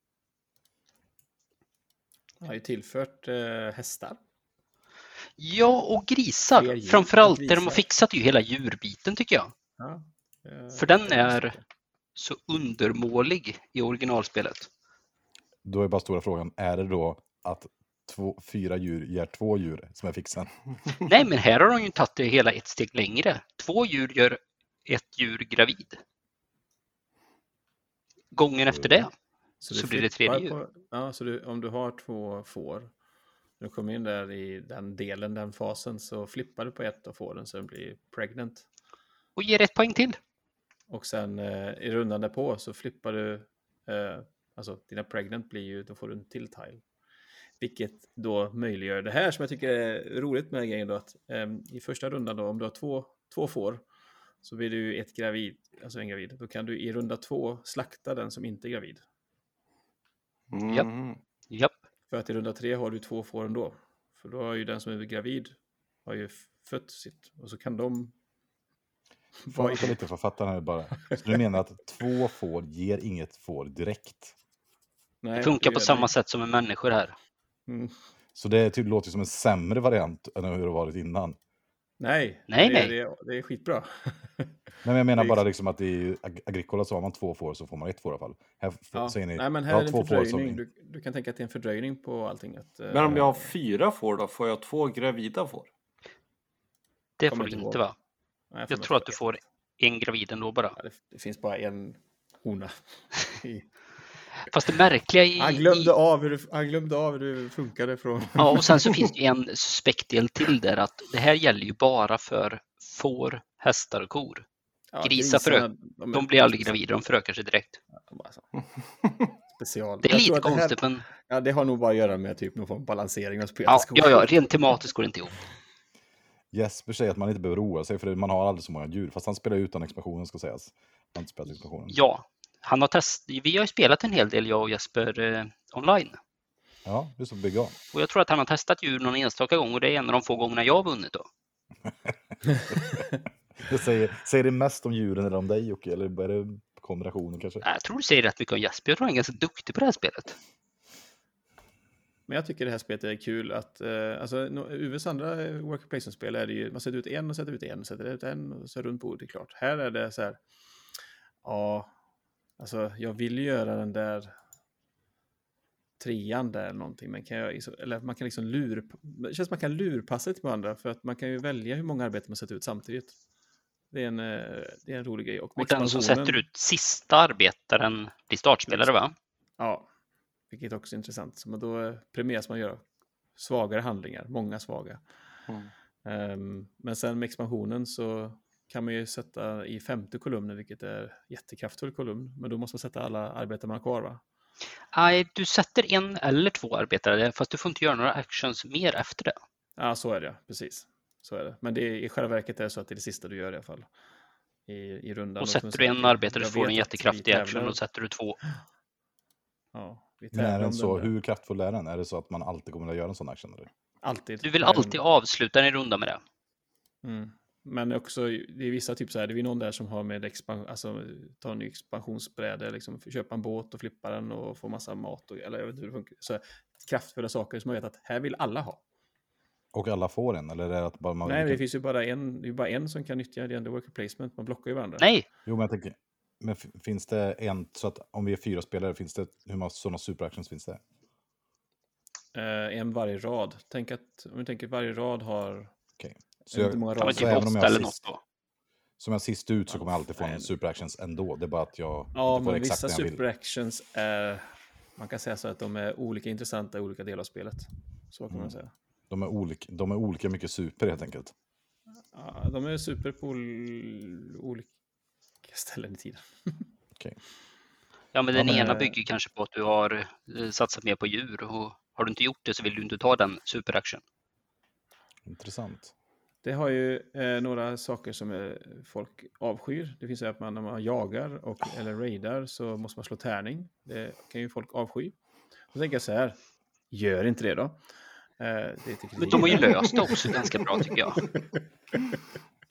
Jag har ju tillfört hästar. Ja, och grisar. Fler djur Framförallt och där de har grisar. fixat ju hela djurbiten tycker jag. Ja, För den är så undermålig i originalspelet. Då är bara stora frågan, är det då att 4 djur ger 2 djur som är fixen? Nej, men här har de ju tagit det hela ett steg längre. 2 djur gör 1 djur gravid. Gången efter det så blir det 3 djur. Ja, så om du har 2 får, när du kommer in där i den fasen, så flippar du på ett av fåren så den blir pregnant. Och ger 1 poäng till. Och sen i rundan därpå så flippar du, alltså dina pregnant blir ju, då får du en till tile. Vilket då möjliggör det här som jag tycker är roligt med grejen då, att i första rundan då, om du har två får, så blir du en gravid. Då kan du i runda 2 slakta den som inte är gravid. Japp. För att i runda 3 har du 2 får ändå. För då har ju den som är gravid har ju fött sitt. Och så kan de... Får jag lite författaren här bara. Så du menar att 2 får ger inget får direkt? Nej, Det funkar på samma sätt som med människor här. Mm. Så det låter som en sämre variant än hur det varit innan? Nej. Det är skitbra. Men jag menar bara liksom att i Agricola så har man 2 får så får man 1 får i alla fall. Här säger ni, Nej, men här är det en fördröjning. Du kan tänka att det är en fördröjning på allting. Men om jag har 4 får då, får jag 2 gravida får? Det får du inte va? Nej, jag tror att du får en gravid ändå bara. Ja, det finns bara en hona. Fast det märkliga i... Han glömde av hur det funkade från... Ja, och sen så finns det en suspektdel till där att det här gäller ju bara för får, hästar och kor. Ja, Grisar de blir aldrig gravida, de förökar sig direkt. Special. Det är lite konstigt, men... Ja, det har nog bara att göra med typ någon form av balansering av spelet. Ja, rent tematiskt går det inte ihop. Jesper säger att man inte behöver roa sig för man har aldrig så många djur. Fast han spelar utan expansionen ska sägas. Han har inte spelat expansionen. Ja, vi har ju spelat en hel del, jag och Jesper, online. Ja, det är så bygga. Och jag tror att han har testat djur någon enstaka gång och det är en av de få gångerna jag har vunnit då. Det säger det mest om djuren eller om dig, Jocke? Eller är det kombinationen kanske? Jag tror du säger rätt mycket om Jesper. Jag tror han är ganska duktig på det här spelet. Men jag tycker det här spelet är kul att, alltså UVs andra worker placement-spel är det ju, man sätter ut en och sätter ut en, sätter ut en och så runt bordet, det är klart. Här är det så här, ja, alltså jag vill göra den där 3:an där eller någonting, men man kan liksom det känns som man kan lurpassa till varandra för att man kan ju välja hur många arbeten man sätter ut samtidigt. Det är en rolig grej. Och den som sätter ut sista arbetaren blir startspelare va? Ja, vilket också är intressant. Så då premieras man göra svagare handlingar, många svaga. Men sen med expansionen så kan man ju sätta i 5:e kolumnen, vilket är jättekraftfull kolumn. Men då måste man sätta alla arbeten man har kvar va? Nej, du sätter 1 eller 2 arbetare, fast du får inte göra några actions mer efter det. Ja, så är det, precis. Så är det. Men det är, i själva verket är det så att det är det sista du gör i alla fall. I rundan. Och sätter du 1 arbetare så får du en jättekraftig action och sätter du 2. Ja, men är den så, hur kraftfull är den? Är det så att man alltid kommer att göra en sån action? Eller? Alltid. Du vill alltid avsluta en runda med det. Men också, det är vissa typ så här, det är någon där som har med ta en expansionsbräde, liksom, köpa en båt och flippa den och få massa mat, eller jag vet inte hur det funkar. Så kraftfulla saker som man vet att här vill alla ha. Och alla får en? Eller är det att bara man... Nej, det finns ju bara en som kan nyttja det ändå worker placement, man blockar ju varandra. Nej! Jo, men jag tänker, men finns det en, så att om vi är 4 spelare, finns det, hur många sådana superactions finns det? En varje rad. Om vi tänker varje rad har... Okej. Så även om jag som jag sist ut så kommer jag alltid få en superactions ändå. Det är bara att jag inte får men exakt vissa superactions är... Man kan säga så att de är olika intressanta i olika delar av spelet. Så kan man säga. De är olika mycket super helt enkelt. Ja, de är super på olika ställen i tiden. Okay. Ja, men den ena bygger kanske på att du har satsat mer på djur. Och har du inte gjort det så vill du inte ta den superaction. Intressant. Det har ju några saker som folk avskyr. Det finns ju att när man jagar eller raidar så måste man slå tärning. Det kan ju folk avsky. Då tänker jag så här, gör inte det då. Men de har ju löst det också ganska bra tycker jag.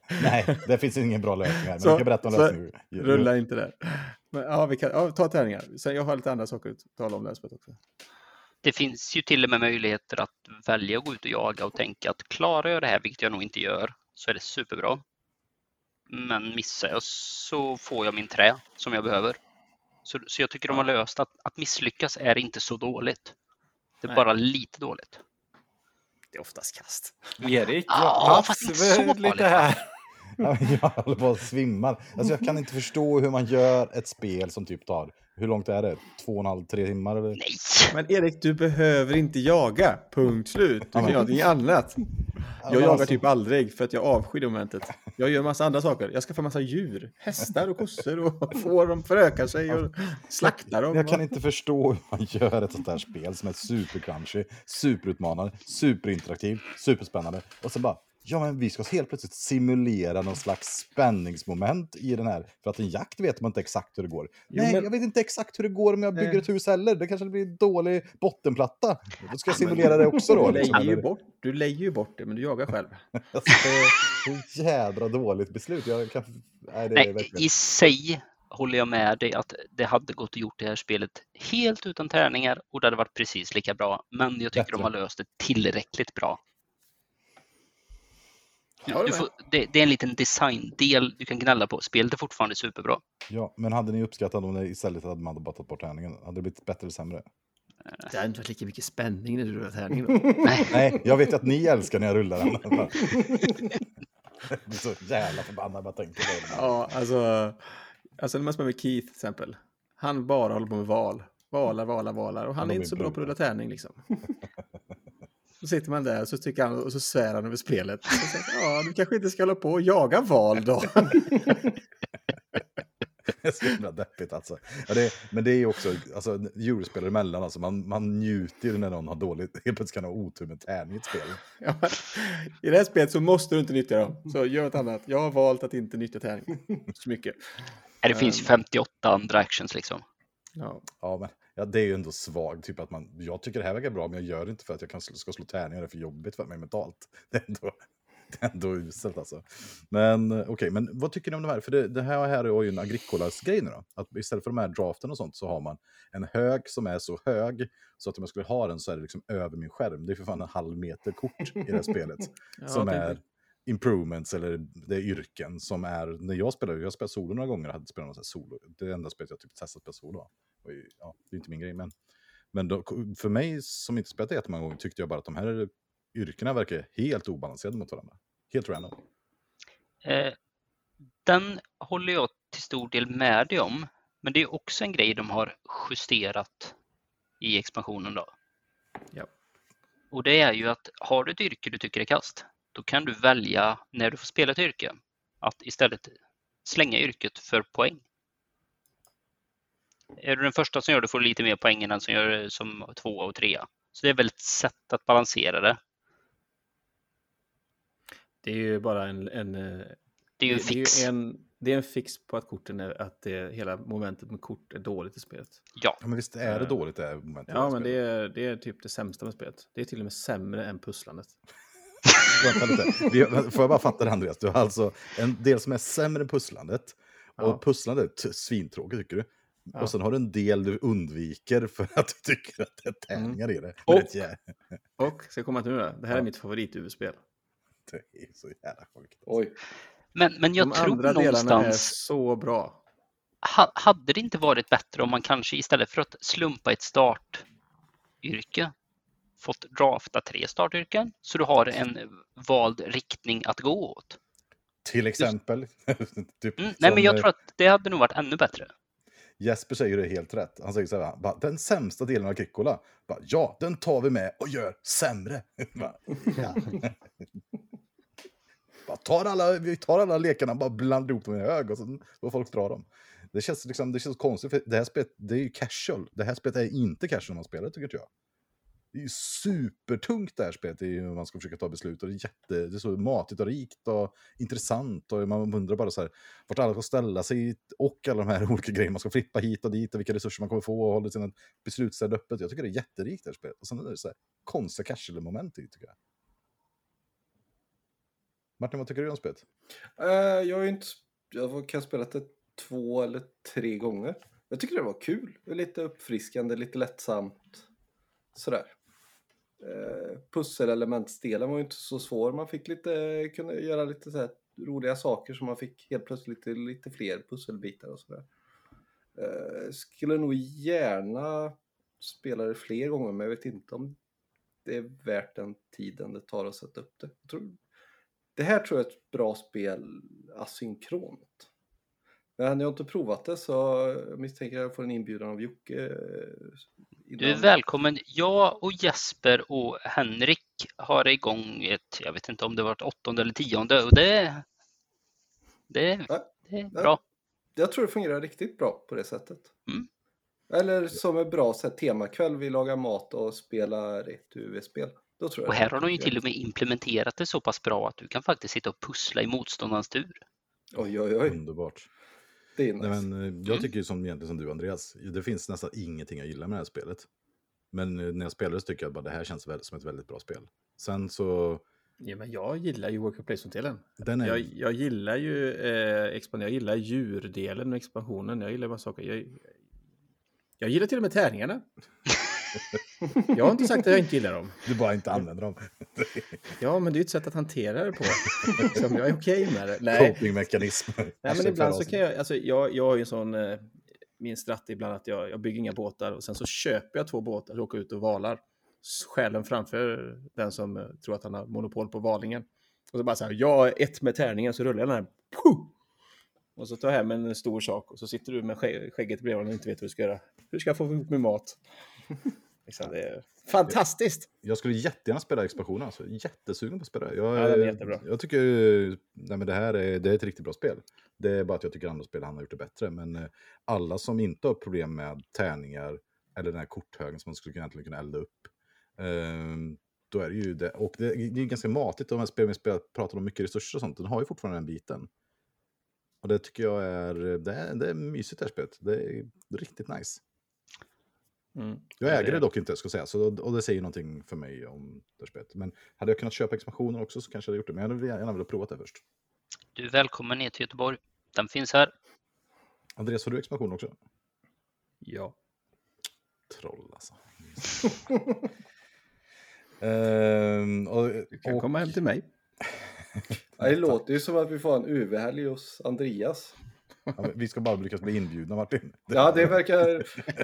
Nej, det finns ingen bra lösning här. Men Så- jag kan berätta om så lösningen. Rulla inte där. Men, ja, vi kan ta tärningar. Sen, jag har lite andra saker att tala om det här spelet också. Det finns ju till och med möjligheter att välja att gå ut och jaga och tänka att klarar jag det här, vilket jag nog inte gör, så är det superbra. Men missar jag så får jag min trä som jag behöver. Så jag tycker de har löst att misslyckas är inte så dåligt. Det är Nej. bara lite dåligt. Det är oftast kast. Erik, Ja, fast inte så lite farligt, va? här. Ja, men jag håller på att svimma. Alltså jag kan inte förstå hur man gör ett spel som typ tar, hur långt är det? 2,5-3 timmar? Eller? Nej! Men Erik, du behöver inte jaga. Punkt slut. Du kan men- göra någonting annat. Jag men jagar alltså- typ aldrig för att jag avskyr det momentet. Jag gör massa andra saker. Jag skaffar massa djur. Hästar och kossor och får dem föröka sig och slaktar dem. Jag kan inte förstå hur man gör ett sånt här spel som är supercrunchy, superutmanande, superinteraktivt, superspännande. Och så bara, ja men vi ska helt plötsligt simulera någon slags spänningsmoment i den här. För att en jakt vet man inte exakt hur det går. Jo, Nej, men- jag vet inte exakt hur det går om jag bygger Nej. ett hus heller. Det kanske blir dålig bottenplatta. Då ska jag simulera det också då. Du Liksom. lägger ju bort det, men du jagar själv. Alltså, det är ett jädra dåligt beslut. Jag kan... Nej, det är Nej, verkligen... i sig håller jag med dig att det hade gått att gjort det här spelet helt utan tärningar och det hade varit precis lika bra. Men jag tycker Bättre. de har löst det tillräckligt bra. Ja, Du får, det är en liten designdel du kan gnälla på. Spelet är fortfarande superbra. Ja, men hade ni uppskattat om det istället hade man bara tagit bort tärningen? Hade det blivit bättre eller sämre? Det hade inte varit lika mycket spänning när du rullar tärningen då. Nej, jag vet ju att ni älskar när jag rullar den. Det är så jävla förbannad bara tänker på det. Ja, alltså när man spelar med Keith till exempel. Han bara håller på med val. Valar. Och han Ja, är de inte så är bra på att rulla tärning liksom. Så sitter man där och så tycker han och så svär han över spelet. Så säger, ja, du kanske inte ska hålla på och jaga val då. Det är så himla deppigt alltså. Ja, men det är ju också, alltså eurospelare emellan, alltså, man njuter ju när någon har dåligt, helt plötsligt kan ha otur med tärning i ett spel. Ja, men i det här spelet så måste du inte nyttja dem. Så gör något annat. Jag har valt att inte nyttja tärning så mycket. Det finns ju 58 andra actions liksom. Ja. Ja, men det är ju ändå svagt, typ att jag tycker det här verkar bra, men jag gör det inte för att jag ska slå tärningar, det är för jobbigt för mig mentalt. Det är ändå uselt alltså. Men okej, men vad tycker ni om de här? För det här är ju en Agricolas-grej nu då. Att istället för de här draften och sånt så har man en hög som är så hög så att om jag skulle ha den så är det liksom över min skärm. Det är för fan en halv meter kort i det här spelet. Ja, som tänk är dig. improvements eller det är yrken som är, när jag spelat solo några gånger, hade spelat någon sån här solo. Det enda spelet jag typ testat på solo. Och, ja, det är inte min grej, men då, för mig som inte spelat det jättemånga gånger tyckte jag bara att de här yrkena verkar helt obalanserade mot varandra. Helt random. Den håller jag till stor del med dig om. Men det är också en grej de har justerat i expansionen då. Ja. Och det är ju att har du ett yrke du tycker är kast, då kan du välja när du får spela ett yrke att istället slänga yrket för poäng. Är du den första som gör det får du lite mer poäng än den som gör det som 2 och 3. Så det är väl ett sätt att balansera det. Det är ju bara en Det är ju en fix. Det är en fix på att korten är att hela momentet med kort är dåligt i spelet. Ja, Ja, men visst är det dåligt det här momentet. Ja, men det är typ det sämsta med spelet. Det är till och med sämre än pusslandet. Vänta lite. Får jag bara fatta det, Andreas? Du har alltså en del som är sämre än pusslandet. Och Ja. pusslandet är svintråkigt tycker du. Ja. Och sen har du en del du undviker för att du tycker att det är tärningar i det. Och- Men Och ska jag komma till nu då? Det här är mitt favorit-UV-spel. det är så jävla sjukt. Oj. men jag De tror andra delarna är någonstans så bra. hade det inte varit bättre om man kanske istället för att slumpa ett startyrke fått drafta 3 startyrken så du har en vald riktning att gå åt. Till exempel. Typ, Nej, som, men jag tror att det hade nog varit ännu bättre. Jesper säger det helt rätt. Han säger så här, bara, den sämsta delen av Agricola, bara, ja, den tar vi med och gör sämre. Bara, ja. Vi tar alla lekarna, bara blandar ihop dem i hög och så får folk dra dem. Det känns konstigt, för det här spelet, det är ju casual. Det här spelet är inte casual när man spelar, tycker jag. Det är ju supertungt det här spelet i hur man ska försöka ta beslut. Och det är så matigt och rikt och intressant. Och man undrar bara så här, vart alla ska ställa sig och alla de här olika grejerna. Man ska flippa hit och dit och vilka resurser man kommer få och hålla sina beslutsstöd öppet. Jag tycker det är jätterikt det här spelet. Och sen är det så här konstiga casual-moment i, tycker jag. Martin, vad tycker du om spelet? Jag kan spela det 2 eller 3 gånger. Jag tycker det var kul. Det är lite uppfriskande, lite lättsamt. Sådär. Pusselelementsdelen var ju inte så svår. Man fick kunde göra lite så här roliga saker, så man fick helt plötsligt lite fler pusselbitar och sådär. Skulle nog gärna spela det fler gånger, men jag vet inte om det är värt den tiden det tar att sätta upp det. Det här tror jag är ett bra spel asynkront. Men jag har inte provat det, så jag misstänker att jag får en inbjudan av Jocke. Du är välkommen. Jag och Jesper och Henrik har igång jag vet inte om det var 8:e eller 10:e, och det är bra. Jag tror det fungerar riktigt bra på det sättet. Mm. Eller som ett bra temakväll, vi lagar mat och spelar ett UV-spel. Då tror jag Och här har de ju till och med implementerat det så pass bra att du kan faktiskt sitta och pussla i motståndarens tur. Oj. Underbart. Det är nice. Nej, men jag tycker ju egentligen som du, Andreas. Det finns nästan ingenting jag gillar med det här spelet. Men när jag spelar så tycker jag att det här känns som ett väldigt bra spel. Sen så... Ja, men jag gillar ju Worker Placement-delen. Är... Jag gillar ju jag gillar djurdelen och expansionen. Jag gillar bara saker. Jag gillar till och med tärningarna. Jag har inte sagt att jag inte gillar dem. Du bara inte använder dem. Ja, men det är ett sätt att hantera det på. Som jag är okej med det. Nej. Coping-mekanismer. Nej, men ibland så kan jag... Alltså, jag har ju en sån... min strategi ibland att jag bygger inga båtar. Och sen så köper jag 2 båtar och åker ut och valar. Stjälen framför den som tror att han har monopol på valingen. Och så bara så här, jag är 1 med tärningen, så rullar jag den här. Puh! Och så tar jag hem en stor sak och så sitter du med skägget bredvid och inte vet vad du ska göra. Hur ska jag få ihop min mat? Det är fantastiskt! Jag skulle jättegärna spela expansionen. Alltså. Jättesugen på att spela. Ja, det är jättebra. Jag tycker det här är ett riktigt bra spel. Det är bara att jag tycker andra spel han har gjort det bättre. Men alla som inte har problem med tärningar eller den här korthögen som man skulle egentligen kunna elda upp. Då är det ju det. Och det är ganska matigt. De här spelen vi pratar om mycket resurser och sånt. Den har ju fortfarande den biten. Och det tycker jag det är mysigt det här spelet. Det är riktigt nice. Jag äger det dock inte, ska säga. Och det säger någonting för mig om det här spelet. Men hade jag kunnat köpa expansioner också så kanske jag hade gjort det. Men jag hade gärna velat prova det först. Du är välkommen ner till Göteborg. Den finns här. Andreas, har du expansion också? Ja. Troll alltså. Du kan komma hem till mig. Det låter ju som att vi får en UV-helg hos Andreas. Ja, vi ska bara lyckas bli inbjudna, Martin. Ja, det verkar...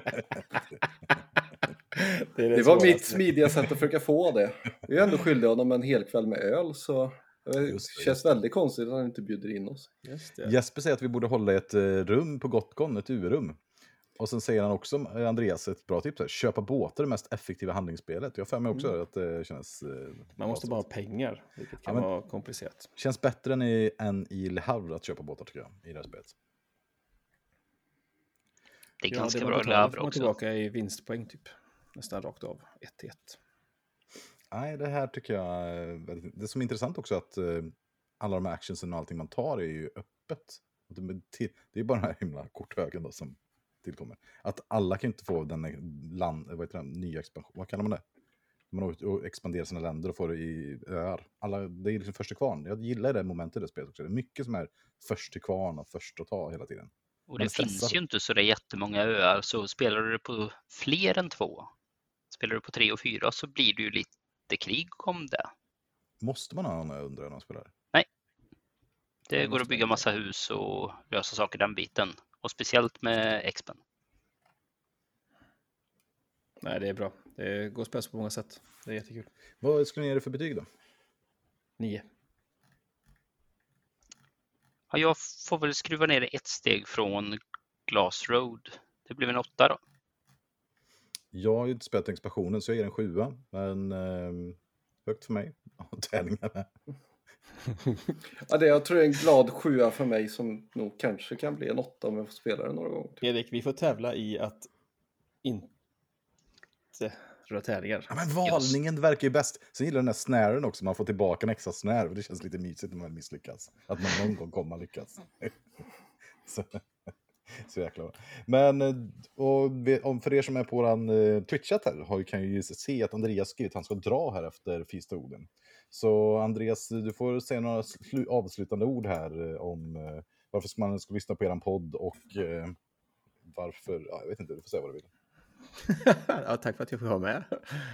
det var mitt smidiga sätt att försöka få det. Vi är ändå skyldiga honom en hel kväll med öl, så det känns väldigt konstigt att han inte bjuder in oss. Just det. Jesper säger att vi borde hålla ett rum på Gotcon, ett UV-rum. Och sen säger han också, Andreas, ett bra tips här. Köpa båtar är det mest effektiva handlingsspelet. Jag för mig också att det känns... Man måste bara ha pengar, vilket kan vara komplicerat. Känns bättre än i Le Havre att köpa båtar, tycker jag, i det här spelet. Det är ganska bra i Le Havre också. Tillbaka i vinstpoäng typ. Nästan rakt av. 1-1. Nej, det här tycker jag... Det som är intressant också att alla de här actionsen och allting man tar är ju öppet. Det är bara den här himla korthögen då som tillkommer. Att alla kan inte få den nya expansion. Vad kallar man det? Man expanderar sina länder och får det i öar. Det är liksom först till kvarn. Jag gillar det momentet i det spelet också. Det är mycket som är först till kvarn och först att ta hela tiden. Och det finns ju inte så där jättemånga öar, så spelar du på fler än 2. Spelar du på 3 och 4 så blir det ju lite krig om det. Måste man ha någon undrar när man spelar? Nej. Det går att bygga massa hus och lösa saker den biten. Och speciellt med Expen. Nej, det är bra. Det går att spela på många sätt. Det är jättekul. Vad skulle ni ge det för betyg då? 9. Ja, jag får väl skruva ner det 1 steg från Glass Road. Det blir en 8 då. Jag har ju inte spelat expansionen så jag ger en 7. Men högt för mig. Tärningarna. Jag tror det är en glad 7 för mig som nog kanske kan bli en 8 om jag får spela det några gånger. Erik, vi får tävla i att inte röra tärningar. Ja, men valningen verkar ju bäst. Sen gillar den här snären också. Man får tillbaka en extra snär. Och det känns lite mysigt när man misslyckas. Att man någon gång kommer lyckas. Så jäkla bra. Men för er som är på våran Twitch-chat här kan ju se att Andreas skrivit att han ska dra här efter Feast of Odin. Så Andreas, du får säga några avslutande ord här om varför man ska lyssna på er podd och varför, ja, jag vet inte, du får säga vad du vill. Ja, tack för att jag får vara med.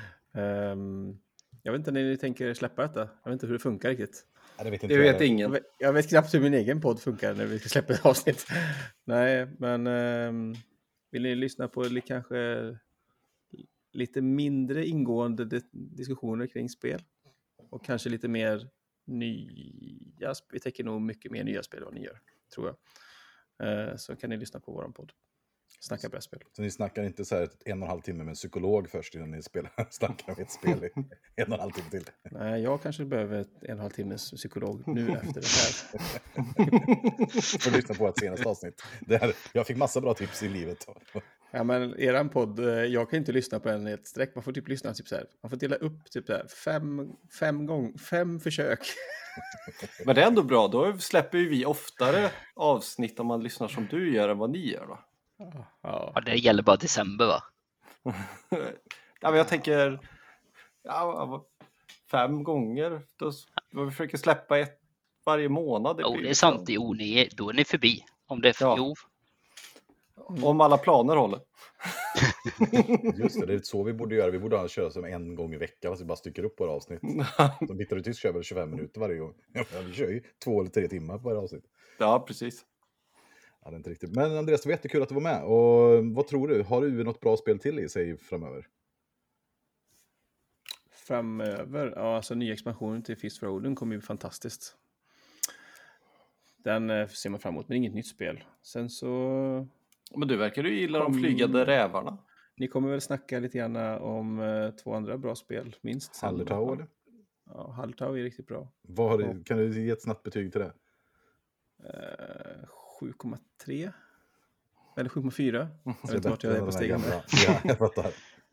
Jag vet inte när ni tänker släppa detta. Jag vet inte hur det funkar riktigt. Ja, det vet inte Det jag. vet ingen. Jag vet knappt hur min egen podd funkar när vi ska släppa ett avsnitt. Nej, men vill ni lyssna på kanske lite mindre ingående diskussioner kring spel? Och kanske lite mer nya spel. Vi täcker nog mycket mer nya spel än vad ni gör, tror jag. Så kan ni lyssna på våran podd. Snacka brädspel. Så ni snackar inte så här 1,5 timme med en psykolog först innan ni snackar om ett spel i 1,5 timme till? Nej, jag kanske behöver 1,5 timmes psykolog nu efter det här. Får lyssna på ett senaste avsnitt. Jag fick massa bra tips i livet. Ja, men eran podd, jag kan inte lyssna på en i ett streck. Man får typ lyssna typ så här. Man får dela upp typ så här, fem försök. Men det är ändå bra, då släpper ju vi oftare avsnitt om man lyssnar som du gör än vad ni gör då. Ja, det gäller bara december, va? Ja, men jag tänker 5 gånger. Då försöker släppa ett varje månad. Jo, det är sant. Jo, då är ni förbi. Om det är Ja. Om alla planer håller. Just det är så vi borde göra. Vi borde köra som en gång i veckan. Så vi bara stycker upp våra avsnitt. Som Bitter och Tyst kör väl 25 minuter varje gång. Ja, vi kör ju 2 eller 3 timmar på varje avsnitt. Ja, precis. Ja, det är inte riktigt. Men Andreas, det var jättekul att du var med. Och vad tror du? Har du något bra spel till i sig framöver? Framöver? Ja, alltså nya expansionen till Fist for Odin kommer ju fantastiskt. Den ser man fram emot, men inget nytt spel. Sen så... Men du verkar ju gilla de flygande rävarna. Ni kommer väl snacka lite grann om 2 andra bra spel, minst. Hallertau, eller? Ja, Hallertau är riktigt bra. Kan du ge ett snabbt betyg till det? 7,3. Eller 7,4. Jag vet inte vart jag är på stegen. Ja, jag fattar.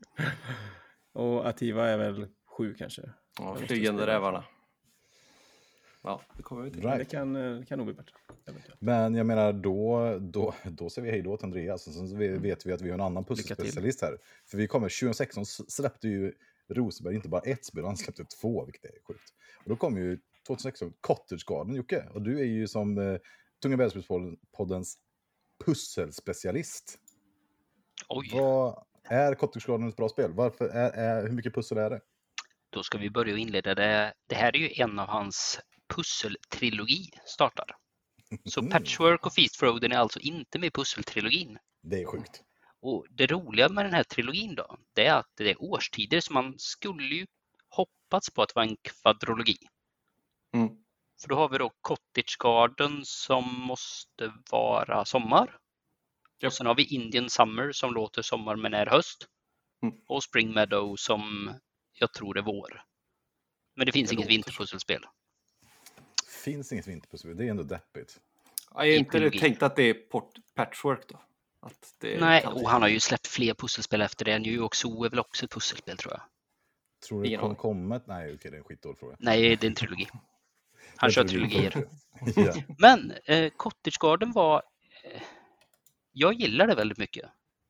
Och Ativa är väl 7 kanske. Ja, flygande rävarna. Ja, det kommer vi till. Right. Det kan nog bli bättre. Men jag menar, då ser vi hej då till Andreas. Och sen vet vi att vi har en annan pusselspecialist här. För vi kommer, 2016 släppte ju Rosenberg inte bara ett spel, han släppte 2, vilket är sjukt. Och då kom ju 2016 Cottage Garden, Jocke. Och du är ju som Tunga Brädspelspoddens pusselspecialist. Oj. Vad är Cottage Garden ett bra spel? Hur mycket pussel är det? Då ska vi börja inleda det. Det här är ju en av hans pusseltrilogi startar. Så Patchwork och Feast for Odin är alltså inte med i pusseltrilogin. Det är sjukt. Och det roliga med den här trilogin då, det är att det är årstider, så man skulle ju hoppats på att det var en kvadrologi. Mm. För då har vi då Cottage Garden som måste vara sommar. Yep. Och sen har vi Indian Summer som låter sommar men är höst. Mm. Och Spring Meadow som jag tror är vår. Men det finns inget vinterpusselspel. Finns inget vinterpusselspel, det är ändå deppigt. Ja, är inte det tänkt att det är Patchwork då? Att det Nej, och han har ju släppt fler pusselspel efter det. New York Zoo är väl också ett pusselspel, tror jag. Tror du det kommer? Nej, okej, det är en skitdålig fråga. Nej, det är en trilogi. Han kör trilogier. Ja. Men Cottage Garden var... jag gillar det väldigt mycket.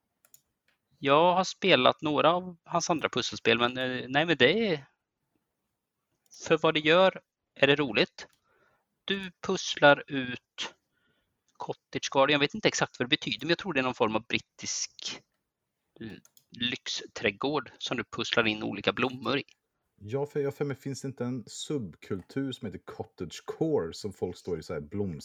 Jag har spelat några av hans andra pusselspel, men nej, men det är... för vad det gör är det roligt. Du pusslar ut Cottage Garden. Jag vet inte exakt vad det betyder, men jag tror det är någon form av brittisk lyxträdgård som du pusslar in olika blommor i. Ja, för mig finns det inte en subkultur som heter cottagecore som folk står i så här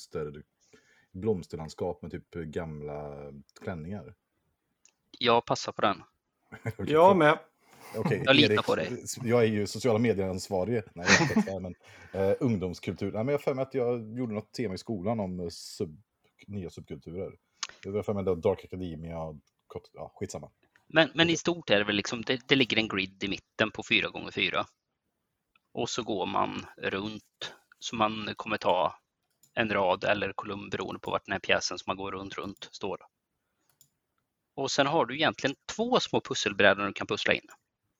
blomsterlandskap med typ gamla klänningar. Jag passar på den. Okay, jag med. Okay, jag litar på dig. Jag är ju sociala medier-ansvarig. Nej, men ungdomskultur. Nej, men jag för mig att jag gjorde något tema i skolan om nya subkulturer. Jag var för mig Dark Academia och skitsamma. Men i stort är det väl liksom, det ligger en grid i mitten på 4x4. Och så går man runt, så man kommer ta en rad eller kolumn beroende på vart den här pjäsen som man går runt står. Och sen har du egentligen 2 små pusselbrädor du kan pussla in.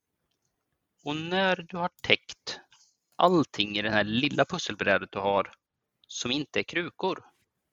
Och när du har täckt allting i den här lilla pusselbrädet du har som inte är krukor,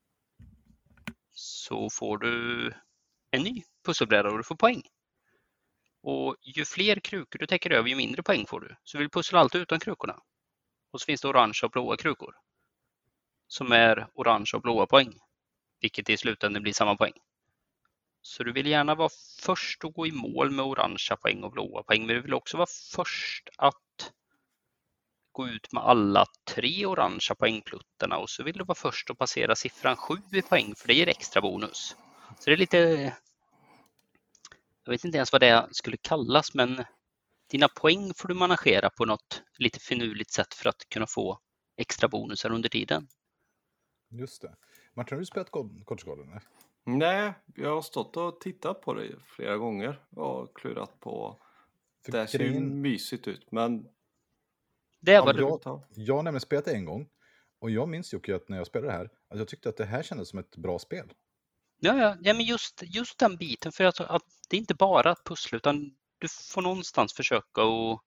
så får du en ny pusselbräda och du får poäng. Och ju fler krukor du täcker över, ju mindre poäng får du. Så vill du pussla allt utan krukorna, Och så finns det orange och blåa krukor. Som är orange och blåa poäng. Vilket i slutändan blir samma poäng. Så du vill gärna vara först att gå i mål med orangea poäng och blåa poäng. Men du vill också vara först att gå ut med alla 3 orangea poängpluttarna. Och så vill du vara först att passera siffran 7 i poäng. För det ger extra bonus. Så det är lite... Jag vet inte ens vad det skulle kallas. Men dina poäng får du managera på något lite finurligt sätt för att kunna få extra bonusar under tiden. Just det. Martin, har du spelat Kortsgården? Nej, jag har stått och tittat på det flera gånger och klurat på. För Det ser ju grejen- mysigt ut, men Det var Jag har nämligen spelat det en gång. Och jag minns ju att när jag spelade det här, att jag tyckte att det här kändes som ett bra spel. Ja, men just den biten, för att det är inte bara att pussla, utan du får någonstans försöka att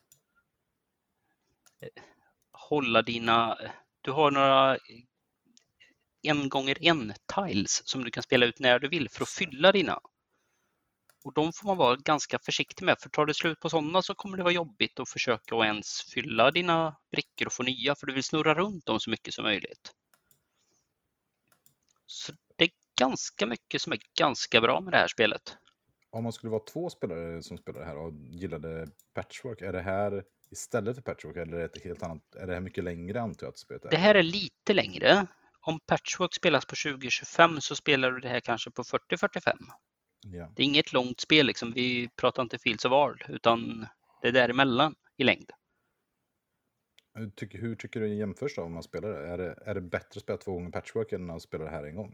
hålla dina... Du har några 1x1 tiles som du kan spela ut när du vill för att fylla dina. Och de får man vara ganska försiktig med, för tar det slut på sådana så kommer det vara jobbigt att försöka att ens fylla dina brickor och få nya, för du vill snurra runt dem så mycket som möjligt. Så det är ganska mycket som är ganska bra med det här spelet. Om man skulle vara 2 spelare som spelar det här och gillade Patchwork, är det här istället för Patchwork eller är det ett helt annat? Är det här mycket längre, antar jag, att spelet är? Det här är lite längre. Om Patchwork spelas på 20-25 så spelar du det här kanske på 40-45. Ja. Det är inget långt spel, liksom. Vi pratar inte Fields of Arl, utan det är däremellan i längd. Hur tycker du det jämförs då om man spelar det? Är det bättre att spela 2 gånger Patchwork än att spela det här en gång?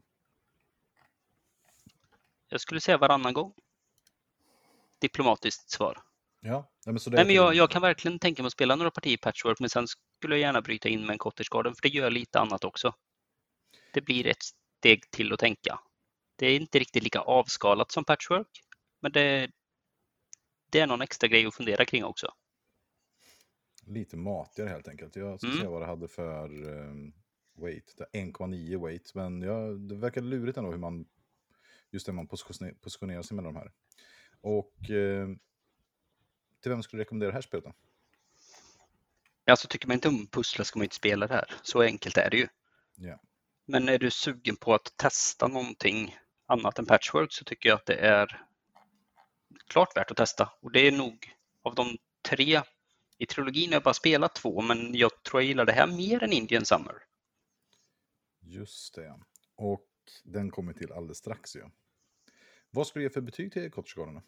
Jag skulle säga varannan gång. Diplomatiskt svar. Ja, men så det Nej, men jag kan verkligen tänka mig att spela några partier Patchwork, men sen skulle jag gärna bryta in med en Cottage Garden, för det gör lite annat också. Det blir ett steg till att tänka. Det är inte riktigt lika avskalat som Patchwork, men det är någon extra grej att fundera kring också. Lite matigare helt enkelt. Jag ska se vad det hade för weight. Det är 1,9 weight, men det verkar lurigt ändå hur man positionerar sig mellan de här. Och till vem skulle du rekommendera det här spelet då? Alltså, tycker man inte om pussla ska man inte spela det här. Så enkelt är det ju. Ja. Men är du sugen på att testa någonting annat än Patchwork så tycker jag att det är klart värt att testa. Och det är nog av de 3 i trilogin, jag har bara spelat 2, men jag tror jag gillar det här mer än Indian Summer. Just det. Och den kommer till alldeles strax ju. Vad skulle du ge för betyg till Cottage Garden?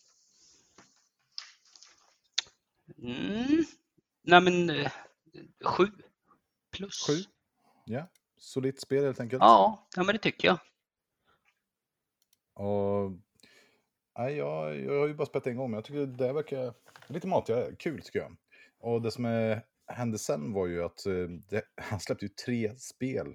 Nej, men 7 plus. 7? Ja, solidt spel helt enkelt. Ja, men det tycker jag. Och nej, jag har ju bara spelat en gång, men jag tycker det verkar lite matigare. Kul tycker jag. Och det som hände sen var ju att han släppte ju 3 spel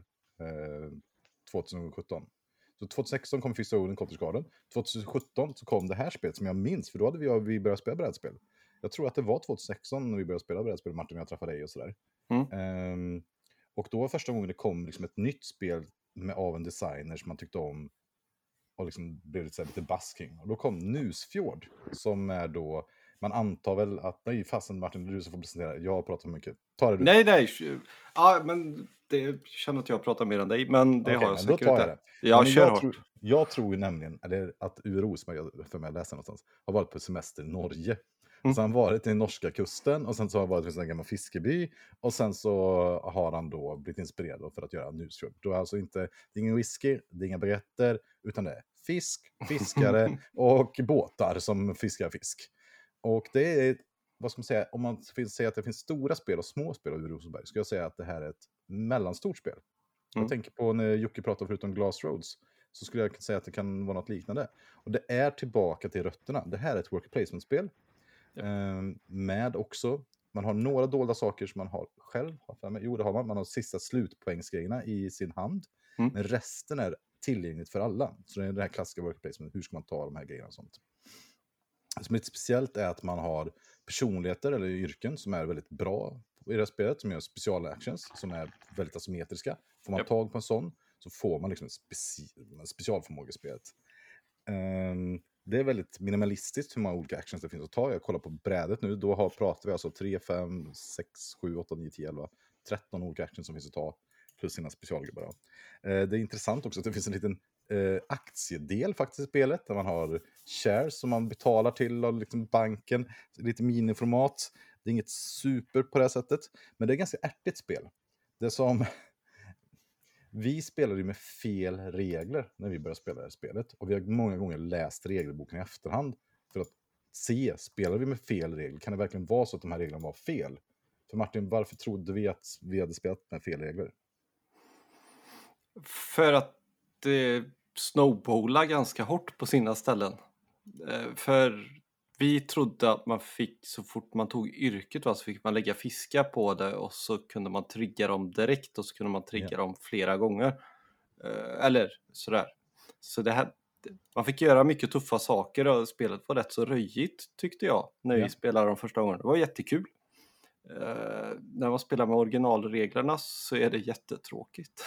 2017. Så 2016 kom Fist of Odin, Cottage Garden. 2017 så kom det här spelet som jag minns, för då hade vi börjat spela brädspel. Jag tror att det var 2016 när vi började spela brädspel, Martin och jag träffade dig och sådär. Och då var första gången det kom liksom ett nytt spel av en designer som man tyckte om och liksom blev lite basking. Och då kom Nusfjord, som är då, man antar väl att, nej fastän Martin, du som får presentera, jag har pratat så mycket. Ta det du. Nej. Ja, men det känner att jag pratar mer än dig, men det har jag säkert inte. Jag kör hårt. Jag tror ju nämligen, eller att URO, som jag för mig läser någonstans, har varit på semester i Norge. Så han har varit till norska kusten och sen så har han varit vid en gammal fiskeby och sen så har han då blivit inspirerad för att göra Nusfjord. Då är alltså det är ingen whisky, det är inga baguetter, utan det är fisk, fiskare och båtar som fiskar fisk. Och det är, vad ska man säga, om man vill säga att det finns stora spel och små spel av Rosenberg, ska jag säga att det här är ett mellanstort spel. Jag tänker på när Jocke pratar förutom Glass Roads, så skulle jag säga att det kan vara något liknande. Och det är tillbaka till rötterna. Det här är ett worker placement-spel. Med också, man har några dolda saker som man har själv. Jo, det har man. Man har sista slutpoängsgrejerna i sin hand. Men resten är tillgängligt för alla. Så det är det här klassiska worker placement. Hur ska man ta de här grejerna och sånt. Som är lite speciellt är att man har personligheter eller yrken som är väldigt bra i det här spelet. Som gör specialactions som är väldigt asymmetriska. Får man tag på en sån så får man liksom en specialförmåga i spelet. det är väldigt minimalistiskt hur många olika actions det finns att ta. Jag kollar på brädet nu, då pratar vi alltså 3, 5, 6, 7, 8, 9, 10, 11, 13 olika actions som finns att ta. Plus sina specialgubbar. Det är intressant också att det finns en liten aktiedel faktiskt i spelet. Där man har shares som man betalar till av liksom banken. Lite miniformat. Det är inget super på det här sättet. Men det är ganska ärtigt spel. Det som... Vi spelade ju med fel regler när vi började spela det här spelet. Och vi har många gånger läst regelboken i efterhand. För att se, spelar vi med fel regler? Kan det verkligen vara så att de här reglerna var fel? För Martin, varför trodde vi att vi hade spelat med fel regler? För att det snowballar ganska hårt på sina ställen. För vi trodde att man fick, så fort man tog yrket så fick man lägga fiskar på det och så kunde man trigga dem direkt och så kunde man trigga dem flera gånger. Eller sådär. Så det här, man fick göra mycket tuffa saker och spelet var rätt så röjigt tyckte jag när vi spelade de första gångerna. Det var jättekul. När man spelar med originalreglerna så är det jättetråkigt.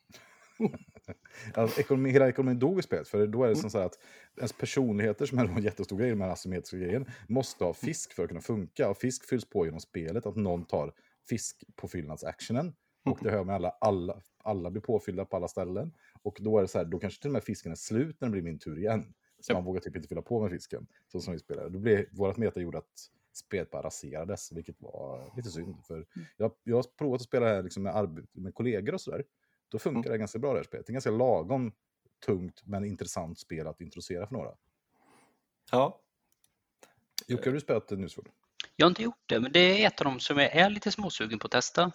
Alltså, hela ekonomin dog i spelet, för då är det som så att ens personligheter, som är en jättestor grej med asymmetriska grejen, måste ha fisk för att kunna funka, och fisk fylls på genom spelet, att någon tar fiskpåfyllnadsactionen, och det hör med alla blir påfyllda på alla ställen, och då är det så här, då kanske till och med fisken är slut när det blir min tur igen, så man vågar typ inte fylla på med fisken, så som vi spelar. Då blev vårat meta gjorde att spelet bara raserades, vilket var lite synd, för jag har provat att spela här liksom med kollegor och sådär. Då funkar det ganska bra det här spelet. Det är ganska lagom tungt men intressant spel att introducera för några. Ja. Jocke, har du spelat Nusfjord? Jag har inte gjort det, men det är ett av dem som jag är lite småsugen på att testa.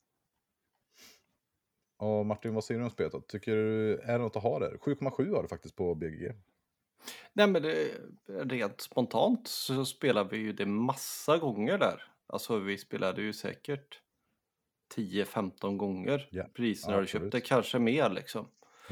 Ja, Martin, vad säger du om spelet då? Tycker du, är det något att ha där? 7,7 har det faktiskt på BGG. Nej, men rent spontant så spelar vi ju det massa gånger där. Alltså vi spelade ju säkert 10-15 gånger precis när du köpte, kanske mer liksom.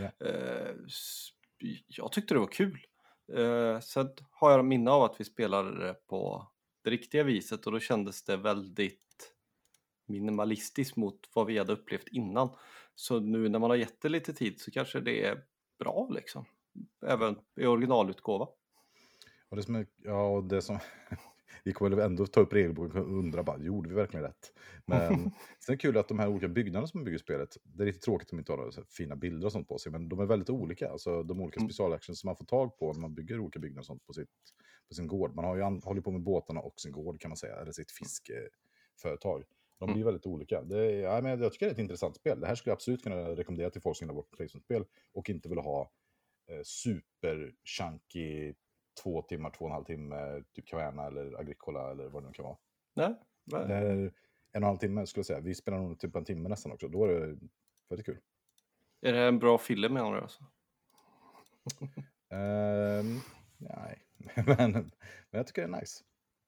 Jag tyckte det var kul. Sen har jag minne av att vi spelade det på det riktiga viset och då kändes det väldigt minimalistiskt mot vad vi hade upplevt innan. Så nu när man har gett det lite tid så kanske det är bra liksom. Även i originalutgåva. Och det som vi kommer väl ändå ta upp regelboken och undra bara, gjorde vi verkligen rätt? Men sen är det kul att de här olika byggnaderna som bygger spelet, det är lite tråkigt att de inte har så fina bilder och sånt på sig, men de är väldigt olika. Alltså de olika specialactions som man får tag på när man bygger olika byggnader och sånt på sin gård. Man har ju håller på med båtarna och sin gård kan man säga, eller sitt fiskeföretag. De blir väldigt olika. Men jag tycker det är ett intressant spel. Det här skulle jag absolut kunna rekommendera till folk som vill ha bort placement-spel och inte vill ha super chunky 2 timmar, 2,5 timme, typ Caverna eller Agricola eller vad det nu kan vara. Nej. Det är 1,5 timme skulle jag säga. Vi spelar nog typ en timme nästan också. Då är det väldigt kul. Är det en bra film menar du alltså? Nej, men jag tycker det är nice.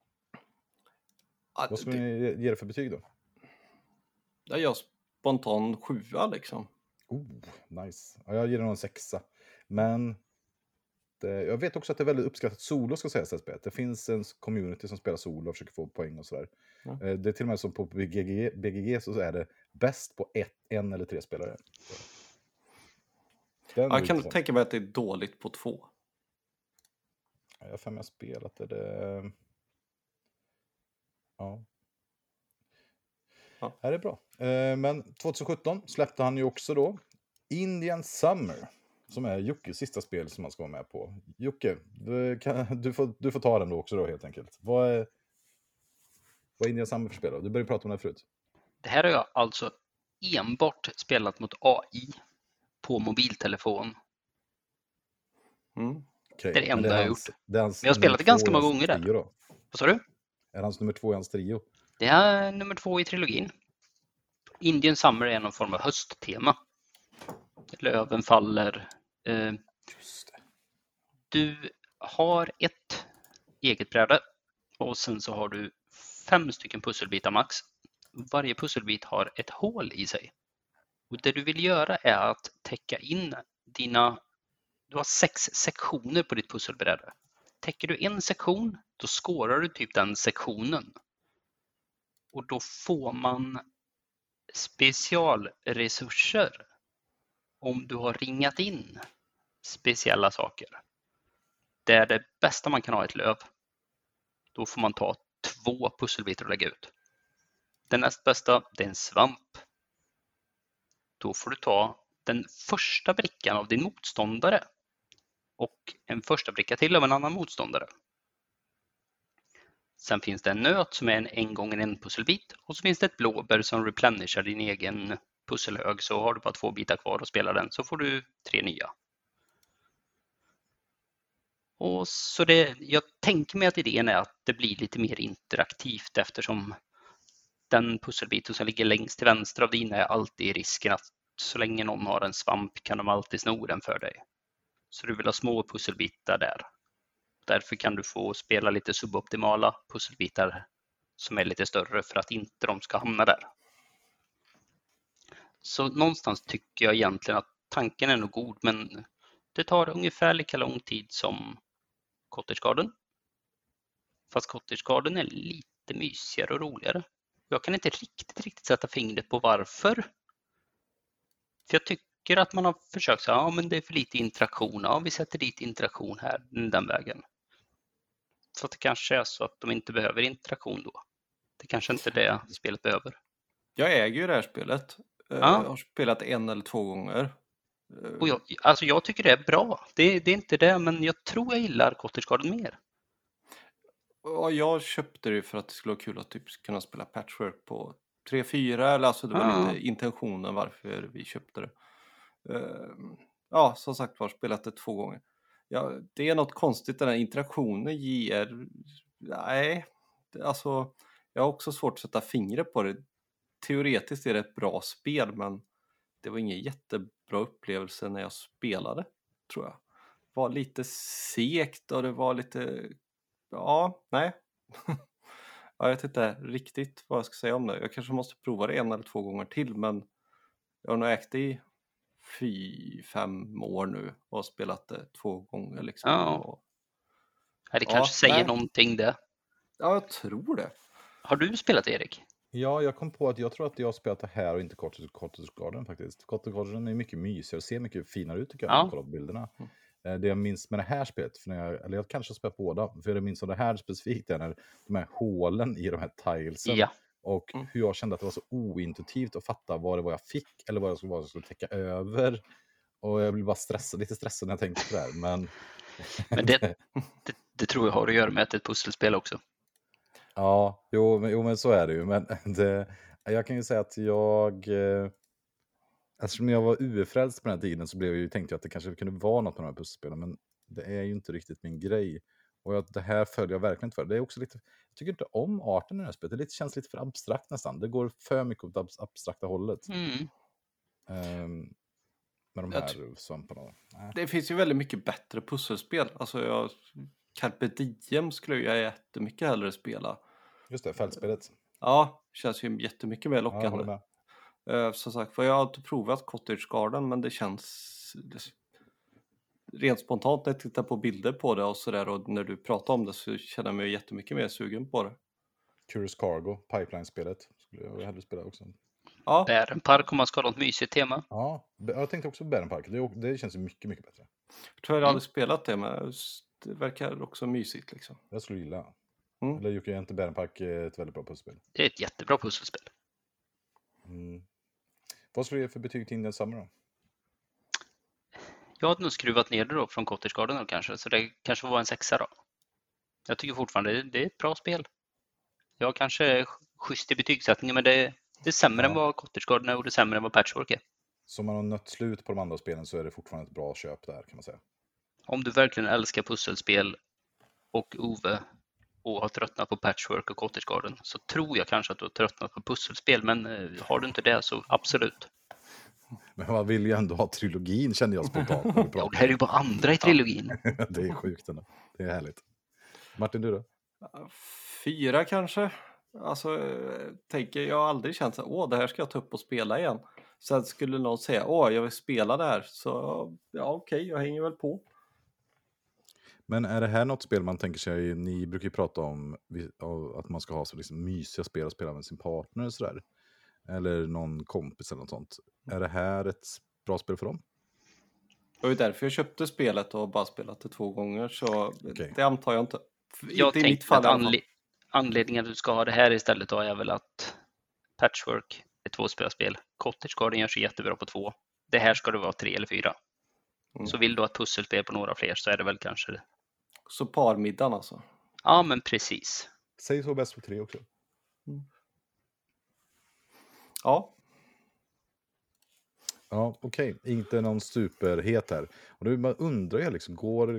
Vad skulle ni ge det för betyg då? Jag gör spontan 7 liksom. Nice. Ja, jag ger det nog en 6. Men jag vet också att det är väldigt uppskattat solo ska sägas. Det finns en community som spelar solo och försöker få poäng och sådär. Ja. Det är till och med som på BGG så är det bäst på 1 eller 3 spelare. Jag kan tänka mig att det är dåligt på 2. Jag har 5 spelat det. Ja. Här är bra. Men 2017 släppte han ju också då Indian Summer, som är Jockes sista spel som man ska vara med på. Jocke, du får ta den då också då helt enkelt. Vad är Indian Summer för spel då? Du började prata om det förut. Det här har jag alltså enbart spelat mot AI på mobiltelefon. Okay. Det är det enda jag har gjort. Men jag har spelat det ganska många gånger där. Vad sa du? Är hans nummer 2 i hans trio? Det är nummer 2 i trilogin. Indian Summer är någon form av hösttema. Löven faller. Just det. Du har ett eget bräde och sen så har du 5 stycken pusselbitar max. Varje pusselbit har ett hål i sig. Och det du vill göra är att täcka in du har 6 sektioner på ditt pusselbräde. Täcker du en sektion, då skårar du typ den sektionen. Och då får man specialresurser om du har ringat in speciella saker. det är det bästa man kan ha ett löv. Då får man ta 2 pusselbitar och lägga ut. Det näst bästa, det är en svamp. Då får du ta den första brickan av din motståndare och en första bricka till av en annan motståndare. Sen finns det en nöt som är en gånger en pusselbit och så finns det ett blåbär som replenishar din egen pusselhög. Så har du bara 2 bitar kvar och spelar den så får du 3 nya. Och så jag tänker mig att idén är att det blir lite mer interaktivt eftersom den pusselbiten som ligger längst till vänster av dina är alltid i risken att så länge någon har en svamp kan de alltid sno den för dig. Så du vill ha små pusselbitar där. Därför kan du få spela lite suboptimala pusselbitar som är lite större för att inte de ska hamna där. Så någonstans tycker jag egentligen att tanken är nog god, men det tar ungefär lika lång tid som Cottage Garden. Fast Cottage Garden är lite mysigare och roligare. Jag kan inte riktigt sätta fingret på varför. För jag tycker att man har försökt säga, ja men det är för lite interaktion. Ja, vi sätter dit interaktion här, den vägen. Så att det kanske är så att de inte behöver interaktion då. Det kanske inte är det spelet behöver. Jag äger ju det här spelet. Ja. Jag har spelat 1 eller 2 gånger. Och jag tycker det är bra. Det är inte det, men jag tror jag gillar Cottage Garden mer. Och jag köpte det för att det skulle vara kul att typ kunna spela Patchwork på 3-4. Eller alltså det var lite intentionen varför vi köpte det. Ja, som sagt var, spelat det 2 gånger. Ja, det är något konstigt, den här interaktionen ger... Nej, alltså jag har också svårt att sätta fingret på det. Teoretiskt är det ett bra spel, men det var ingen jättebra upplevelse när jag spelade, tror jag. Det var lite segt och det var lite... Ja, nej. Jag vet inte riktigt vad jag ska säga om det. Jag kanske måste prova det 1 eller 2 gånger till, men jag har nog ägt det i 4-5 år nu och har spelat det 2 gånger liksom. Ja. Det kanske säger någonting det. Ja, jag tror det. Har du spelat, Erik? Ja, jag kom på att jag tror att jag har spelat det här och inte Cottage Garden faktiskt. Cottage Garden är mycket mysigare och ser mycket finare ut tycker jag när jag kollar på bilderna. Det jag minns med det här spelet, eller jag kanske har spelat båda, för det minns av det här specifikt är när de här hålen i de här tilesen. Ja. Och hur jag kände att det var så ointuitivt att fatta vad det var jag fick eller vad jag skulle täcka över. Och jag blev bara lite stressad när jag tänkte på det här. Men det tror jag har att göra med att det är ett pusselspel också. Ja, men så är det ju. Men jag kan ju säga att eftersom jag var UF-frälst på den här tiden så tänkte jag att det kanske kunde vara något med de här pusselspelen. Men det är ju inte riktigt min grej. Och det här följer jag verkligen inte för. Det är också lite, jag tycker inte om arten i det här spelet. Det känns lite för abstrakt nästan. Det går för mycket åt det abstrakta hållet. Med de här svamparna. Det finns ju väldigt mycket bättre pusselspel. Alltså Carpe Diem skulle jag jättemycket hellre spela. Just det, fältspelet. Ja, känns ju jättemycket mer lockande. Ja, som sagt, jag har inte provat Cottage Garden, men det känns rent spontant när jag tittar på bilder på det och sådär, och när du pratar om det så känner jag mig jättemycket mer sugen på det. Curious Cargo, Pipeline-spelet, skulle jag hellre spela också. Ja. Bärenpark om man ska ha något mysigt tema. Ja, jag tänkte också på Bärenpark. Det känns ju mycket, mycket bättre. Jag tror jag aldrig spelat det, men det verkar också mysigt liksom. Jag skulle gilla. Eller Jocke, är inte Bärenpark ett väldigt bra pusselspel? Det är ett jättebra pusselspel. Vad skulle du ge för betyg till Indian Summer då? Jag hade nog skruvat ner det då från Cottage Garden då kanske, så det kanske var en 6 då. Jag tycker fortfarande det är ett bra spel. Jag kanske är schysst i betygssättningen, men det är sämre än vad Cottage Garden är och det är sämre än vad Patchwork är. Så om man har nött slut på de andra spelen så är det fortfarande ett bra köp där, kan man säga. Om du verkligen älskar pusselspel och Ove och har tröttnat på Patchwork och Cottage Garden, så tror jag kanske att du har tröttnat på pusselspel, men har du inte det så absolut. Men man vill ju ändå ha trilogin, kände jag spontant. Ja, det här är ju bara andra i trilogin. Det är sjukt ändå. Det är härligt. Martin, du då? 4 kanske. Alltså, jag har aldrig känt så det här ska jag ta upp och spela igen. Sen skulle någon säga, jag vill spela det här. Så ja, okej, jag hänger väl på. Men är det här något spel man tänker sig, ni brukar ju prata om att man ska ha så liksom mysiga spel och spela med sin partner och sådär. Eller någon kompis eller något sånt. Är det här ett bra spel för dem? Det var ju därför jag köpte spelet och bara spelat det 2 gånger. Så Okej. det antar jag inte. Jag Inte i mitt tänkte fall att i alla fall. anledningen att du ska ha det här istället då är väl att Patchwork är 2-spelarspel. Cottage Garden gör sig jättebra på 2. Det här ska det vara 3 eller 4. Mm. Så vill du ha ett pusselspel på några fler så är det väl kanske det. Så parmiddagen alltså. Ja, men precis. Säg så bäst för 3 också. Ja. Ja, okej. Inte någon superhet här. Och då man undrar jag liksom, går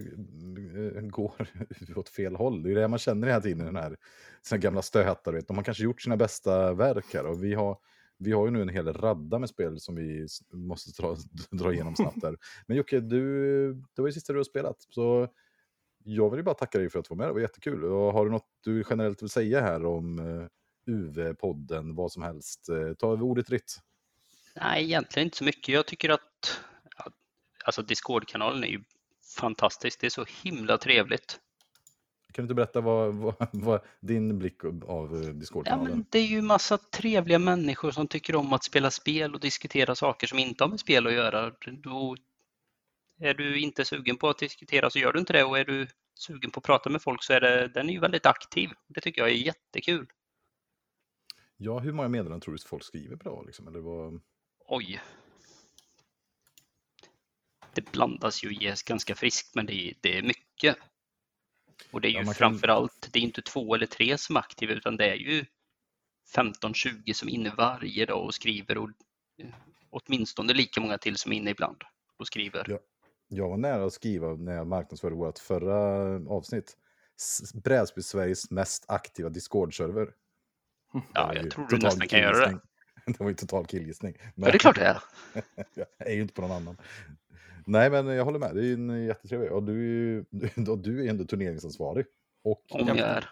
åt fel håll? Det är det man känner hela tiden, den här sina gamla stötar. Vet. De har kanske gjort sina bästa verk här. Och vi har ju nu en hel radda med spel som vi måste dra igenom snabbt här. Men Jocke, det var ju sista du har spelat. Så jag vill ju bara tacka dig för att du var med. Det var jättekul. Och har du något du generellt vill säga här om UV-podden, vad som helst? Ta ordet fritt. Nej, egentligen inte så mycket. Jag tycker att alltså Discord-kanalen är ju fantastisk. Det är så himla trevligt. Kan du inte berätta vad din blick av Ja, Discord-kanalen? men det är ju massa trevliga människor som tycker om att spela spel och diskutera saker som inte har med spel att göra. Då är du inte sugen på att diskutera så gör du inte det, och är du sugen på att prata med folk så är den är ju väldigt aktiv. Det tycker jag är jättekul. Ja, hur många meddelanden tror du folk skriver på det? Liksom? Eller vad... Oj. Det blandas ju ganska friskt, men det är mycket. Och det är ju framförallt, det är inte 2 eller 3 som är aktiva, utan det är ju 15-20 som är inne varje dag och skriver, och åtminstone lika många till som är inne ibland och skriver. Ja. Jag var nära att skriva när jag marknadsförde vårt förra avsnitt. Brädspel Sveriges mest aktiva Discord-server. Ja, jag tror du nästan kan göra det. Det var ju total killgissning. Men... Ja, det är klart det är. Jag är ju inte på någon annan. Nej, men jag håller med. Det är ju en jättetrevlig. Och du är ändå turneringsansvarig. Och... Om jag är.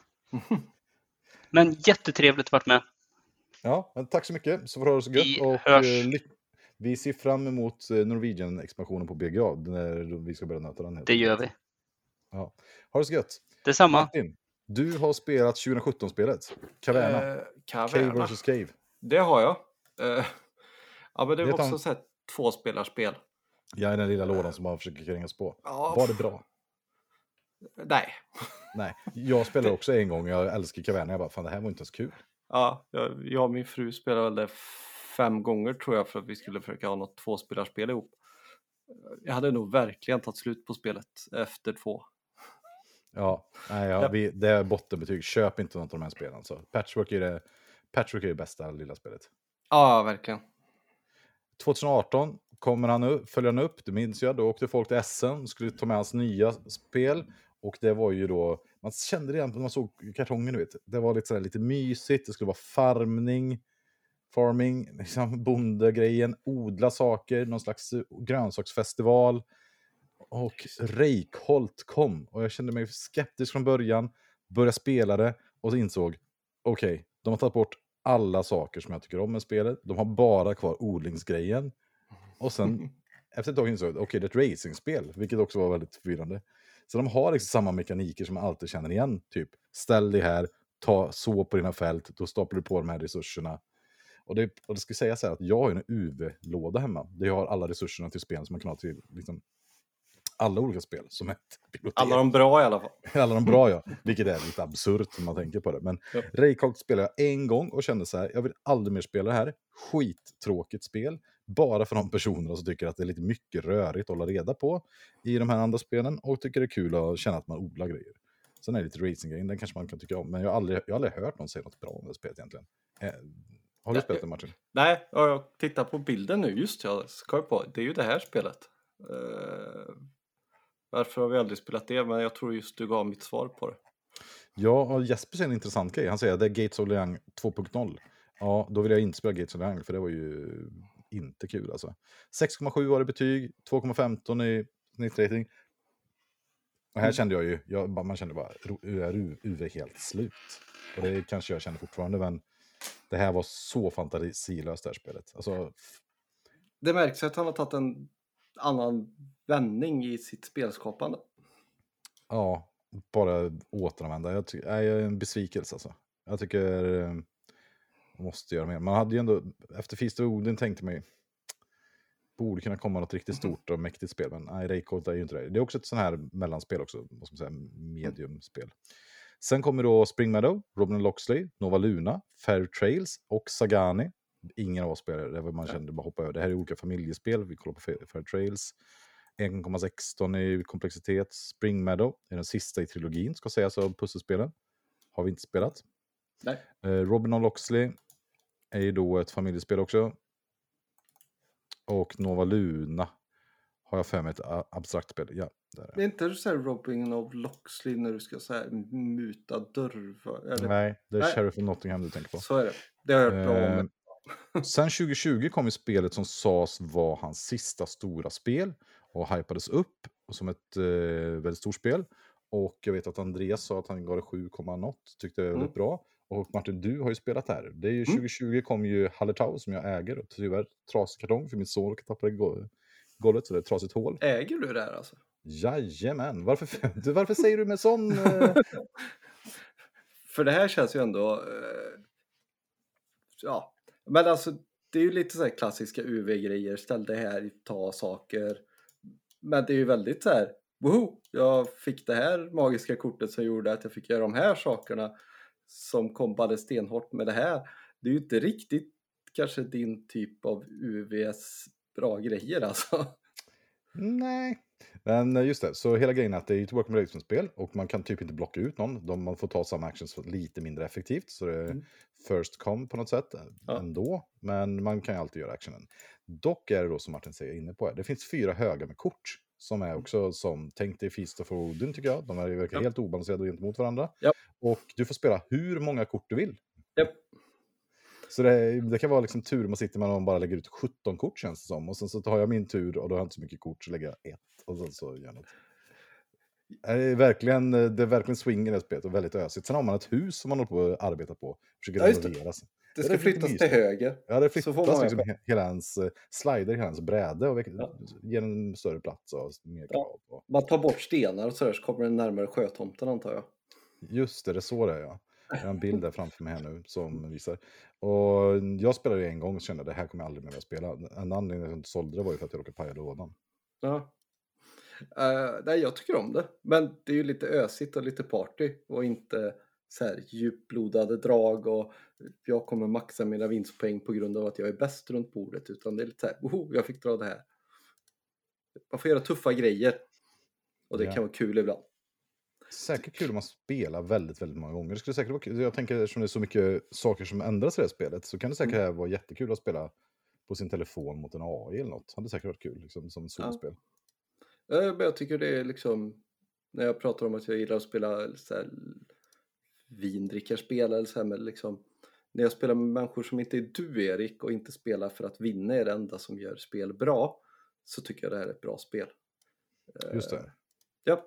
Men jättetrevligt att varit med. Ja, men tack så mycket. Så får du ha det så gött. Vi och hörs. Vi ser fram emot Norwegian-expansionen på BGA när vi ska börja nöta den. Det gör vi. Ja. Ha det så gött. Detsamma. Martin, du har spelat 2017-spelet. Caverna. Cave vs. Cave. Det har jag. Ja, men det var Vet också så här 2-spelarspel. Jag är den lilla lådan som bara försöker krängas på. Ja, Var det bra? Nej. Nej, jag spelade också en gång. Jag älskar Caverna. Jag bara, fan det här var inte ens kul. Ja, jag och min fru spelade väl det 5 gånger tror jag för att vi skulle försöka ha något 2-spelarspel ihop. Jag hade nog verkligen tagit slut på spelet efter 2. Ja, nej, det är bottenbetyg. Köp inte något av de här spelen. Så. Patchwork är det bästa lilla spelet. Ja, verkligen. 2018 följer han upp, det minns jag. Då åkte folk till SM, skulle ta med hans nya spel. Och det var ju då, man kände redan när man såg kartongen, du vet. Det var lite mysigt, det skulle vara farming, liksom bondegrejen, odla saker, någon slags grönsaksfestival. Och Reykholt kom. Och jag kände mig skeptisk från början, började spela det och så insåg, okej, de har tagit bort alla saker som jag tycker om med spelet. De har bara kvar odlingsgrejen. Och sen efter ett tag insåg jag, okej, det är ett racingspel, vilket också var väldigt förvirrande. Så de har liksom samma mekaniker som man alltid känner igen. Typ, ställ dig här, så på dina fält, då staplar du på de här resurserna. Och det ska säga så här att jag har en UV-låda hemma. Där jag har alla resurserna till spel som man kan ha till liksom, alla olika spel som ett bibliotek. Alla de bra i alla fall. Alla de bra, ja. Vilket är lite absurt när man tänker på det. Men ja. Reykholt spelade jag en gång och kände så här, jag vill aldrig mer spela det här. Skittråkigt spel. Bara för de personerna som tycker att det är lite mycket rörigt att hålla reda på i de här andra spelen. Och tycker det är kul att känna att man odlar grejer. Sen är det lite racing-grejen, den kanske man kan tycka om. Men jag har aldrig hört någon säga något bra om det spelet egentligen. Har du spelat det, Martin? Nej, jag tittar på bilden nu. Just jag ska på. Det är ju det här spelet. Varför har vi aldrig spelat det? Men jag tror just du gav mitt svar på det. Ja, och Jesper säger en intressant grej. Han säger att det är Gates of Liang 2.0. Ja, då vill jag inte spela Gates of Liang, för det var ju inte kul alltså. 6,7 var det betyg, 2,15 i snittrating. Och här kände jag ju, man kände bara, UV är helt slut. Och det kanske jag känner fortfarande, men det här var så fantasilöst det här spelet. Alltså... Det märks att han har tagit en annan vändning i sitt spelskapande. Ja, bara återanvända. Jag är en besvikelse alltså. Jag tycker man måste göra mer. Man hade ju ändå, efter Feast of Odin tänkte man ju, borde kunna komma något riktigt stort och mäktigt spel, men nej, Reykjavik är ju inte det. Det är också ett sånt här mellanspel också, vad ska man säga, mediumspel. Sen kommer då Spring Meadow, Robin Loxley, Nova Luna, Fair Trails och Sagani. Ingen av oss spelare, det var man kände bara hoppa över. Det här är olika familjespel, vi kollar på Fair Trails. 1,16 i komplexitet. Spring Meadow är den sista i trilogin, ska sägas, av pusselspelen. Har vi inte spelat. Nej. Robin och Loxley är ju då ett familjespel också. Och Nova Luna har jag för mig ett abstrakt spel. Ja, där är Det är inte du säger Robin of Loxley när du ska säga muta dörr? Nej, det är Nej. Sheriff of Nottingham du tänker på. Så är det. Det har jag hört bra om. Sen 2020 kom ju spelet som sades var hans sista stora spel och hypades upp som ett väldigt stort spel. Och jag vet att Andreas sa att han gav det 7, något, tyckte det var väldigt bra. Och Martin, du har ju spelat här. Det är ju 2020 kom ju Hallertau som jag äger. Och tyvärr trasig kartong för min son råkade tappa det i golvet, så det är ett trasigt hål. Äger du det här alltså? Jajamän, varför säger du med sån... För det här känns ju ändå... ja, men alltså det är ju lite så här klassiska UV-grejer. Ställ det här, ta saker. Men det är ju väldigt så här... Woho! Jag fick det här magiska kortet som gjorde att jag fick göra de här sakerna som kombade stenhårt med det här. Det är ju inte riktigt kanske din typ av UVs bra grejer alltså. Nej, men just det. Så hela grejen är att det är ett work and spel och man kan typ inte blocka ut någon. Man får ta samma actions lite mindre effektivt. Så det är first come på något sätt ändå. Men man kan ju alltid göra actionen. Dock är det då som Martin säger inne på. Det finns 4 högar med kort. Som är också som, tänk dig Feast of Odin tycker jag. De verkar helt obalanserade gentemot varandra. Ja. Och du får spela hur många kort du vill. Ja. Så det kan vara liksom tur man sitter med och bara lägger ut 17 kort känns det som. Och sen så tar jag min tur och då har jag inte så mycket kort så lägger jag 1. Och sen så gör jag något. Det är verkligen swing i det spelet och väldigt ösigt. Sen har man ett hus som man håller på att arbeta på. Försöker renovera sig. Det ska flyttas till höger. Ja, det Så får flyttas man liksom hela hans slider, hela hans bräde och ger en större plats och mer krav. Ja. Man tar bort stenar och så kommer den närmare sjötomten antar jag. Just det, det är så det är ja. Jag har en bild där framför mig här nu som visar. Och jag spelade en gång och kände att det här kommer jag aldrig mer att spela. En anledning till att jag inte sålde det var ju för att jag råkade paja lådan. Ja. Nej, jag tycker om det. Men det är ju lite ösigt och lite party och inte så här djupblodade drag och jag kommer maxa mina vinstpoäng på grund av att jag är bäst runt bordet, utan det är lite så här, jag fick dra det här. Man får göra tuffa grejer och det kan vara kul ibland. Säkert kul om man spelar väldigt, väldigt många gånger. Det skulle säkert vara kul. Jag tänker eftersom det är så mycket saker som ändras i det här spelet så kan det säkert vara jättekul att spela på sin telefon mot en AI eller något. Det hade säkert varit kul liksom, som solospel. Men jag tycker det är liksom, när jag pratar om att jag gillar att spela så här vindrickarspel eller så här, men liksom när jag spelar med människor som inte är du Erik och inte spelar för att vinna är det enda som gör spel bra, så tycker jag det här är ett bra spel. Just det. Ja.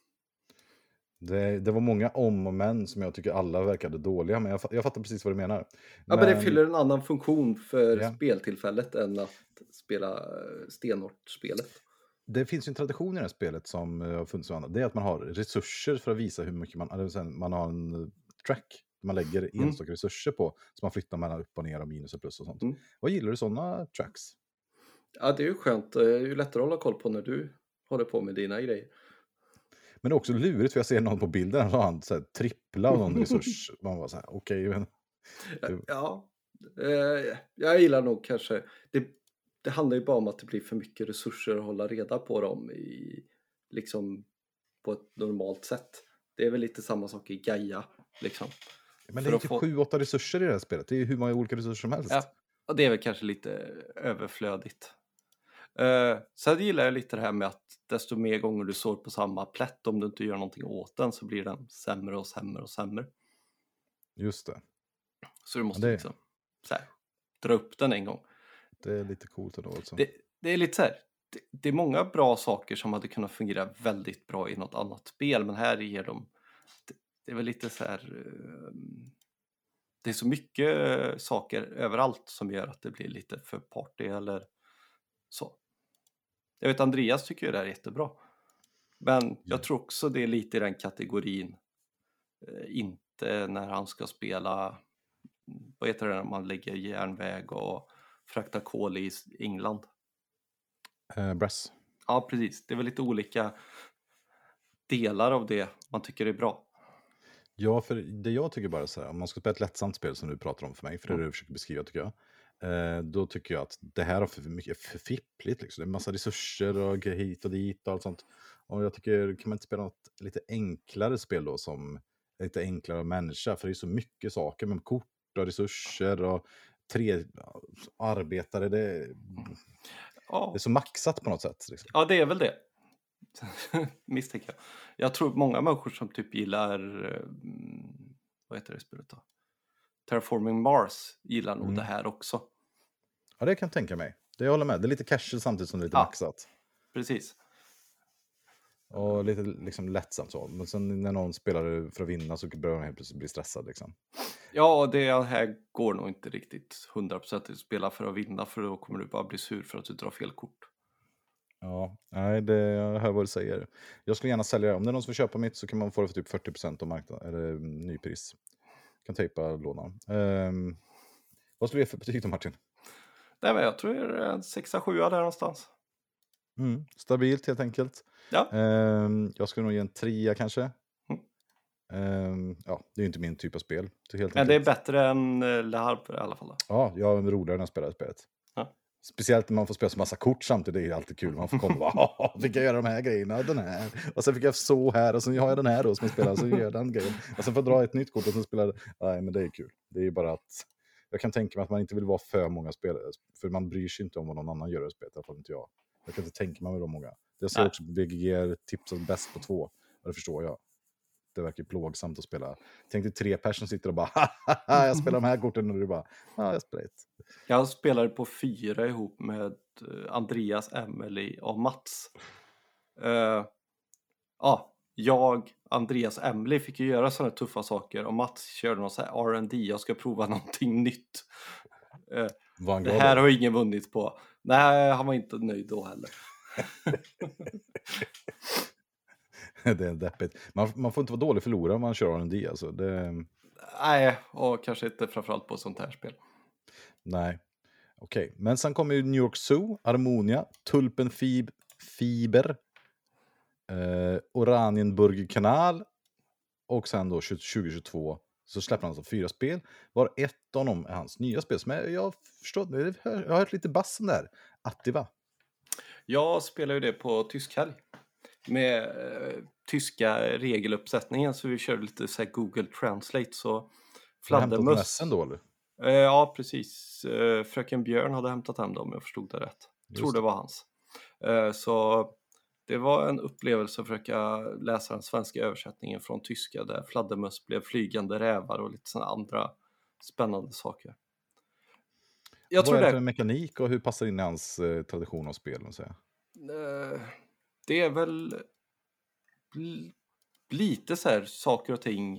Det var många om och men som jag tycker alla verkade dåliga, men jag fattar precis vad du menar. Ja, men det fyller en annan funktion för speltillfället än att spela stenhårt spelet. Det finns ju en tradition i det här spelet som har funnits med andra. Det är att man har resurser för att visa hur mycket man har en track. Man lägger enstaka resurser på. Så man flyttar mellan upp och ner och minus och plus och sånt. Vad gillar du sådana tracks? Ja, det är ju skönt. Det är ju lättare att hålla koll på när du håller på med dina grejer. Men det är också lurigt för jag ser någon på bilden så har han så här, trippla av någon resurs. Man var så här, okej. Men... Ja, jag gillar nog kanske... Det handlar ju bara om att det blir för mycket resurser att hålla reda på dem liksom på ett normalt sätt. Det är väl lite samma sak i Gaia liksom. Men det är typ 7-8 resurser i det här spelet. Det är ju hur många olika resurser som helst. Ja, och det är väl kanske lite överflödigt. Sen gillar jag lite det här med att desto mer gånger du sår på samma plätt, om du inte gör någonting åt den så blir den sämre och sämre och sämre. Just det. Så du måste liksom så här, dra upp den en gång. Det är lite coolt ändå alltså. Det är lite så här, det är många bra saker som hade kunnat fungera väldigt bra i något annat spel, men här ger de, det är väl lite så här, det är så mycket saker överallt som gör att det blir lite för party eller så. Jag vet Andreas tycker det här är jättebra, men jag tror också det är lite i den kategorin, inte när han ska spela, vad heter det när man lägger järnväg och frakta kol i England. Brass. Ja, precis. Det är väl lite olika delar av det man tycker är bra. Ja, för det jag tycker bara så här, om man ska spela ett lättsamt spel som du pratar om för mig, för det är det du försöker beskriva tycker jag, då tycker jag att det här har för mycket för fippligt. Liksom. Det är en massa resurser och hit och dit och allt sånt. Och jag tycker, kan man inte spela något lite enklare spel då som lite enklare att managera? För det är så mycket saker med kort och resurser och arbetare. Det är så maxat på något sätt. Liksom. Ja, det är väl det. Misstänker jag. Jag tror många människor som typ gillar vad heter det spelet då? Terraforming Mars gillar nog det här också. Ja, det kan jag tänka mig. Det jag håller med. Det är lite casual samtidigt som det är lite maxat. Precis. Och lite liksom lättsamt så. Men sen när någon spelar för att vinna så börjar man helt plötsligt bli stressad liksom. Ja, det här går nog inte riktigt 100% att spela för att vinna, för då kommer du bara bli sur för att du drar fel kort. Ja, nej, jag hör vad du säger. Jag skulle gärna sälja det. Om det är någon som vill köpa mitt så kan man få det för typ 40% av marknaden, eller nypris. Kan tejpa lådan. Vad skulle du ge för betyg då, Martin? Nej, men jag tror det är en 6-7 där någonstans. Stabilt helt enkelt. Ja. Jag skulle nog ge en 3 kanske. Ja, det är ju inte min typ av spel. Men det är bättre än Le Havre i alla fall. Då. Ja, jag är roligare när jag spelar spelet. Ja. Speciellt när man får spela så massa kort samtidigt, det är alltid kul. Man får komma och fick jag göra de här grejerna och den här. Och sen fick jag så här och sen har jag den här då som jag spelar, så gör jag den grejen. Och sen får jag dra ett nytt kort och sen spelar. Nej, men det är kul. Det är ju bara att jag kan tänka mig att man inte vill vara för många spelare. För man bryr sig inte om vad någon annan gör i spelet, i alla fall inte jag. Jag kan inte tänka mig med de många. Jag ser också på BGG tipsat bäst på 2. Och det förstår jag. Det verkar plågsamt att spela. Tänk dig 3 personer sitter och bara jag spelar de här korten och du bara jag spelar ett. Jag spelade på 4 ihop med Andreas, Emily och Mats. Jag, Andreas, Emily fick ju göra sådana tuffa saker och Mats körde någon sån här R&D. Jag ska prova någonting nytt. Det här har ingen vunnit på. Nej, han var inte nöjd då heller. Det är deppigt. Man får inte vara dålig förlorare om man kör R&D alltså. Nej, och kanske inte framförallt på sånt här spel. Nej, okej. Men sen kommer ju New York Zoo, Harmonia, Tulpen Fiber, Oranienburg kanal och sen då 2022 så släpper han alltså 4 spel. Var ett av dem är hans nya spel som jag förstår, jag har hört lite bassen där. Attiva. Jag spelar ju det på tyskhelg med tyska regeluppsättningen, så vi körde lite så här Google Translate, så fladdermöss då eller? Ja, precis. Fröken Björn hade hämtat hem dem, jag förstod det rätt. Tror det var hans. Så det var en upplevelse att försöka läsa den svenska översättningen från tyska, där fladdermöss blev flygande rävar och lite sådana andra spännande saker. Vad är det för mekanik och hur passar in i hans tradition av spel? Det är väl lite så här saker och ting,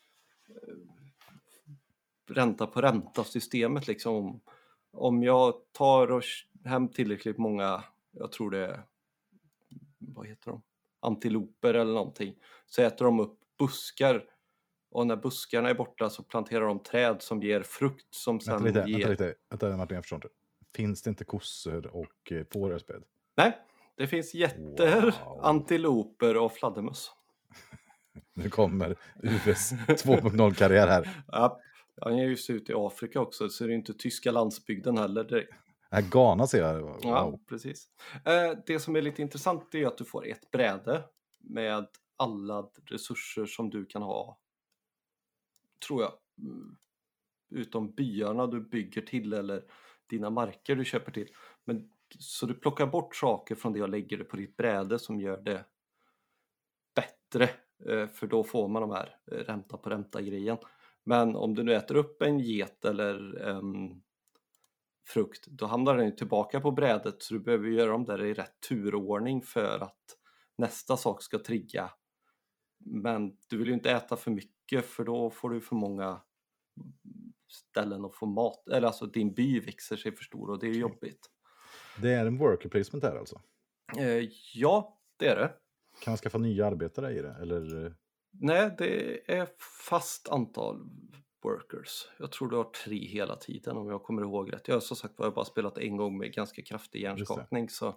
ränta på ränta systemet liksom. Om jag tar och hem tillräckligt många, jag tror det är, vad heter de? Antiloper eller någonting, så äter de upp buskar. Och när buskarna är borta så planterar de träd som ger frukt som sen ger... Vänta Martin, jag förstår inte. Finns det inte kossor och får i spelet? Nej, det finns getter, antiloper och fladdermöss. Nu kommer UVs 2.0-karriär här. Ja, han är ju ut i Afrika också, så det är inte tyska landsbygden heller direkt. Ghana ser jag. Wow. Ja, precis. Det som är lite intressant är att du får ett bräde med alla resurser som du kan ha, tror jag. Utom byarna du bygger till eller dina marker du köper till. Men, så du plockar bort saker från det och lägger det på ditt bräde som gör det bättre. För då får man de här ränta på ränta grejen. Men om du nu äter upp en get eller en frukt, då hamnar den ju tillbaka på brädet, så du behöver göra dem där i rätt turordning för att nästa sak ska trigga. Men du vill ju inte äta för mycket, för då får du för många ställen att få mat, eller alltså din by växer sig för stor och det är jobbigt. Det är en worker placement här alltså? Ja, det är det. Kan man skaffa nya arbetare i det? Eller? Nej, det är fast antal. workers. Jag tror du har 3 hela tiden om jag kommer ihåg rätt. Jag har som sagt bara spelat en gång med ganska kraftig hjärnskakning. Så,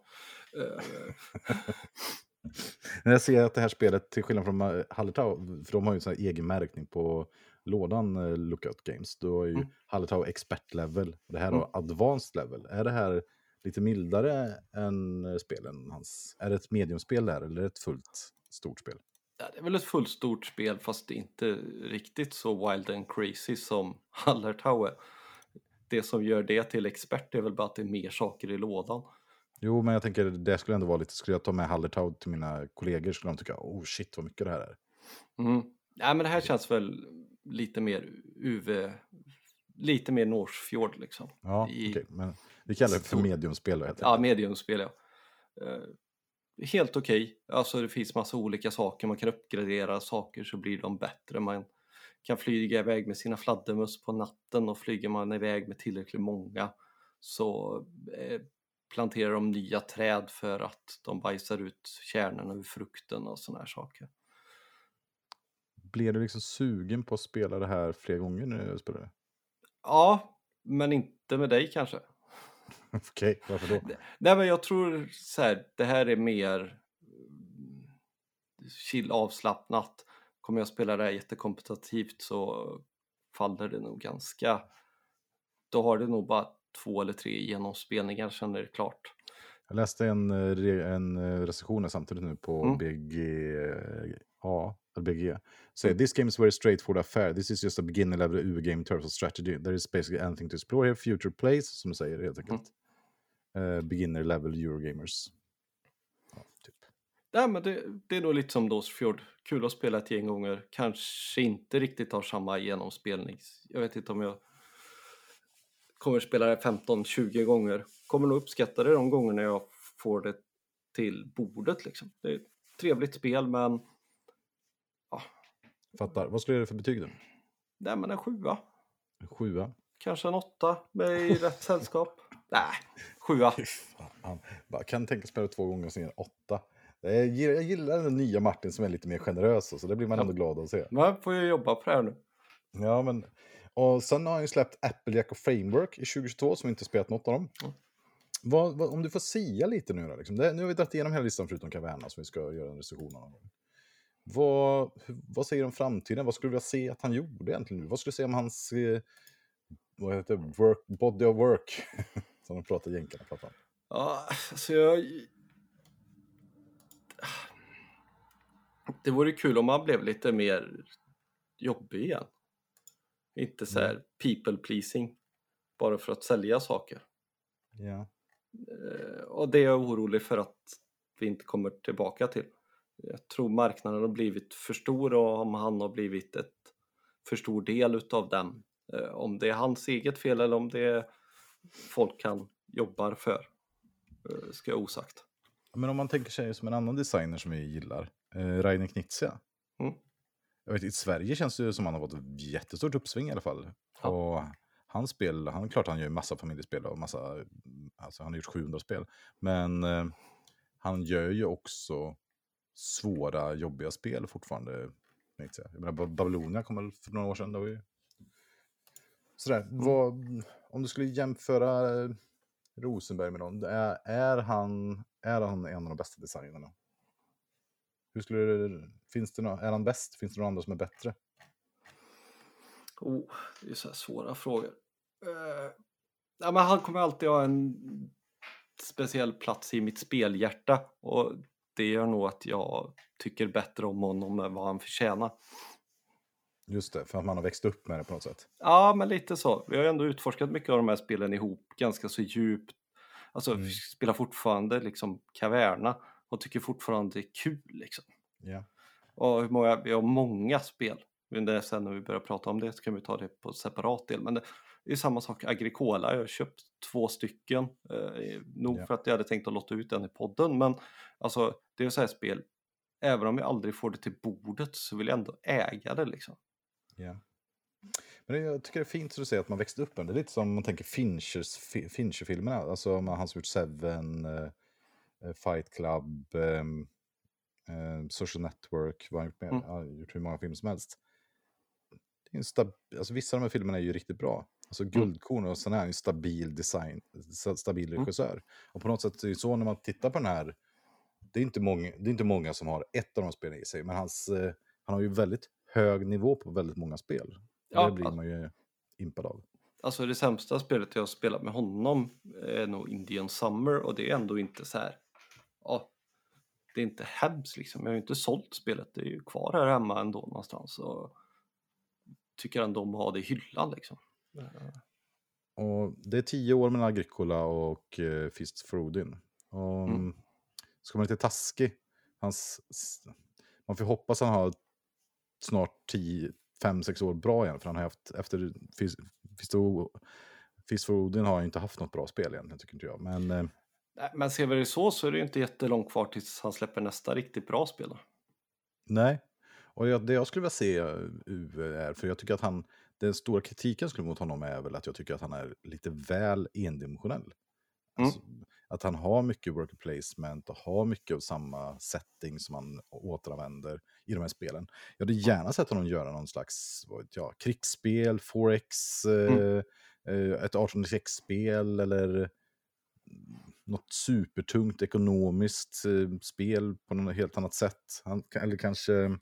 När jag ser att det här spelet, till skillnad från Hallertau, för de har ju en sån här egen märkning på lådan Lookout Games, då är ju Hallertau expert level, det här har advanced level. Är det här lite mildare än spelen hans? Är det ett mediumspel där eller är det ett fullt stort spel? Ja, det är väl ett fullt stort spel fast det är inte riktigt så wild and crazy som Hallertau är. Det som gör det till expert är väl bara att det är mer saker i lådan. Jo, men jag tänker det skulle ändå vara lite, skulle jag ta med Hallertau till mina kollegor skulle de tycka, oh shit vad mycket det här är. Ja, men det här känns väl lite mer lite mer Norsfjord liksom. Ja, okej, men vi kallar det för mediumspel då, helt enkelt. Ja, mediumspel, ja. Helt okej. Alltså det finns massa olika saker, man kan uppgradera saker så blir de bättre. Man kan flyga iväg med sina fladdermöss på natten och flyger man iväg med tillräckligt många så planterar de nya träd för att de bajsar ut kärnorna ur frukten och såna här saker. Blir du liksom sugen på att spela det här fler gånger när du spelar det? Ja, men inte med dig kanske. Okej, varför då? Nej, men jag tror så här, det här är mer chill, avslappnat. Kommer jag spela det här jättekompetitivt så faller det nog ganska... Då har det nog bara 2 eller 3 genomspelningar, sen är det klart. Jag läste en recension samtidigt nu på BG. So this game is very straightforward affair. This is just a beginner level U game in terms of strategy. There is basically anything to explore here. Future plays, som du säger helt enkelt. Beginner level Eurogamers. Ja, typ. Ja, men det är nog lite som Dosfjord. Kul att spela ett gäng gånger. Kanske inte riktigt har samma genomspelning. Jag vet inte om jag kommer spela det 15-20 gånger. Kommer nog uppskatta det de gångerna jag får det till bordet liksom. Det är ett trevligt spel, men ja. Fattar. Vad skulle du ge för betyg då? Nej, men en 7. En 7? Kanske en 8 med i rätt sällskap. Nej, 7. Jag kan tänka spela 2 gånger och sen 8. Jag gillar den nya Martin som är lite mer generös, så det blir man ändå glad att se. Man får ju jobba på det här nu. Ja, men... Och sen har han ju släppt Applejack och Framework i 2022 som inte spelat något av dem. Om du får sia lite nu då, liksom. Nu har vi dragit igenom hela listan förutom Caverna som vi ska göra en recension av. Vad säger du om framtiden? Vad skulle du vilja se att han gjorde egentligen nu? Vad skulle du säga om hans body of work? Som de pratar jänkarna pratar om. Ja, alltså det vore kul om man blev lite mer jobbig igen. Inte så här people pleasing. Bara för att sälja saker. Ja. Och det är jag orolig för att vi inte kommer tillbaka till. Jag tror marknaden har blivit för stor och om han har blivit ett för stor del utav den. Om det är hans eget fel eller om det är folk han jobbar för. Ska jag osagt. Men om man tänker sig som en annan designer som vi gillar. Rainer Knizia. Jag vet, i Sverige känns det som att han har fått ett jättestort uppsving i alla fall. Ja. Och hans spel, klart han gör massa familjespel och massa, alltså han har gjort 700 spel. Men han gör ju också svåra, jobbiga spel fortfarande. Jag menar, Babylonia kom väl för några år sedan. Då sådär, om du skulle jämföra Rosenberg med någon, är han en av de bästa designerna? Är han bäst? Finns det några andra som är bättre? Det är så här svåra frågor. Ja, men han kommer alltid ha en speciell plats i mitt spelhjärta. Och det gör nog att jag tycker bättre om honom än vad han förtjänar. Just det, för att man har växt upp med det på något sätt. Ja, men lite så. Vi har ändå utforskat mycket av de här spelen ihop. Ganska så djupt. Alltså, vi spelar fortfarande liksom Caverna. Och tycker fortfarande det är kul liksom. Yeah. Och vi har många spel. Men sen när vi börjar prata om det så kan vi ta det på separat del. Men det är samma sak, Agricola. Jag har köpt 2 stycken. Nog för att jag hade tänkt att låta ut den i podden. Men alltså, det är så här spel. Även om jag aldrig får det till bordet så vill jag ändå äga det liksom. Ja. Men jag tycker det är fint att säga att man växte upp med det. Det är lite som man tänker Fincher-filmerna. Alltså han som gjort Seven, Fight Club, Social Network. Vad han gjort hur många filmer som helst. alltså vissa av de här filmerna är ju riktigt bra. Alltså guldkorn, och sen är han ju stabil design, stabil regissör. Och på något sätt är det så när man tittar på den här, det är inte många som har ett av de spelen i sig, men han har ju väldigt hög nivå på väldigt många spel. Ja, Det blir man ju impad av. Alltså det sämsta spelet jag har spelat med honom är nog Indian Summer, och det är ändå inte så här. Ja, det är inte hemskt liksom. Jag har ju inte sålt spelet, det är ju kvar här hemma ändå någonstans, och tycker ändå om att ha det i hyllan liksom. Och det är 10 år mellan Agricola och Fist for Odin. Och ska man inte taskig, man får hoppas han har snart 5-6 år bra igen, för han har haft, efter Fist for Odin har han inte haft något bra spel egentligen, tycker inte jag. Men ser vi det så är det ju inte jättelångt kvar tills han släpper nästa riktigt bra spel då. Nej, och det jag skulle vilja se är, för jag tycker att den stora kritiken skulle mot honom är väl att jag tycker att han är lite väl endimensionell. Alltså, att han har mycket worker placement och har mycket av samma setting som man återanvänder i de här spelen. Jag hade gärna sett honom göra någon slags krigsspel, 4X, ett 1806-spel eller något supertungt ekonomiskt spel på något helt annat sätt. Eller kanske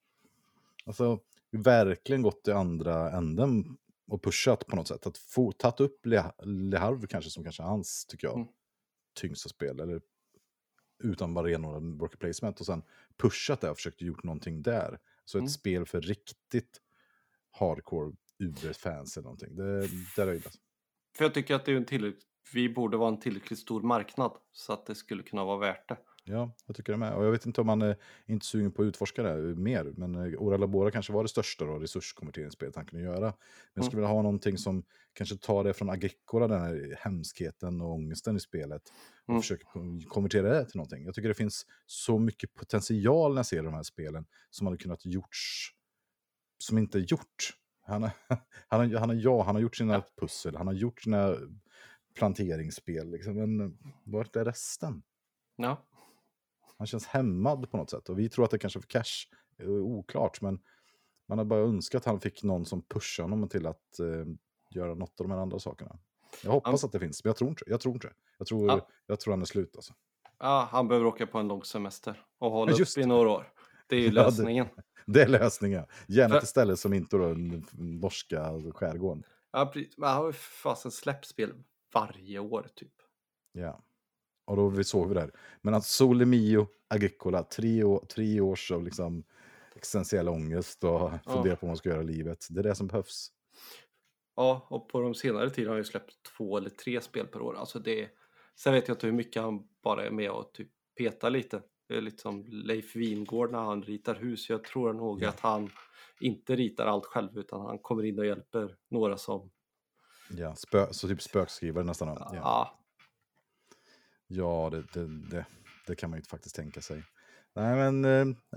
verkligen gått i andra änden och pushat på något sätt. Att få tagit upp Le Havre kanske, som kanske hans, tycker jag, tyngsta spel. Eller utan bara renodlad worker placement. Och sen pushat det och försökt gjort någonting där. Så ett spel för riktigt hardcore UV-fans eller någonting. Det är jag gillat. För jag tycker att det är vi borde vara en tillräckligt stor marknad så att det skulle kunna vara värt det. Ja, jag tycker det med. Och jag vet inte om man är inte sugen på att utforska det mer. Men Ora Labora kanske var det största resurskonverteringsspelet han kunde göra. Men jag skulle vilja ha någonting som kanske tar det från Agricola, den här hemskheten och ångesten i spelet. Och försöker konvertera det till någonting. Jag tycker det finns så mycket potential när jag ser de här spelen som hade kunnat gjorts, som inte är gjort. Han har gjort sina pussel, han har gjort sina planteringsspel. Liksom. Men vart är resten? Ja. Han känns hämmad på något sätt. Och vi tror att det kanske är för cash. Oklart, men man har bara önskat att han fick någon som pushar honom till att göra något av de här andra sakerna. Jag hoppas att det finns, men jag tror inte. Jag tror han är slut alltså. Ja, han behöver åka på en lång semester och hålla upp i några år. Det är ju lösningen. Det är lösningen. Gärna ett ställe som inte är den norska skärgården. Ja, man har ju fasen släppspel varje år typ. Ja. Och då såg vi där. Men att Sole Mio, Agricola, 3 års av liksom existentiell ångest och fundera på vad man ska göra i livet. Det är det som behövs. Ja, och på de senare tiden har jag släppt 2 eller 3 spel per år. Alltså sen vet jag inte hur mycket han bara är med och typ petar lite. Det är lite som Leif Wingård när han ritar hus. Jag tror nog att han inte ritar allt själv, utan han kommer in och hjälper några som... Ja, så typ spökskrivare nästan. Ja, det kan man ju faktiskt tänka sig. Nej, men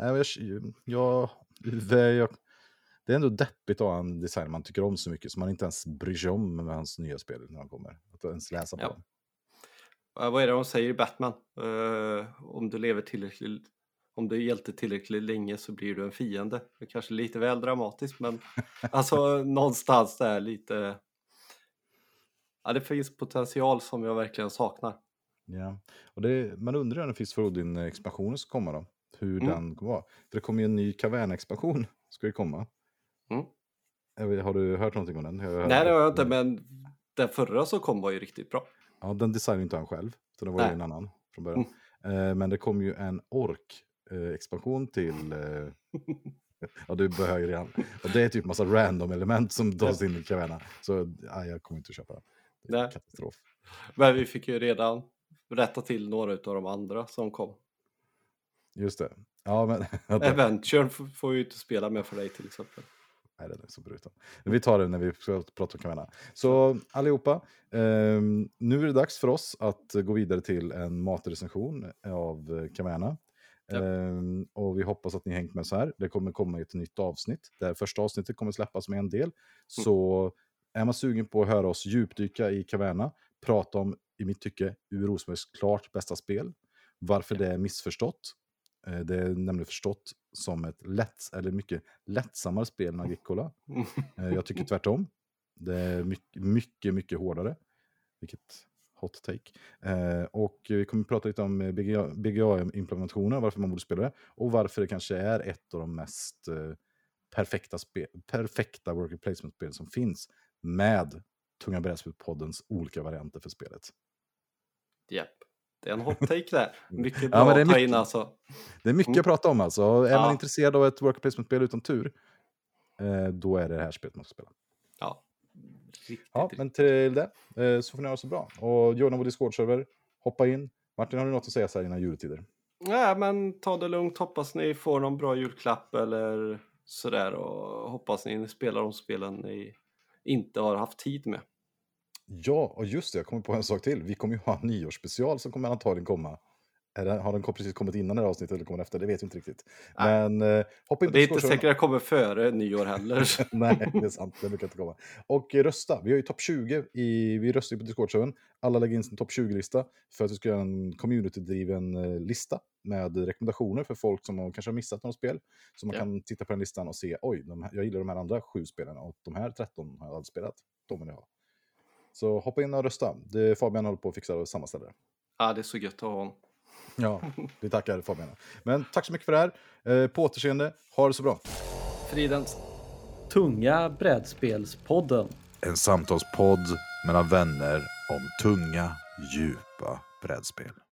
det är ändå deppigt att ha en design man tycker om så mycket, så man inte ens bryr sig om med hans nya spel när han kommer. Att ens läsa på dem. Vad är det de säger i Batman? Om du är hjälte tillräckligt länge så blir du en fiende. Det är kanske lite väl dramatiskt, men alltså någonstans där lite... Ja, det finns potential som jag verkligen saknar. Ja, och man undrar när Fist for Odin-expansionen ska komma då. Hur den kommer vara. För det kommer ju en ny Cavern-expansion, ska ju komma. Har du hört någonting om den? Nej, det har jag inte, men den förra som kom var ju riktigt bra. Ja, den designade inte han själv. Så det var ju en annan från början. Men det kom ju en ork-expansion till... Ja, du börjar ju redan. Och det är typ massa random element som dras in i Caverna. Så jag kommer inte att köpa det. Det är katastrof. Men vi fick ju redan rätta till några av de andra som kom. Just det. Ja, men... Adventure får ju inte spela med för dig till exempel. Nej, det är så brutal. Men vi tar det när vi ska prata om Caverna. Så allihopa, nu är det dags för oss att gå vidare till en matrecension av Caverna. Och vi hoppas att ni hängt med så här. Det kommer komma ett nytt avsnitt. Det första avsnittet kommer släppas med en del. Så är man sugen på att höra oss djupdyka i Caverna, prata om, i mitt tycke, ur Rosenbergs klart bästa spel, varför det är missförstått, Det är nämligen förstått som ett mycket lättsammare spel än Agricola. Jag tycker tvärtom. Det är mycket, mycket hårdare. Vilket hot take. Och vi kommer att prata lite om BGA-implementationer, varför man borde spela det. Och varför det kanske är ett av de mest perfekta worker placement-spel som finns. Med Tunga brädspelspoddens olika varianter för spelet. Japp. Det är en hot take där. Mycket bra att ta in alltså. Det är mycket att prata om alltså. Är man intresserad av ett worker placement-spel utan tur, då är det här spelet man ska spela. Ja. Men till det så får ni ha det så bra. Och joina vår Discord-server, hoppa in. Martin, har du något att säga så här innan juletider? Nej, men ta det lugnt. Hoppas ni får någon bra julklapp eller sådär. Och hoppas ni spelar de spelen ni inte har haft tid med. Ja, och just det, jag kommer på en sak till. Vi kommer ju ha en nyårsspecial som kommer antagligen komma. Har den precis kommit innan det här avsnittet eller kommer den efter? Det vet vi inte riktigt. Men hoppa in på det är inte säkert att det kommer före nyår heller. Nej, det är sant. Det brukar inte komma. Och rösta. Vi har ju topp 20. Vi röstar på Discord-servern. Alla lägger in sin topp 20-lista för att vi ska göra en community-driven lista med rekommendationer för folk som kanske har missat något spel. Så man kan titta på den listan och se, oj, jag gillar de här andra 7 spelarna och de här 13 har jag aldrig spelat. De vill jag ha. Så hoppa in och rösta. Fabian håller på att fixa samma ställe. Ja, det är så gött att ha honom. Ja, vi tackar Fabian. Men tack så mycket för det här. På återseende. Ha det så bra. Fridens. Tunga brädspelspodden. En samtalspodd mellan vänner om tunga, djupa brädspel.